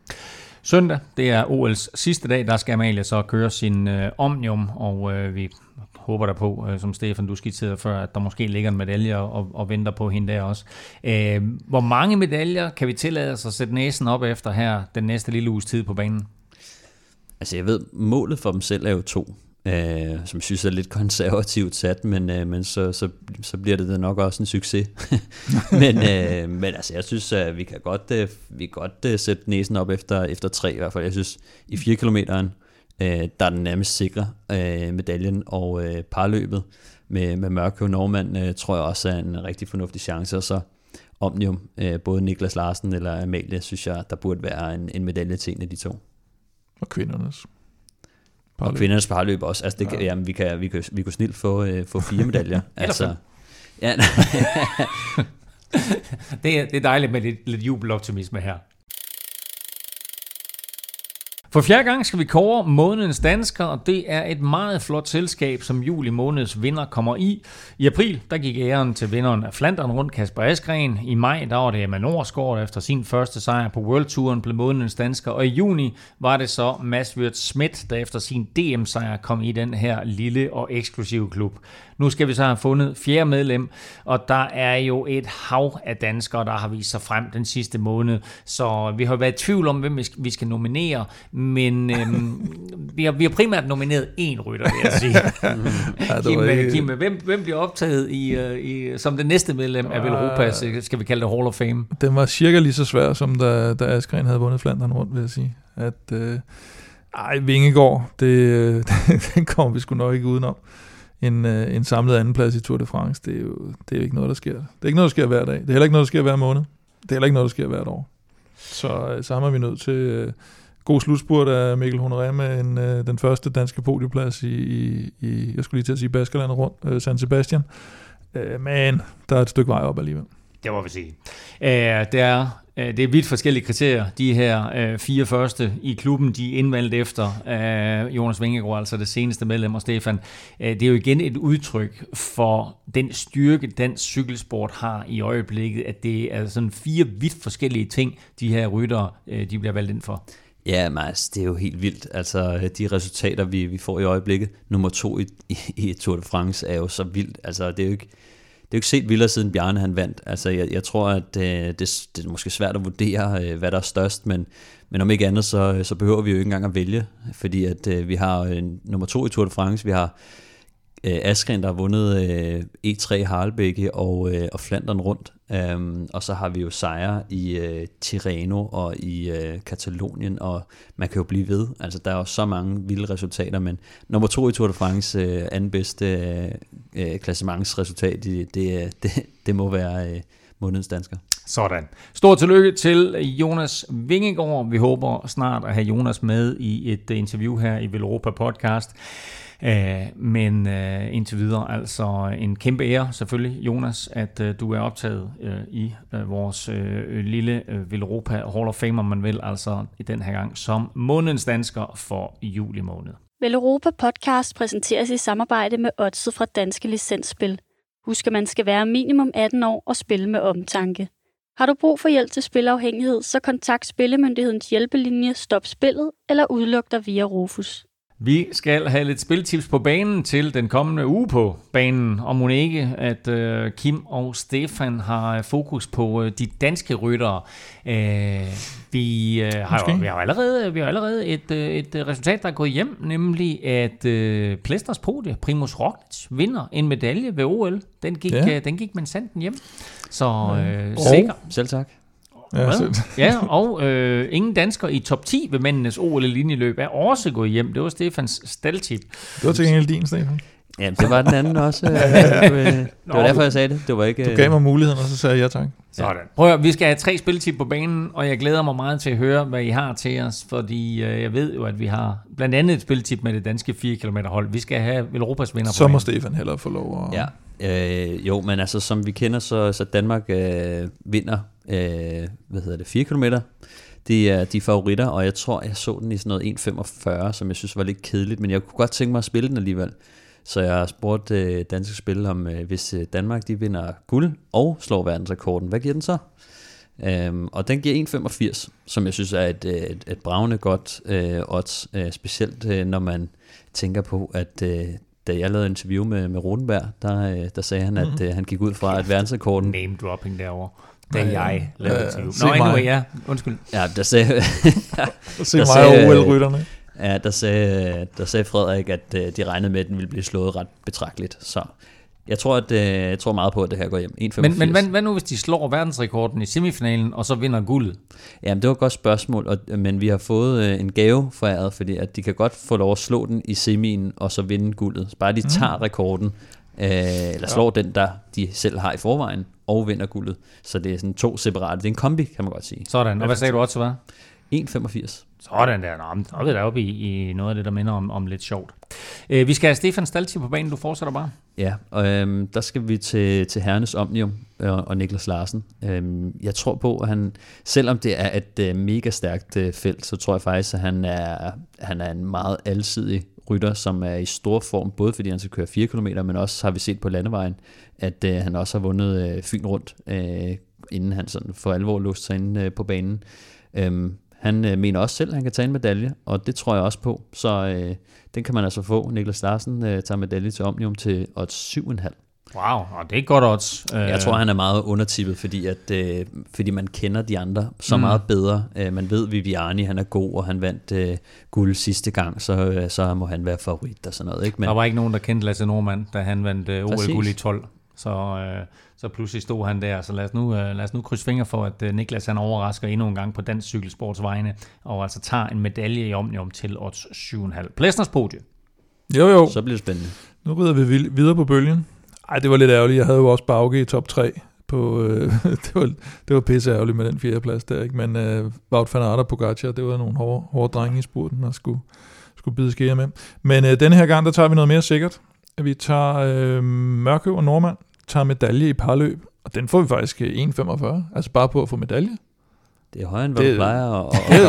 Søndag, det er O L's sidste dag, der skal Amalie så køre sin øh, Omnium, og øh, vi håber der på, øh, som Stefan, du skitserede før, at der måske ligger en medalje og, og venter på hende der også. Øh, hvor mange medaljer kan vi tillade os at sætte næsen op efter her den næste lille uges tid på banen? Altså jeg ved, målet for dem selv er jo to. Uh, som jeg synes er lidt konservativt sat, men, uh, men så, så, så bliver det da nok også en succes. men, uh, men altså, jeg synes, at vi kan godt, uh, vi kan godt uh, sætte næsen op efter, efter tre i hvert fald. Jeg synes, i fire kilometeren, uh, der er den nærmest sikre uh, medaljen, og uh, parløbet med, med Mørkøv Normann, uh, tror jeg også er en rigtig fornuftig chance, og så Omnium, uh, både Niklas Larsen eller Amalie, synes jeg, der burde være en, en medalje til en af de to. Og kvindernes. Parløb. Og kvindernes parløb også. Altså det kan, ja. jamen, vi kan vi kan vi kunne snilt få øh, få fire medaljer. altså. Ja. det er det er dejligt med lidt, lidt jubeloptimisme her. For fjerde gang skal vi kåre månedens dansker, og det er et meget flot selskab, som juli måneds vinder kommer i. I april, der gik æren til vinderen af Flandern rundt, Kasper Asgreen. I maj, der var det Emma Norsgaard efter sin første sejr på World Touren blev månedens dansker. Og i juni var det så Mads Wirt Schmidt, der efter sin D M-sejr kom i den her lille og eksklusive klub. Nu skal vi så have fundet fjerde medlem, og der er jo et hav af danskere, der har vist sig frem den sidste måned. Så vi har været i tvivl om, hvem vi skal nominere, men øhm, vi, har, vi har primært nomineret én rytter, vil jeg sige. ja, Kim, ikke... Kim, hvem, hvem bliver optaget i, i, som det næste medlem af Velropas, skal vi kalde det Hall of Fame? Den var cirka lige så svær, som da, da Asgreen havde vundet Flandern rundt, vil jeg sige. At, øh, ej, Vingegaard, det, den kommer vi sgu nok ikke udenom. En, øh, en samlet andenplads i Tour de France, det er jo det er jo ikke noget, der sker. Det er ikke noget, der sker hver dag. Det er heller ikke noget, der sker hver måned. Det er heller ikke noget, der sker hvert år. Så, øh, så har vi nødt til øh, god slutspurt af Mikkel Honoré med en, øh, den første danske podieplads i, i, i, jeg skulle lige til at sige Baskerlandet rundt, øh, San Sebastian. Øh, men der er et stykke vej op alligevel. Det må vi sige. Æh, det er Det er vidt forskellige kriterier. De her øh, fire første i klubben, de er indvalgt efter øh, Jonas Vingegaard, altså det seneste medlem, og Stefan. Øh, det er jo igen et udtryk for den styrke, dansk cykelsport har i øjeblikket, at det er sådan fire vidt forskellige ting, de her ryttere, øh, de bliver valgt ind for. Ja, men altså, det er jo helt vildt. Altså, de resultater, vi, vi får i øjeblikket, nummer to i, i, i Tour de France, er jo så vildt. Altså, det er jo ikke... Det er jo ikke set vildere siden Bjarne han vandt. Altså, jeg, jeg tror, at øh, det, det er måske svært at vurdere, øh, hvad der er størst, men, men om ikke andet, så, så behøver vi jo ikke engang at vælge, fordi at øh, vi har øh, nummer to i Tour de France, vi har øh, Asgreen, der har vundet øh, E tre Harlebække og, øh, og Flandern rundt, um, og så har vi jo sejre i øh, Tirreno og i øh, Katalonien, og man kan jo blive ved. Altså, der er jo så mange vilde resultater, men nummer to i Tour de France, øh, anden bedste øh, klassementsresultat, det, det, det, det må være øh, månedens dansker. Sådan. Stort tillykke til Jonas Vingegaard. Vi håber snart at have Jonas med i et interview her i Velropa Podcast. Øh, men øh, indtil videre, altså en kæmpe ære selvfølgelig, Jonas, at øh, du er optaget øh, i øh, vores øh, lille øh, Villeuropa Hall of Fame, om man vil, altså i den her gang som månedens dansker for juli måned. Villeuropa podcast præsenteres i samarbejde med Oddset fra Danske Licensspil. Husk, at man skal være minimum atten år og spille med omtanke. Har du brug for hjælp til spilafhængighed, så kontakt Spillemyndighedens hjælpelinje Stop Spillet eller udluk dig via Rufus. Vi skal have lidt spiltips på banen til den kommende uge på banen, og må ikke, at øh, Kim og Stefan har fokus på øh, de danske ryttere. Øh, vi, øh, har jo, vi har jo allerede, vi har allerede et, øh, et resultat, der er gået hjem, nemlig at øh, Plesners podie, Primož Roglič, vinder en medalje ved O L. Den gik, ja. øh, den gik med sanden hjem. Så øh, sikker. Selv tak. Ja, ja, og øh, ingen dansker i top ti ved mændenes O L-linjeløb er også gået hjem. Det var Stefans staldtip. Det var til gengæld din, Stefan. Ja, det var den anden også. Det var derfor, jeg sagde det. Det var ikke, du gav mig muligheden, og så sagde jeg tak. Sådan. Prøv at, vi skal have tre spiltip på banen, og jeg glæder mig meget til at høre, hvad I har til os, fordi øh, jeg ved jo, at vi har blandt andet et spiltip med det danske fire kilometer hold. Vi skal have Europas vinder på så må banen. Stefan hellere få lov at... Ja. Øh, jo, men altså som vi kender, så, så Danmark øh, vinder øh, hvad hedder det, fire kilometer. Det er de favoritter, og jeg tror, jeg så den i sådan noget en femogfyrre, som jeg synes var lidt kedeligt, men jeg kunne godt tænke mig at spille den alligevel. Så jeg har spurgt øh, danske spil om, øh, hvis Danmark de vinder guld og slår verdensrekorden, hvad giver den så? Øhm, og den giver en femogfirs, som jeg synes er et, et, et bravende godt øh, odds, øh, specielt øh, når man tænker på, at øh, da jeg lavede interview med, med Rodenberg, der, der sagde han, at mm-hmm. øh, han gik ud fra, at verdensrekorden... Name dropping derovre. Da jeg lavede ja, interview. Nå, anyway, ja, undskyld. Ja, der sagde... Se mig og O L-rytterne. Ja, der sagde, der sagde Frederik, at øh, de regnede med, at den ville blive slået ret betragteligt. Så jeg tror, at, øh, jeg tror meget på, at det her går hjem. en femogfirs. Men, men hvad, hvad nu, hvis de slår verdensrekorden i semifinalen, og så vinder guldet? Jamen, det var et godt spørgsmål, og, men vi har fået øh, en gave foræret, fordi at de kan godt få lov at slå den i semien, og så vinde guldet. Bare de tager mm. rekorden, øh, eller slår ja. den, der de selv har i forvejen, og vinder guldet. Så det er sådan to separate. Det er en kombi, kan man godt sige. Sådan, og hvad sagde du også, var? en femogfirs. Sådan der, nå, så er vi deroppe i, i noget af det, der minder om, om lidt sjovt. Øh, vi skal have Stefan Stalti på banen, du fortsætter bare. Ja, og øhm, der skal vi til, til Hernes Omnium og, og Niklas Larsen. Øhm, jeg tror på, at han, selvom det er et øh, mega stærkt øh, felt, så tror jeg faktisk, at han er, han er en meget alsidig rytter, som er i stor form, både fordi han skal køre fire kilometer, men også har vi set på landevejen, at øh, han også har vundet øh, Fyn rundt, øh, inden han sådan for alvor låste sig ind øh, på banen. Øhm, Han øh, mener også selv, at han kan tage en medalje, og det tror jeg også på. Så øh, den kan man altså få. Niklas Larsen øh, tager medalje til Omnium til odds syv komma fem. Wow, og det er godt odds. Jeg tror, han er meget undertippet, fordi, at, øh, fordi man kender de andre så mm. meget bedre. Øh, man ved, Viviani han er god, og han vandt øh, guld sidste gang, så, øh, så må han være favorit og sådan noget. Ikke? Men, der var ikke nogen, der kendte Lasse Normann, da han vandt øh, O L-guld i tolv. Så, øh, så pludselig stod han der, så lad os nu, øh, lad os nu krydse fingre for, at øh, Niklas han overrasker endnu en gang på dansk cykelsports vegne, og altså tager en medalje i Omnium til odds syv komma fem. Plesners podie. Jo jo. Så bliver det spændende. Nu rider vi videre på bølgen. Ej, det var lidt ærgerligt. Jeg havde jo også Bauke i top tre. På, øh, det, var, det var pisse ærgerligt med den fjerde plads der, ikke? Men øh, Wout van Aert og Pogacar, det var nogle hårde, hårde drenge i spurten, og skulle, skulle bide skære med. Men øh, denne her gang, der tager vi noget mere sikkert. Vi tager øh, Mørkøv og Nordmand, tager medalje i parløb, og den får vi faktisk en femogfyrre, altså bare på at få medalje. Det er højere end hvad det, du plejer at...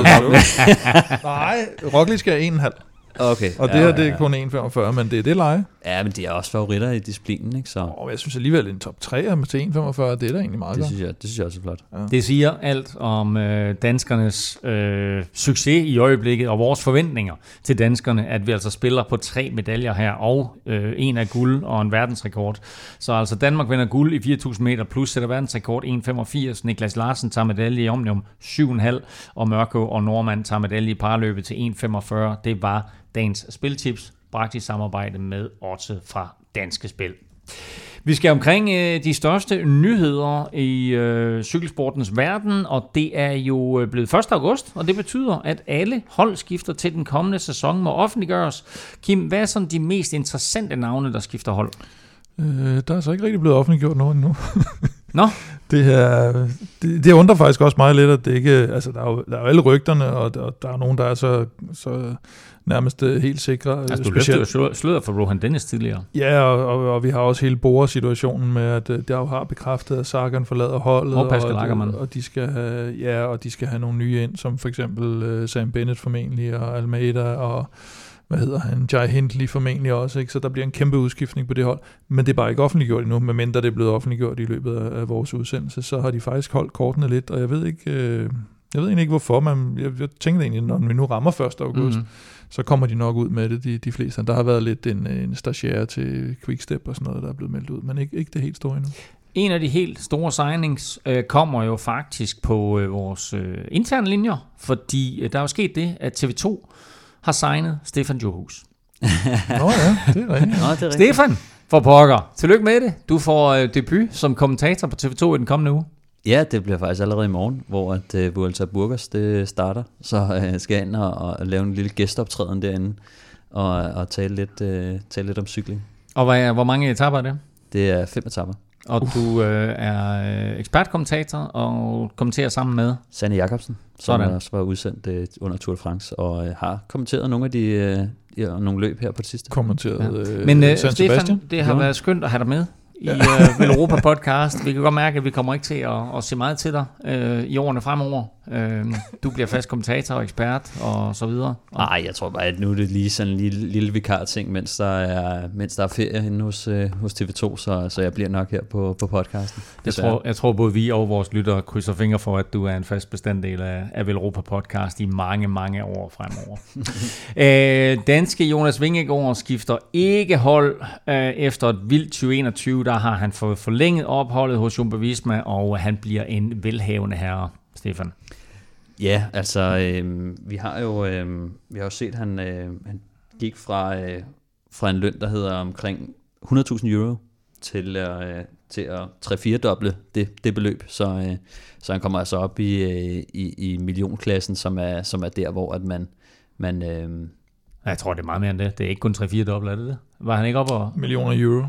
Nej, Roglič skal en komma fem. Okay. Og det ja, her, det er kun en femogfyrre, men det er det leje. Ja, men de er også favoritter i disciplinen, ikke? Så. Oh, jeg synes alligevel, en top tre er til en femogfyrre, det er da egentlig meget det godt. Synes jeg, det synes jeg også er flot. Ja. Det siger alt om øh, danskernes øh, succes i øjeblikket, og vores forventninger til danskerne, at vi altså spiller på tre medaljer her, og øh, en af guld og en verdensrekord. Så altså Danmark vinder guld i fire tusind meter, plus sætter verdensrekord en komma femogfirs. Niklas Larsen tager medalje i Omnium syv komma fem, og Mørkøv og Nordmand tager medalje i parløbet til en komma femogfyrre. Det var dagens spiltips, bragt i samarbejde med Oddset fra Danske Spil. Vi skal omkring øh, de største nyheder i øh, cykelsportens verden, og det er jo blevet første august, og det betyder, at alle hold skifter til den kommende sæson må offentliggøres. Kim, hvad er sådan de mest interessante navne, der skifter hold? Øh, der er så ikke rigtig blevet offentliggjort noget endnu. Nå. Det, her, det, det undrer faktisk også meget lidt, at det ikke... Altså, der er jo, der er jo alle rygterne, og der, og der er nogen, der er så, så nærmest helt sikre. Altså, du løftede jo sløret for Rohan Dennis tidligere. Ja, og, og, og vi har også hele Bora-situationen med, at der jo har bekræftet, at Sagan forlader holdet. Og Pascal og, Ackermann. Og de skal have, ja, og de skal have nogle nye ind, som for eksempel uh, Sam Bennett formentlig, og Almeida, og hvad hedder han, Jai Hindley formentlig også, ikke? Så der bliver en kæmpe udskiftning på det hold, men det er bare ikke offentliggjort endnu, medmindre det er blevet offentliggjort i løbet af, af vores udsendelse, så har de faktisk holdt kortene lidt, og jeg ved ikke, øh, jeg ved egentlig ikke hvorfor, men jeg, jeg tænkte egentlig, når vi nu rammer første august, mm-hmm. så kommer de nok ud med det, de, de fleste. Der har været lidt en, en stagiaire til Quickstep og sådan noget, der er blevet meldt ud, men ikke, ikke det helt store endnu. En af de helt store signings øh, kommer jo faktisk på øh, vores øh, interne linjer, fordi øh, der er jo sket det, at T V to har signet Stefan Johus. Nå ja, det er rigtigt. Nå, det er rigtigt. Stefan, for pokker. Tillykke med det. Du får øh, debut som kommentator på T V to i den kommende uge. Ja, det bliver faktisk allerede i morgen, hvor at uh, Vuelta Burgos det starter. Så uh, skal jeg ind og, og lave en lille gæsteoptræden derinde og, og tale, lidt, uh, tale lidt om cykling. Og hvad, hvor mange etaper er det? Det er fem etaper. Og uh. du øh, er ekspertkommentator og kommenterer sammen med Sanne Jacobsen, som Sådan. også var udsendt øh, under Tour de France, og øh, har kommenteret nogle af de øh, ja, nogle løb her på det sidste. Kommenteret ja. øh, Men øh, San Stefan, Sebastian. det har ja. været skønt at have dig med i uh, Vel Europa podcast. Vi kan godt mærke, at vi kommer ikke til at, at se meget til dig uh, i årene fremover. Uh, du bliver fast kommentator og ekspert og så videre. Nej, jeg tror bare, at nu er det lige sådan en lille, lille vikar-ting, mens der er, mens der er ferie henne hos, uh, hos T V to, så, så jeg bliver nok her på, på podcasten. Jeg tror, jeg tror både vi og vores lyttere krydser fingre for, at du er en fast bestanddel af, af Vel Europa podcast i mange, mange år fremover. uh, danske Jonas Vingegaard skifter ikke hold uh, efter et vildt tyve enogtyve. Der har han fået forlænget opholdet hos Jumbo Visma, og han bliver en velhavende herre, Stefan. Ja, altså øh, vi har jo øh, vi har jo set, at han, øh, han gik fra, øh, fra en løn, der hedder omkring hundrede tusind euro, til, øh, til at tre-fire doble det, det beløb, så, øh, så han kommer altså op i, øh, i, i millionklassen, som er, som er der, hvor at man... man øh, jeg tror, det er meget mere end det. Det er ikke kun tre-fire doble, er det det? Var han ikke op og... Millioner euro.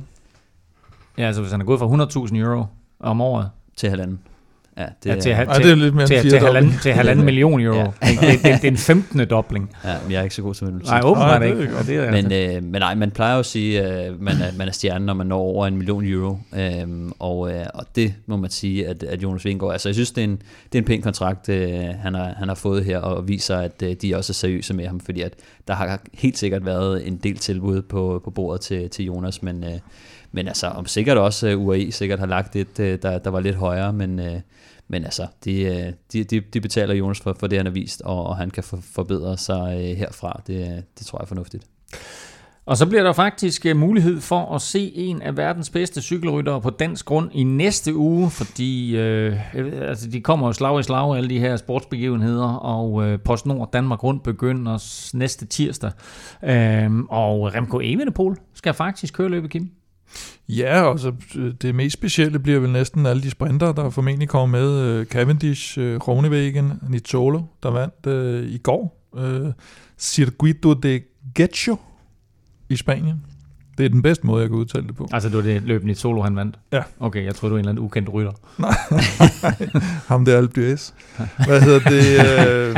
Ja, altså hvis han er gået fra hundrede tusind euro om året... Til halvanden. Ja, det, ja, til, er, til, Ej, det er lidt mere til, end til, til, halvanden, til halvanden million euro. Ja. Det, det, det er en femtende dobling. Ja, men jeg er ikke så god til matematik. Nej, åbenbart Nej, ikke. det er Ja, det er men, altså. øh, men nej, man plejer jo at sige, at øh, man, er, man er stjerne, når man når over en million euro. Øhm, og, øh, og det må man sige, at, at Jonas Vingegaard, altså jeg synes, det er en, det er en pæn kontrakt, øh, han, har, han har fået her, og viser, at øh, de også er seriøse med ham, fordi at der har helt sikkert været en del tilbud på, på bordet til, til Jonas, men, øh, men altså om sikkert også uh, U A E sikkert har lagt et, øh, der, der var lidt højere, men... Øh, Men altså, de, de, de betaler Jonas for, for det, han har vist, og, og han kan for, forbedre sig herfra. Det, det tror jeg er fornuftigt. Og så bliver der faktisk mulighed for at se en af verdens bedste cykelryttere på dansk grund i næste uge, fordi øh, altså, de kommer jo slag i slag, alle de her sportsbegivenheder, og øh, PostNord Danmark Rundt begynder næste tirsdag. Øh, og Remco Evenepoel skal faktisk køre løbet, Kim. Ja, og så det mest specielle bliver vel næsten alle de sprinter, der formentlig kommer med. Cavendish, Groenewegen, Nizzolo, der vandt øh, i går. Øh, Circuito de Getxo i Spanien. Det er den bedste måde, jeg kan udtale det på. Altså, det var det løb Nizzolo, han vandt? Ja. Okay, jeg tror du er en eller anden ukendt rytter. Nej, ham der Alpe d'Huez. Hvad hedder det? Øh,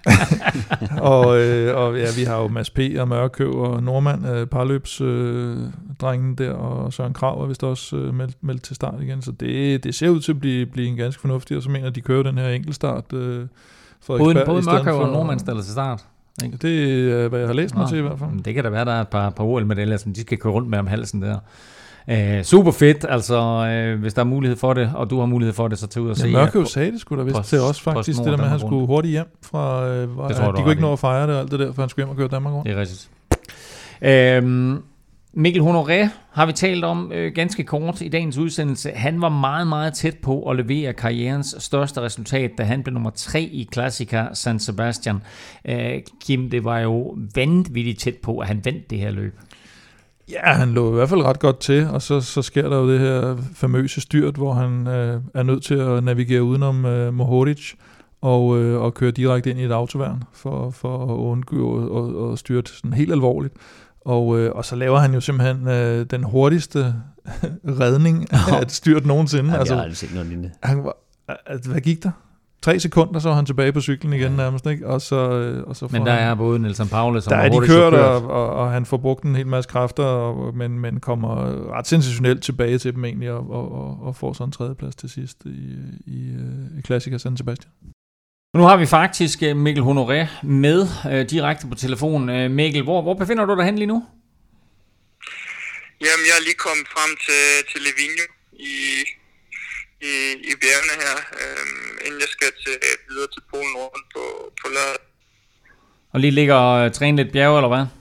og, øh, og ja, vi har jo Mads P. og Mørkøv og Nordmand, øh, parløbsdrengen øh, der, og Søren Krav er vist også øh, meldt, meldt til start igen. Så det, det ser ud til at blive, blive en ganske fornuftig, og så mener de kører den her enkeltstart øh, for Både, både Mørkøv og Nordmand stiller til start. Ikke? Det er, hvad jeg har læst mig til i hvert fald. Det kan da være, der er et par, par O L-medaljer, som de skal køre rundt med om halsen der. Uh, super fedt, altså uh, hvis der er mulighed for det, og du har mulighed for det, så tag ud og ja, se. Mørkøv sagde det skulle der vist til os faktisk, det der med, at han skulle hurtigt hjem fra, uh, det tror, de kunne ikke nå at fejre det og alt det der, for han skulle hjem og køre Danmark rundt. Det er rigtigt. Uh, Mikkel Honoré har vi talt om øh, ganske kort i dagens udsendelse. Han var meget, meget tæt på at levere karrierens største resultat, da han blev nummer tre i Classica San Sebastian. Øh, Kim, det var jo vanvittigt tæt på, at han vandt det her løb. Ja, han lå i hvert fald ret godt til, og så, så sker der jo det her famøse styrt, hvor han øh, er nødt til at navigere udenom øh, Mohoric og, øh, og køre direkte ind i et autoværn for, for at undgå at, at, at styrte sådan helt alvorligt. Og, øh, og så laver han jo simpelthen øh, den hurtigste redning af et styrt nogensinde. Ja, altså, jeg har aldrig set noget lignende. Han var, altså, hvad gik der? Tre sekunder, så var han tilbage på cyklen igen nærmest, ikke? Og så, øh, og så men der er både Nelson Paulus, som der er er de hurtigt kørt, kørt. og, og, og han får brugt en hel masse kræfter, og, men, men kommer ret sensationelt tilbage til dem egentlig, og, og, og, og får så en tredjeplads til sidst i, i, i Classica San Sebastian. Nu har vi faktisk Mikkel Honoré med øh, direkte på telefonen. Øh, Mikkel, hvor, hvor befinder du dig hen lige nu? Jamen, jeg er lige kommet frem til, til Livigno i, i, i bjergene her, øhm, inden jeg skal til, videre til Polen rundt på, på lørdag. Og lige ligger og øh, træne lidt bjerge, eller hvad?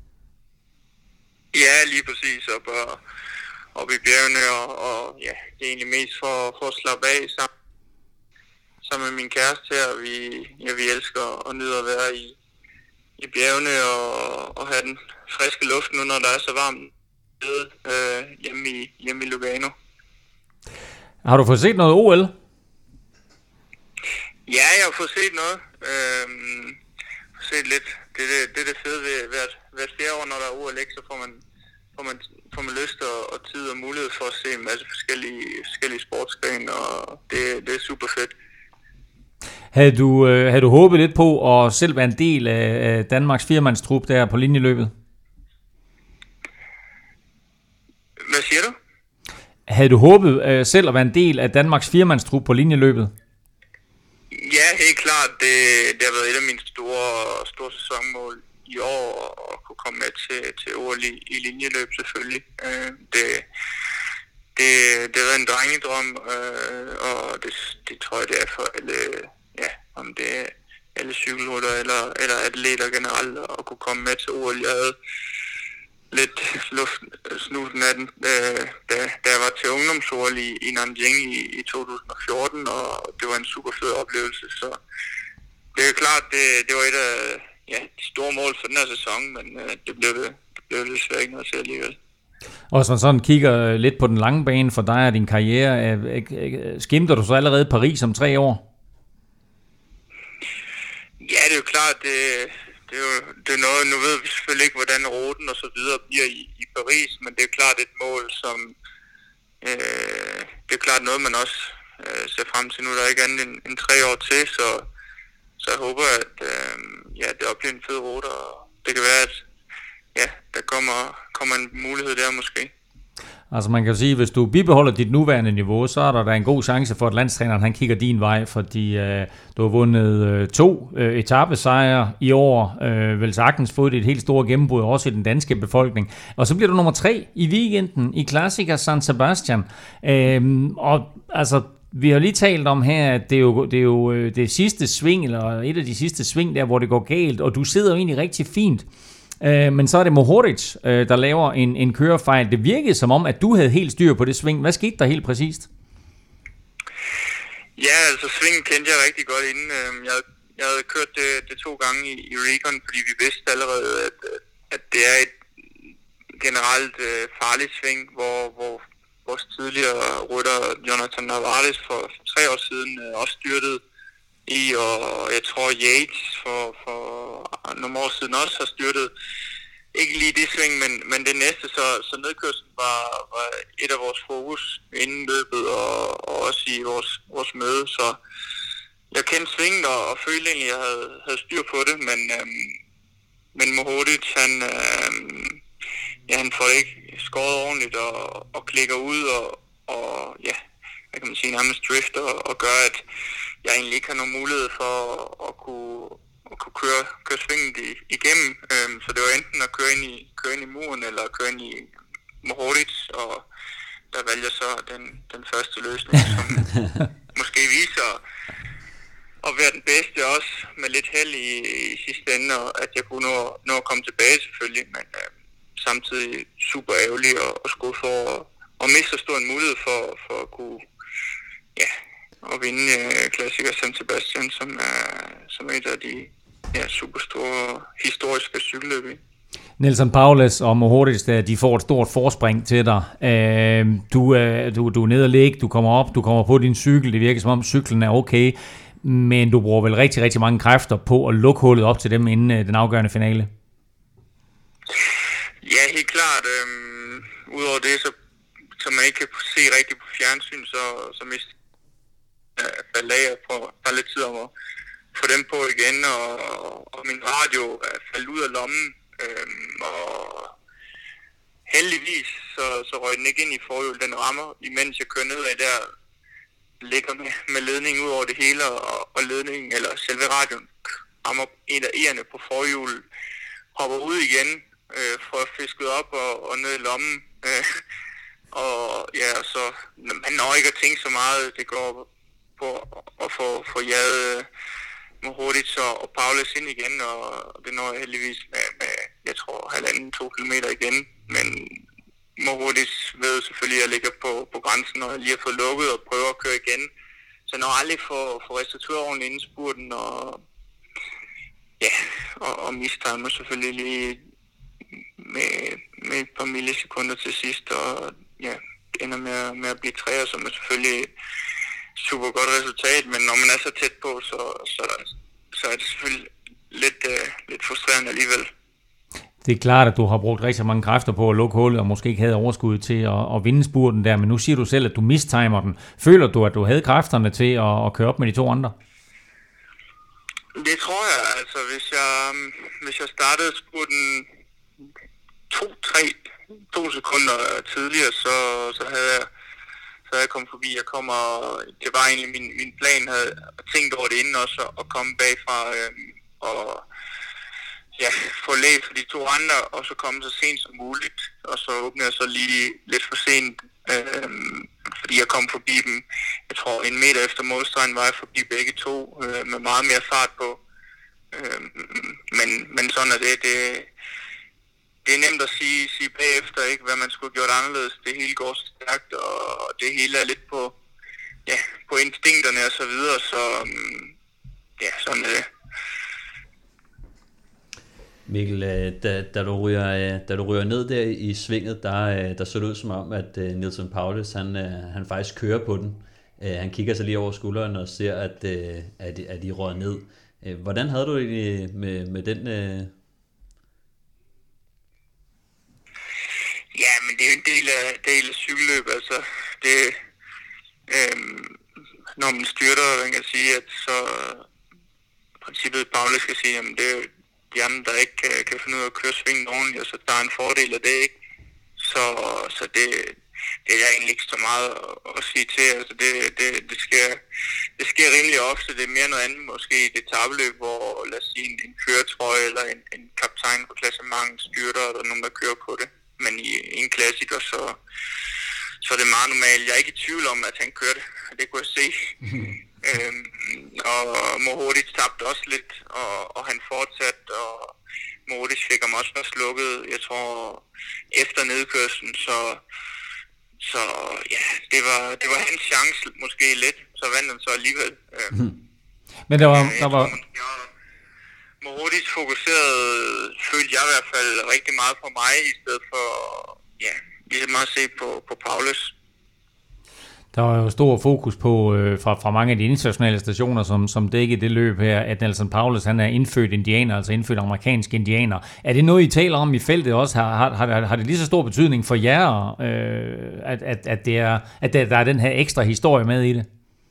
Ja, lige præcis. Op, og, op i bjergene, og, og ja, det er egentlig mest for, for at slappe af sammen, sammen med min kæreste her. Vi, ja, vi elsker og nyder at være i, i bjergene og, og have den friske luft nu, når der er så varmt øh, hjemme, i, hjemme i Lugano. Har du fået set noget O L? Ja, jeg har fået set noget. Øhm, set lidt. Det er det, det, det fede ved hvert, hvert fjerde år, når der er O L, så får man, får man, får man lyst og, og tid og mulighed for at se en masse forskellige, forskellige sportsgrene, og det, det er super fedt. Havde du, øh, havde du håbet lidt på at selv være en del af, af Danmarks firemandstrup der på linjeløbet? Hvad siger du? Havde du håbet øh, selv at være en del af Danmarks firemandstrup på linjeløbet? Ja, helt klart. Det, det har været et af mine store, store sæsonmål i år, at kunne komme med til, til O L i, i linjeløb selvfølgelig. Øh, det, det, det har været en drengedrøm, øh, og det, det tror jeg, det er for alle, ja, om det er alle cykelrytter eller, eller atleter generelt, at kunne komme med til O L. Jeg havde lidt luft, snusen af den, øh, da, da jeg var til ungdoms-O L i, i Nanjing i, i to tusind og fjorten, og det var en super fed oplevelse, så det er klart, det, det var et af ja, de store mål for den her sæson, men øh, det blev det, det blev det desværre ikke noget til alligevel. Og hvis man sådan kigger lidt på den lange bane for dig og din karriere, skimter du så allerede Paris om tre år? Ja, det er jo klart, det Det er jo det er noget, nu ved vi selvfølgelig ikke, hvordan ruten og så videre bliver i, i Paris, men det er klart et mål, som øh, det er klart noget, man også øh, ser frem til. Nu er der ikke andet end, end tre år til, så, så jeg håber, at øh, ja, det oplever en fed rute, og det kan være, at ja, der kommer, kommer en mulighed der måske. Altså man kan sige, at hvis du bibeholder dit nuværende niveau, så er der da en god chance for, at landstræneren han kigger din vej, fordi øh, du har vundet øh, to øh, etapesejre i år, øh, vel sagtens fået et helt stort gennembrud også i den danske befolkning. Og så bliver du nummer tre i weekenden i Classica San Sebastian. Øh, og altså, vi har lige talt om her, at det er jo det, er jo det sidste sving, eller et af de sidste sving der, hvor det går galt, og du sidder jo egentlig rigtig fint. Men så er det Mohoric, der laver en, en kørefejl. Det virkede som om, at du havde helt styr på det sving. Hvad skete der helt præcist? Ja, altså svingen kendte jeg rigtig godt inden. Jeg, jeg havde kørt det, det to gange i, i Recon, fordi vi vidste allerede, at, at det er et generelt farligt sving, hvor, hvor vores tidligere rytter Jonathan Narvaez for, for tre år siden også styrtede i, og jeg tror Yates for, for nogle år siden også har styrtet. Ikke lige det sving, men, men det næste, så, så nedkørslen var, var et af vores fokus inden løbet, og, og også i vores, vores møde, så jeg kendte svingen, og, og følte egentlig, at jeg havde, havde styr på det, men, øhm, men Mohoric, han, øhm, ja, han får det ikke skåret ordentligt, og, og klikker ud, og, og ja, hvad kan man sige, nærmest drifter, og, og gør, at jeg egentlig ikke har nogen mulighed for at, at kunne, at kunne køre, køre svinget igennem. Øhm, så det var enten at køre ind i, køre ind i muren, eller køre ind i Mohoric, og der valgte jeg så den, den første løsning, som måske viser at være den bedste også, med lidt held i, i sidste ende, og at jeg kunne nå, nå at komme tilbage selvfølgelig, men øh, samtidig super ærgerlig og, og skulle for at, at miste så stor en mulighed for, for at kunne, ja, og vinde uh, Classica San Sebastian, som er, som er et af de ja, super store historiske cykelløb. Nelson Paulus og Mohoric, de får et stort forspring til dig. Uh, du, er, du, du er nede og ligge, du kommer op, du kommer på din cykel, det virker som om cyklen er okay, men du bruger vel rigtig, rigtig mange kræfter på at lukke hullet op til dem inden uh, den afgørende finale? Ja, helt klart. Øhm, Udover det, så, så man ikke kan se rigtigt på fjernsyn, så, så mister jeg faldt af og prøver bare lidt tid om at få dem på igen, og, og min radio er faldet ud af lommen, øhm, og heldigvis så, så røg den ikke ind i forhjul. Den rammer, imens jeg kører nedad der, ligger med, med ledningen ud over det hele, og, og ledningen, eller selve radioen, rammer en af ærerne på forhjulet, hopper ud igen, øh, får fisket op og, og ned i lommen. Øh, og ja, så man når ikke at tænke så meget. Det går på at få, få jaget Mohoric og, og Paulus ind igen, og det når jeg heldigvis med, med jeg tror, halvanden, to kilometer igen. Men Mohoric ved selvfølgelig, at jeg ligger på, på grænsen, og jeg lige har fået lukket og prøver at køre igen. Så når jeg aldrig får, får restitueret ordentligt inden spurten, og ja, og, og mister mig selvfølgelig lige med, med et par millisekunder til sidst, og ja, ender med, med at blive træer, som er selvfølgelig super godt resultat, men når man er så tæt på, så, så, så er det selvfølgelig lidt, uh, lidt frustrerende alligevel. Det er klart, at du har brugt rigtig mange kræfter på at lukke hullet, og måske ikke havde overskud til at, at vinde spurten der, men nu siger du selv, at du mistimer den. Føler du, at du havde kræfterne til at, at køre op med de to andre? Det tror jeg, altså hvis jeg, hvis jeg startede spurten to, tre, to sekunder tidligere, så, så havde jeg så havde jeg kommet forbi. Jeg kommer, det var egentlig min, min plan, havde tænkt over det inden også, at komme bagfra øhm, og ja, få læg for de to andre, og så komme så sent som muligt, og så åbnede jeg så lige lidt for sent, øhm, fordi jeg kom forbi dem. Jeg tror en meter efter målstregen var jeg forbi begge to, øh, med meget mere fart på. Øhm, men, men sådan er det. det Det er nemt at sige, sige bagefter, ikke, hvad man skulle have gjort anderledes. Det hele går så stærkt, og det hele er lidt på, ja, på instinkterne og så videre, så ja, sådan er det. Mikkel, da, da, du ryger, da du ryger ned der i svinget, der, der så det ud som om, at Neilson Powless, han, han faktisk kører på den. Han kigger sig lige over skulderen og ser, at, at, at de rører ned. Hvordan havde du det med, med den... Ja, men det er jo en del af, del af cykelløb, altså det, øhm, når man styrter, man kan sige, at så princippet Paulus skal sige, at det er jo de andre, der ikke kan, kan finde ud af at køre svingen ordentligt, og så der er en fordel af det, ikke? Så, så det, det er jeg egentlig ikke så meget at, at sige til, altså det, det, det, sker, det sker rimelig ofte, det er mere noget andet, måske i det tabeløb, hvor lad os sige en, en køretrøje eller en, en kaptajn på klassementet styrter, og der er nogen, der kører på det. Men i, i en klassiker, så, så er det meget normalt. Jeg er ikke i tvivl om, at han kørte. Det kunne jeg se. øhm, og Mohoric tabte også lidt, og, og han fortsatte, og Mohoric fik ham også først lukket, jeg tror, efter nedkørslen. Så, så ja, det var, det var hans chance måske lidt. Så vandt han så alligevel. Øhm, Men der var... Der var... Mohoric fokuserede, følte jeg i hvert fald, rigtig meget på mig, i stedet for, ja, lige meget at se på, på Paulus. Der var jo stor fokus på, øh, fra, fra mange af de internationale stationer, som, som dækkede det løb her, at Neilson Powless, han er indfødt indianer, altså indfødt amerikansk indianer. Er det noget, I taler om i feltet også? Har, har, har, har det lige så stor betydning for jer, øh, at, at, at, det er, at der, der er den her ekstra historie med i det?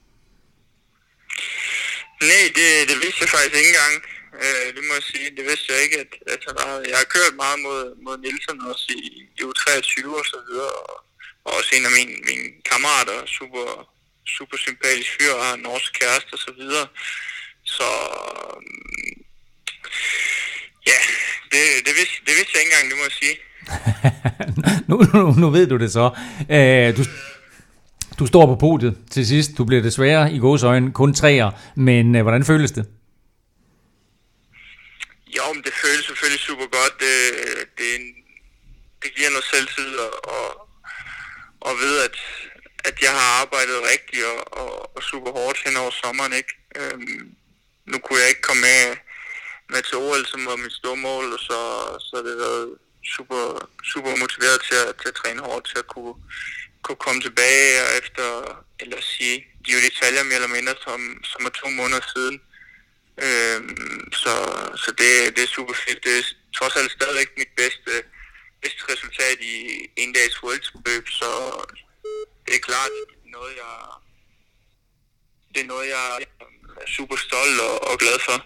Nej, det, det vidste jeg faktisk ikke engang. Øh, det må jeg sige. Det vidste jeg ikke, at, at han var... Jeg har kørt meget mod, mod Nielsen også i, i U treogtyve og så videre, og, og også en af mine, mine kammerater, super, super sympatisk fyr, og har en norsk kæreste og så videre. Så ja, det, det, vidste, det vidste jeg ikke engang, det må jeg sige. nu, nu, nu ved du det så. Æh, du, du står på podiet til sidst. Du bliver desværre i gåseøjne kun treer, men øh, hvordan føles det? Jo, men det føles selvfølgelig super godt. Det, det, det giver noget selvtid og, og, og ved, at, at jeg har arbejdet rigtigt og, og, og super hårdt hen over sommeren, ikke? Øhm, nu kunne jeg ikke komme med, med til O L, som var mit store mål, og så, så har det været super, super motiveret til at, til at træne hårdt, til at kunne, kunne komme tilbage og efter, eller sige, de er jo detaljer mere eller mindre, som, som er to måneder siden. Øhm, så så det, det er super fedt. Det er trods alt stadigvæk mit bedste bedste resultat i en dags worldsløb, så det er klart noget, jeg, det er noget, jeg er super stolt og, og glad for.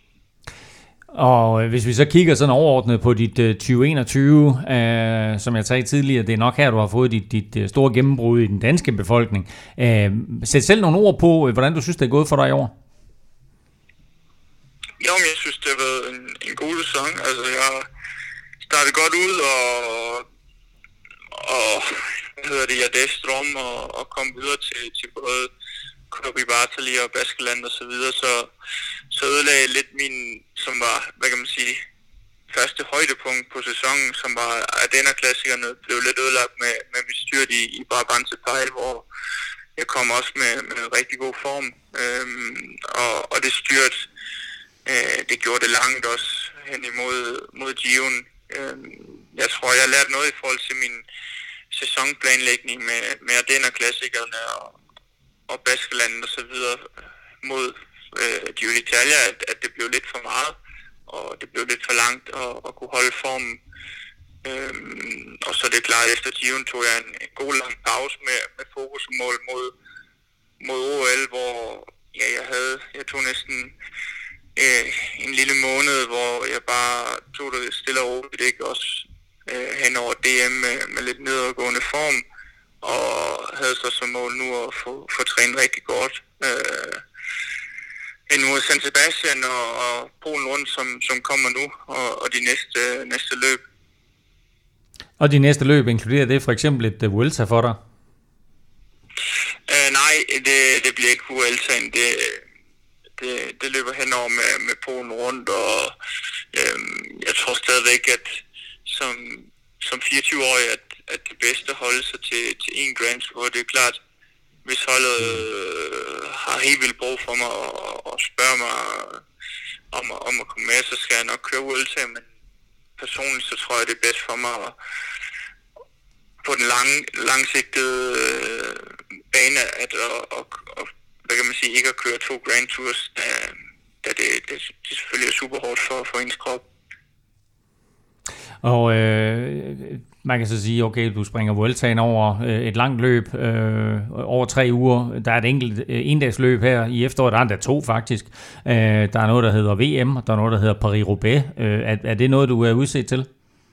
Og hvis vi så kigger sådan overordnet på dit uh, tyve enogtyve, uh, som jeg sagde tidligere, det er nok her, du har fået dit, dit uh, store gennembrud i den danske befolkning. Uh, sæt selv nogle ord på, uh, hvordan du synes, det er gået for dig i år. Jo, men jeg synes, det har været en, en god sæson. Altså, jeg startede godt ud, og, og hvad hedder det, jeg dæste Strom, og, og kom videre til, til både Kirby Bartali og Baskeland og så videre, så, så ødelagde lidt min, som var, hvad kan man sige, første højdepunkt på sæsonen, som var Ardenner-klassikerne, blev lidt ødelagt med, med mit styrt i, i Brabantse Pejl, hvor jeg kom også med, med rigtig god form, øhm, og, og det styrt, øh, det gjorde det langt også hen imod mod Given. Øhm, jeg tror, jeg har lært noget i forhold til min sæsonplanlægning med, med Ardenner-klassikerne og og Baskeland og så videre mod øh, Giro d'Italia, at, at det blev lidt for meget, og det blev lidt for langt at, at kunne holde formen. Øhm, og så er det klart, efter Giroen tog jeg en, en god lang pause med, med fokusmål mod, mod O L, hvor ja, jeg havde, jeg tog næsten øh, en lille måned, hvor jeg bare tog det stille og roligt, ikke? Også øh, hen over D M med, med lidt nedadgående form, og havde så som mål nu at få, få trænet rigtig godt. Øh, end mod San Sebastian og, og Polen rundt, som, som kommer nu, og, og de næste, næste løb. Og de næste løb, inkluderer det for eksempel et uh, Vuelta for dig? Øh, nej, det, det bliver ikke Vueltaen. Det, det, det løber henover med, med Polen rundt, og øh, jeg tror stadigvæk, at som, som fireogtyve-årig, at at det bedste holde sig til, til en Grand Tour. Det er klart, hvis holdet øh, har helt vildt brug for mig og, og spørger mig om, om at komme med, så skal jeg nok køre Vuelta, men personligt så tror jeg, det er bedst for mig at, på den lange, langsigtede øh, bane, at og, og, og, hvad kan man sige, ikke at køre to Grand Tours, da, da det, det, det selvfølgelig er super hårdt for, for ens krop. Og øh, man kan så sige, okay, du springer Vueltaen over øh, et langt løb, øh, over tre uger. Der er et enkelt øh, endagsløb her i efteråret, der er endda to faktisk. Øh, der er noget, der hedder V M, og der er noget, der hedder Paris-Roubaix. Øh, er, er det noget, du er udset til?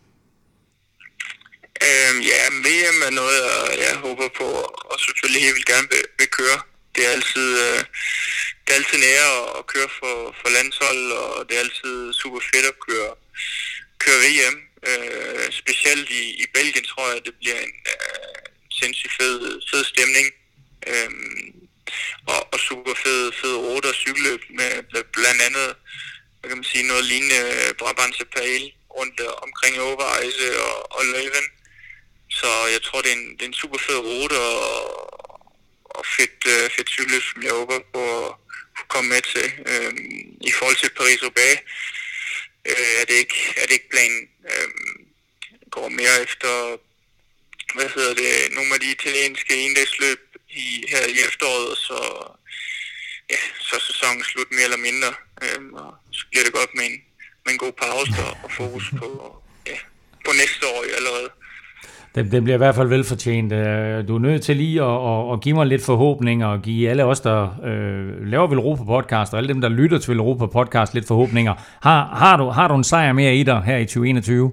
Øhm, ja, V M er noget, jeg, jeg håber på, og selvfølgelig helt vildt gerne vil, vil køre. Det er altid, øh, det er altid nære at køre for, for landshold, og det er altid super fedt at køre, køre V M. Uh, specielt i, i Belgien tror jeg, det bliver en uh, sindssygt fed, fed stemning, um, og, og super fed, fed rute og cykelløb med blandt andet, hvad kan man sige, noget lignende Brabantse Pejl rundt omkring Overijse og, og Leuven. Så jeg tror, det er en, det er en super fed rute og, og fedt, uh, fedt cykelløb, som jeg håber på at komme med til. Um, I forhold til Paris-Roubaix Øh, er, det ikke, er det ikke planen. Øhm, går mere efter, hvad hedder det, nogle af de italienske endagsløb i, her i efteråret, så, ja, så er sæsonen slut mere eller mindre. Øhm, og så bliver det godt med en, med en god pause og, og fokus på, ja, på næste år allerede. Det, det bliver i hvert fald velfortjent. Du er nødt til lige at, at, at give mig lidt forhåbninger, og give alle os, der øh, laver Velropa podcast, og alle dem, der lytter til Velropa podcast, lidt forhåbninger. Har, har, du, har du en sejr mere i dig her i tyve enogtyve?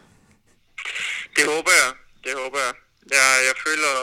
Det håber jeg. Det håber jeg. Jeg, jeg føler,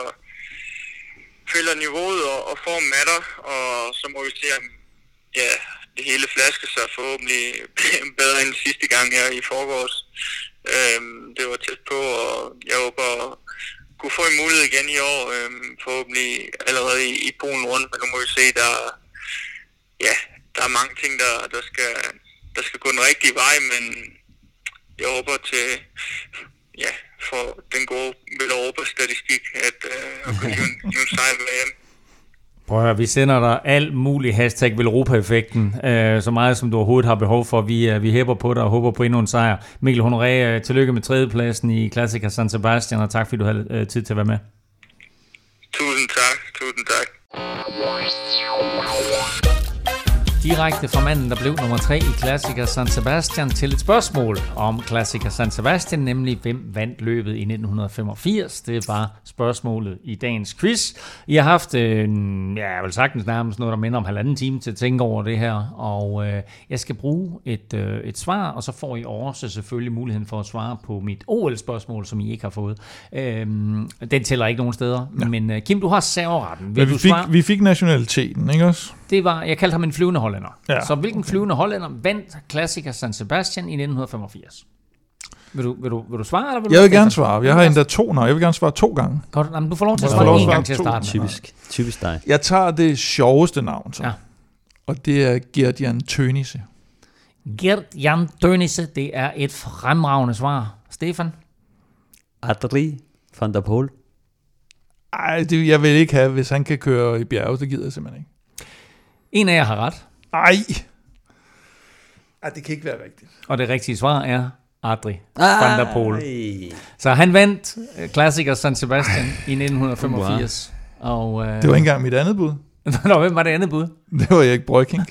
føler niveauet og, og formen er der, og så må vi se, om ja, det hele flasker sig forhåbentlig bedre end sidste gang her i forgårs. Øhm, det var tæt på, og jeg håber at kunne få en mulighed igen i år, øhm, forhåbentlig allerede i, i Polen rundt, men nu må vi se, der, ja, der er mange ting, der, der, skal, der skal gå den rigtige vej, men jeg håber til, ja, for den gode Velropa-statistik, at øh, at kunne give en, en sejr ved V M. Prøv at høre, vi sender dig alt muligt hashtag Velropa-effekten, øh, så meget som du overhovedet har behov for. Vi, øh, vi hæpper på dig og håber på endnu en sejr. Mikkel Honoré, øh, tillykke med tredjepladsen i Classica San Sebastian, og tak fordi du havde øh, tid til at være med. Tusind tak, tusind tak. Direkte fra manden, der blev nummer tre i Klassiker San Sebastian, til et spørgsmål om Klassiker San Sebastian, nemlig hvem vandt løbet i nitten femogfirs. Det var spørgsmålet i dagens quiz. I har haft, øh, ja, jeg vil sagtens nærmest noget, der minder om halvanden time til at tænke over det her, og øh, jeg skal bruge et, øh, et svar, og så får I også selvfølgelig muligheden for at svare på mit O L-spørgsmål, som I ikke har fået. Øh, den tæller ikke nogen steder, ja. Men øh, Kim, du har serveretten. Vi fik, vi fik nationaliteten, ikke også? Det var, jeg kaldte ham en flyvende hollænder. Ja, så hvilken okay. flyvende hollænder vandt Klassiker San Sebastian i nitten femogfirs? Vil du, vil du, vil du svare? Eller vil jeg vil du gerne svare. Jeg har endda to, nej, jeg vil gerne svare to gange. Godt, jamen, du får lov til at Jeg svare får lov en at gang svare til at starte. Typisk, typisk dig. Jeg tager det sjoveste navn så. Ja. Og det er Gert-Jan Tönniese. Gert-Jan Tönniese, det er et fremragende svar. Stefan? Adrie van der Poel. Ej, det, jeg vil ikke have, hvis han kan køre i bjerge, det gider jeg simpelthen ikke. En af jer har ret. Ej. Ej, det kan ikke være rigtigt. Og det rigtige svar er Adrie Ej. van der Poel. Så han vandt Klassiker San Sebastian i nitten femogfirs. Og, øh... Det var ikke engang mit andet bud. Nå, hvem var det andet bud? Det var Erik Brøking.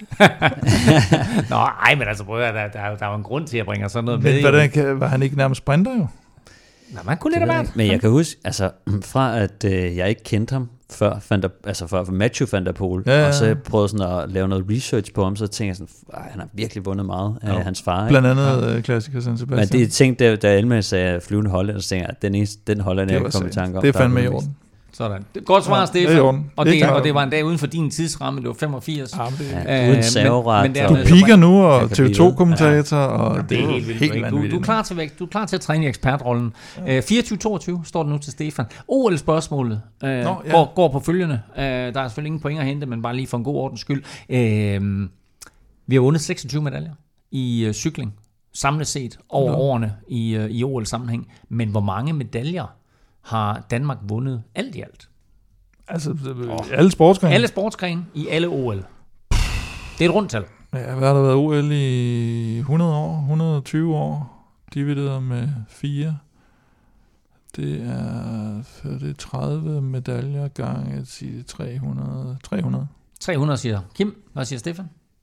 Nå, ej, men altså, brød, der, der, der var en grund til at bringe sådan noget Men med. hvordan kan, var han ikke nærmest sprinter jo? Nå, man kunne lidt af hvert. Men jeg kan huske, altså fra at øh, jeg ikke kendte ham før, Van der, altså før Mathieu van der Poel, ja, ja. og så jeg prøvede sådan at lave noget research på ham, så tænkte jeg sådan, han har virkelig vundet meget af jo. hans far. Ikke? Blandt andet ja. Klassiker San Sebastian. Men det tænkte jeg, da Elmer sagde flyvende hollænder, så tænkte jeg, at den, eneste, den hollænder, jeg kom i tanke om. Det er fandme i orden. Sådan. Godt svar, ja, Stefan. Det og, det, og det var en dag uden for din tidsramme, det var femogfirs. Ja, det ja, uden serveret. Du piker nu, og T V to-kommentator, ja. Og ja, det er helt vildt. Helt du, du, er klar til væk. Du er klar til at træne i ekspertrollen. Ja. fireogtyve toogtyve står det nu til Stefan. O L-spørgsmålet øh, Nå, ja. går, går på følgende. Øh, der er selvfølgelig ingen point at hente, men bare lige for en god ordens skyld. Øh, vi har vundet seksogtyve medaljer i øh, cykling, samlet set over Nå. årene i, øh, i O L-sammenhæng. Men hvor mange medaljer har Danmark vundet alt i alt? Altså, oh. alle sportsgrene? Alle sportsgrene i alle O L. Det er et rundt tal. Ja, hvad har der været O L i hundrede år? hundrede og tyve år? Divideret med fire. Det er, det er tredive medaljer gange tre hundrede. tre hundrede. tre hundrede siger Kim. Hvad siger Stefan?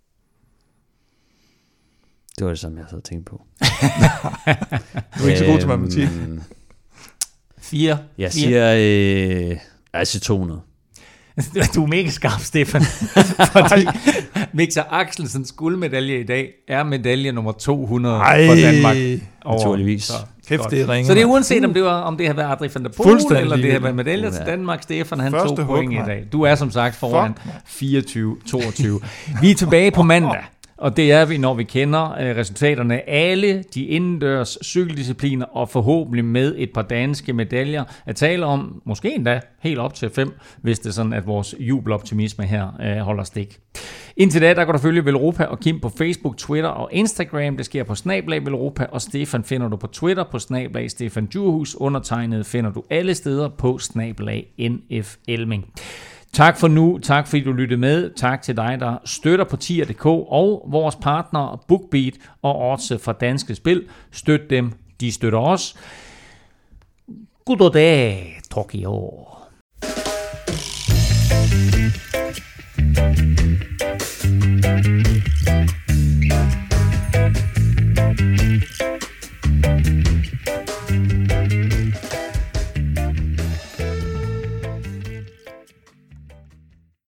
Det var det, som jeg havde tænkt på. Du er ikke så god til matematik. Fire. Jeg Fire. siger... Øh, jeg siger to hundrede. Du er mega skarp, Stefan. Fordi Mixer Axelsens guldmedalje i dag er medalje nummer to hundrede Ej. for Danmark. Naturligvis. Så, Kæft, det ringer. så det er uanset, om det var om det har været Adrie van der Poel, eller det har været medaljer til Danmark. Stefan, han Første tog point hug, i dag. Du er som sagt foran fireogtyve toogtyve. Vi er tilbage på mandag. Og det er vi, når vi kender øh, resultaterne af alle de indendørs cykeldiscipliner, og forhåbentlig med et par danske medaljer at tale om, måske endda helt op til fem, hvis det er sådan, at vores jubeloptimisme her øh, holder stik. Indtil da, der kan du følge Velropa og Kim på Facebook, Twitter og Instagram. Det sker på snablag Velropa, og Stefan finder du på Twitter på snablag Stefan Djurhus. Undertegnet finder du alle steder på snablag N F Elming. Tak for nu, tak fordi du lyttede med, tak til dig, der støtter på tier punktum d k og vores partnere BookBeat og Odds fra Danske Spil. Støt dem, de støtter os. God dag, Tokyo.